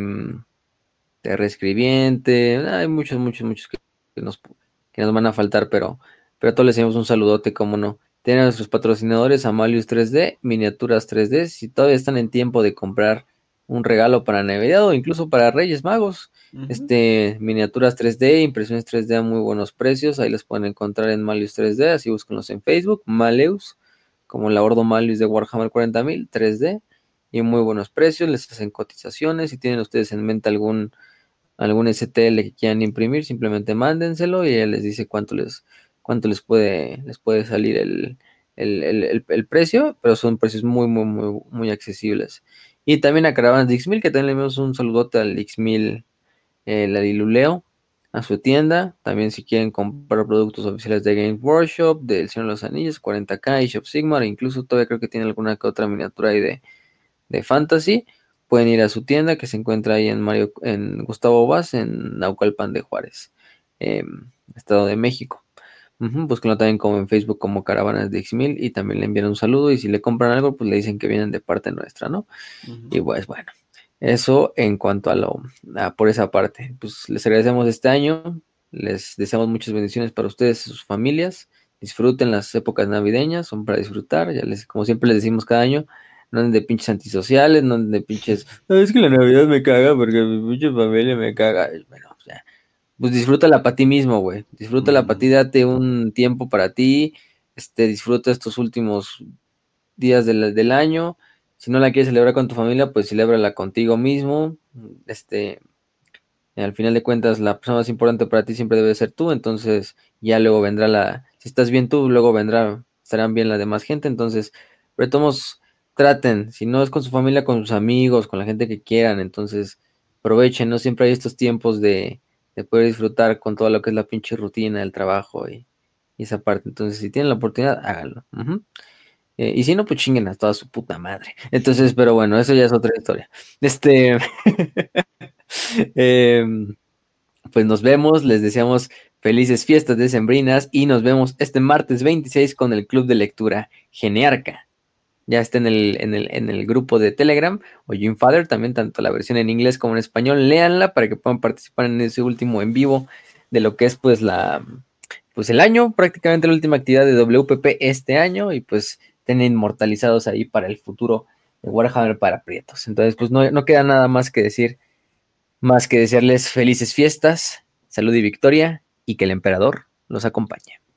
Terra Escribiente, hay muchos, muchos, muchos que, que nos, que nos van a faltar, pero, pero a todos les enviamos un saludote, como no. Tienen a nuestros patrocinadores Amalius tres D, Miniaturas tres D, si todavía están en tiempo de comprar un regalo para Navidad o incluso para Reyes Magos, Ujú. este, miniaturas tres D, impresiones tres D a muy buenos precios, ahí las pueden encontrar en Malius tres D, así búsquenlos en Facebook, Maleus, como la Ordo Malius de Warhammer cuarenta mil, tres D, y muy buenos precios, les hacen cotizaciones, si tienen ustedes en mente algún algún S T L que quieran imprimir, simplemente mándenselo y él les dice cuánto les, cuánto les puede, les puede salir el, el, el, el, el precio, pero son precios muy, muy, muy, muy accesibles. Y también a Caravanas de X mil, que también le enviamos un saludote al X mil, eh, la Liluleo, a su tienda. También si quieren comprar productos oficiales de Games Workshop, del Señor de los Anillos, cuarenta K y Shop Sigmar, incluso todavía creo que tiene alguna que otra miniatura ahí de, de Fantasy, pueden ir a su tienda que se encuentra ahí en Mario, en Gustavo Vaz, en Naucalpan de Juárez, eh, Estado de México. Uh-huh, búsquenlo también como en Facebook como Caravanas de X mil y también le envían un saludo y si le compran algo pues le dicen que vienen de parte nuestra, ¿no? Ujú. Y pues bueno, eso en cuanto a lo, a por esa parte, pues les agradecemos este año, les deseamos muchas bendiciones para ustedes y sus familias, disfruten las épocas navideñas, son para disfrutar, ya les, como siempre les decimos cada año, no anden de pinches antisociales, no anden de pinches, "Ah, es que la Navidad me caga porque mi pinche familia me caga". Bueno, o sea, pues disfrútala para ti mismo, güey, disfrútala para Ujú. ti, date un tiempo para ti, este, disfruta estos últimos días del, del año. Si no la quieres celebrar con tu familia, pues celébrala contigo mismo. Este, al final de cuentas, la persona más importante para ti siempre debe ser tú. Entonces, ya luego vendrá la. Si estás bien tú, luego vendrá, estarán bien la demás gente. Entonces, retomos, traten. Si no es con su familia, con sus amigos, con la gente que quieran. Entonces, aprovechen. No siempre hay estos tiempos de, de poder disfrutar con todo lo que es la pinche rutina, el trabajo y, y esa parte. Entonces, si tienen la oportunidad, háganlo. Uh-huh. Eh, y si no, pues chinguen a toda su puta madre. Entonces, pero bueno, eso ya es otra historia. Este, eh, pues nos vemos, les deseamos felices fiestas decembrinas y nos vemos este martes veintiséis con el Club de Lectura Genearca. Ya está en el, en el, en el grupo de Telegram o Jim Father, también tanto la versión en inglés como en español, léanla para que puedan participar en ese último en vivo de lo que es pues la pues el año, prácticamente la última actividad de W P P este año y pues estén inmortalizados ahí para el futuro de Warhammer para Prietos. Entonces pues no, no queda nada más que decir, más que desearles felices fiestas, salud y victoria y que el emperador los acompañe.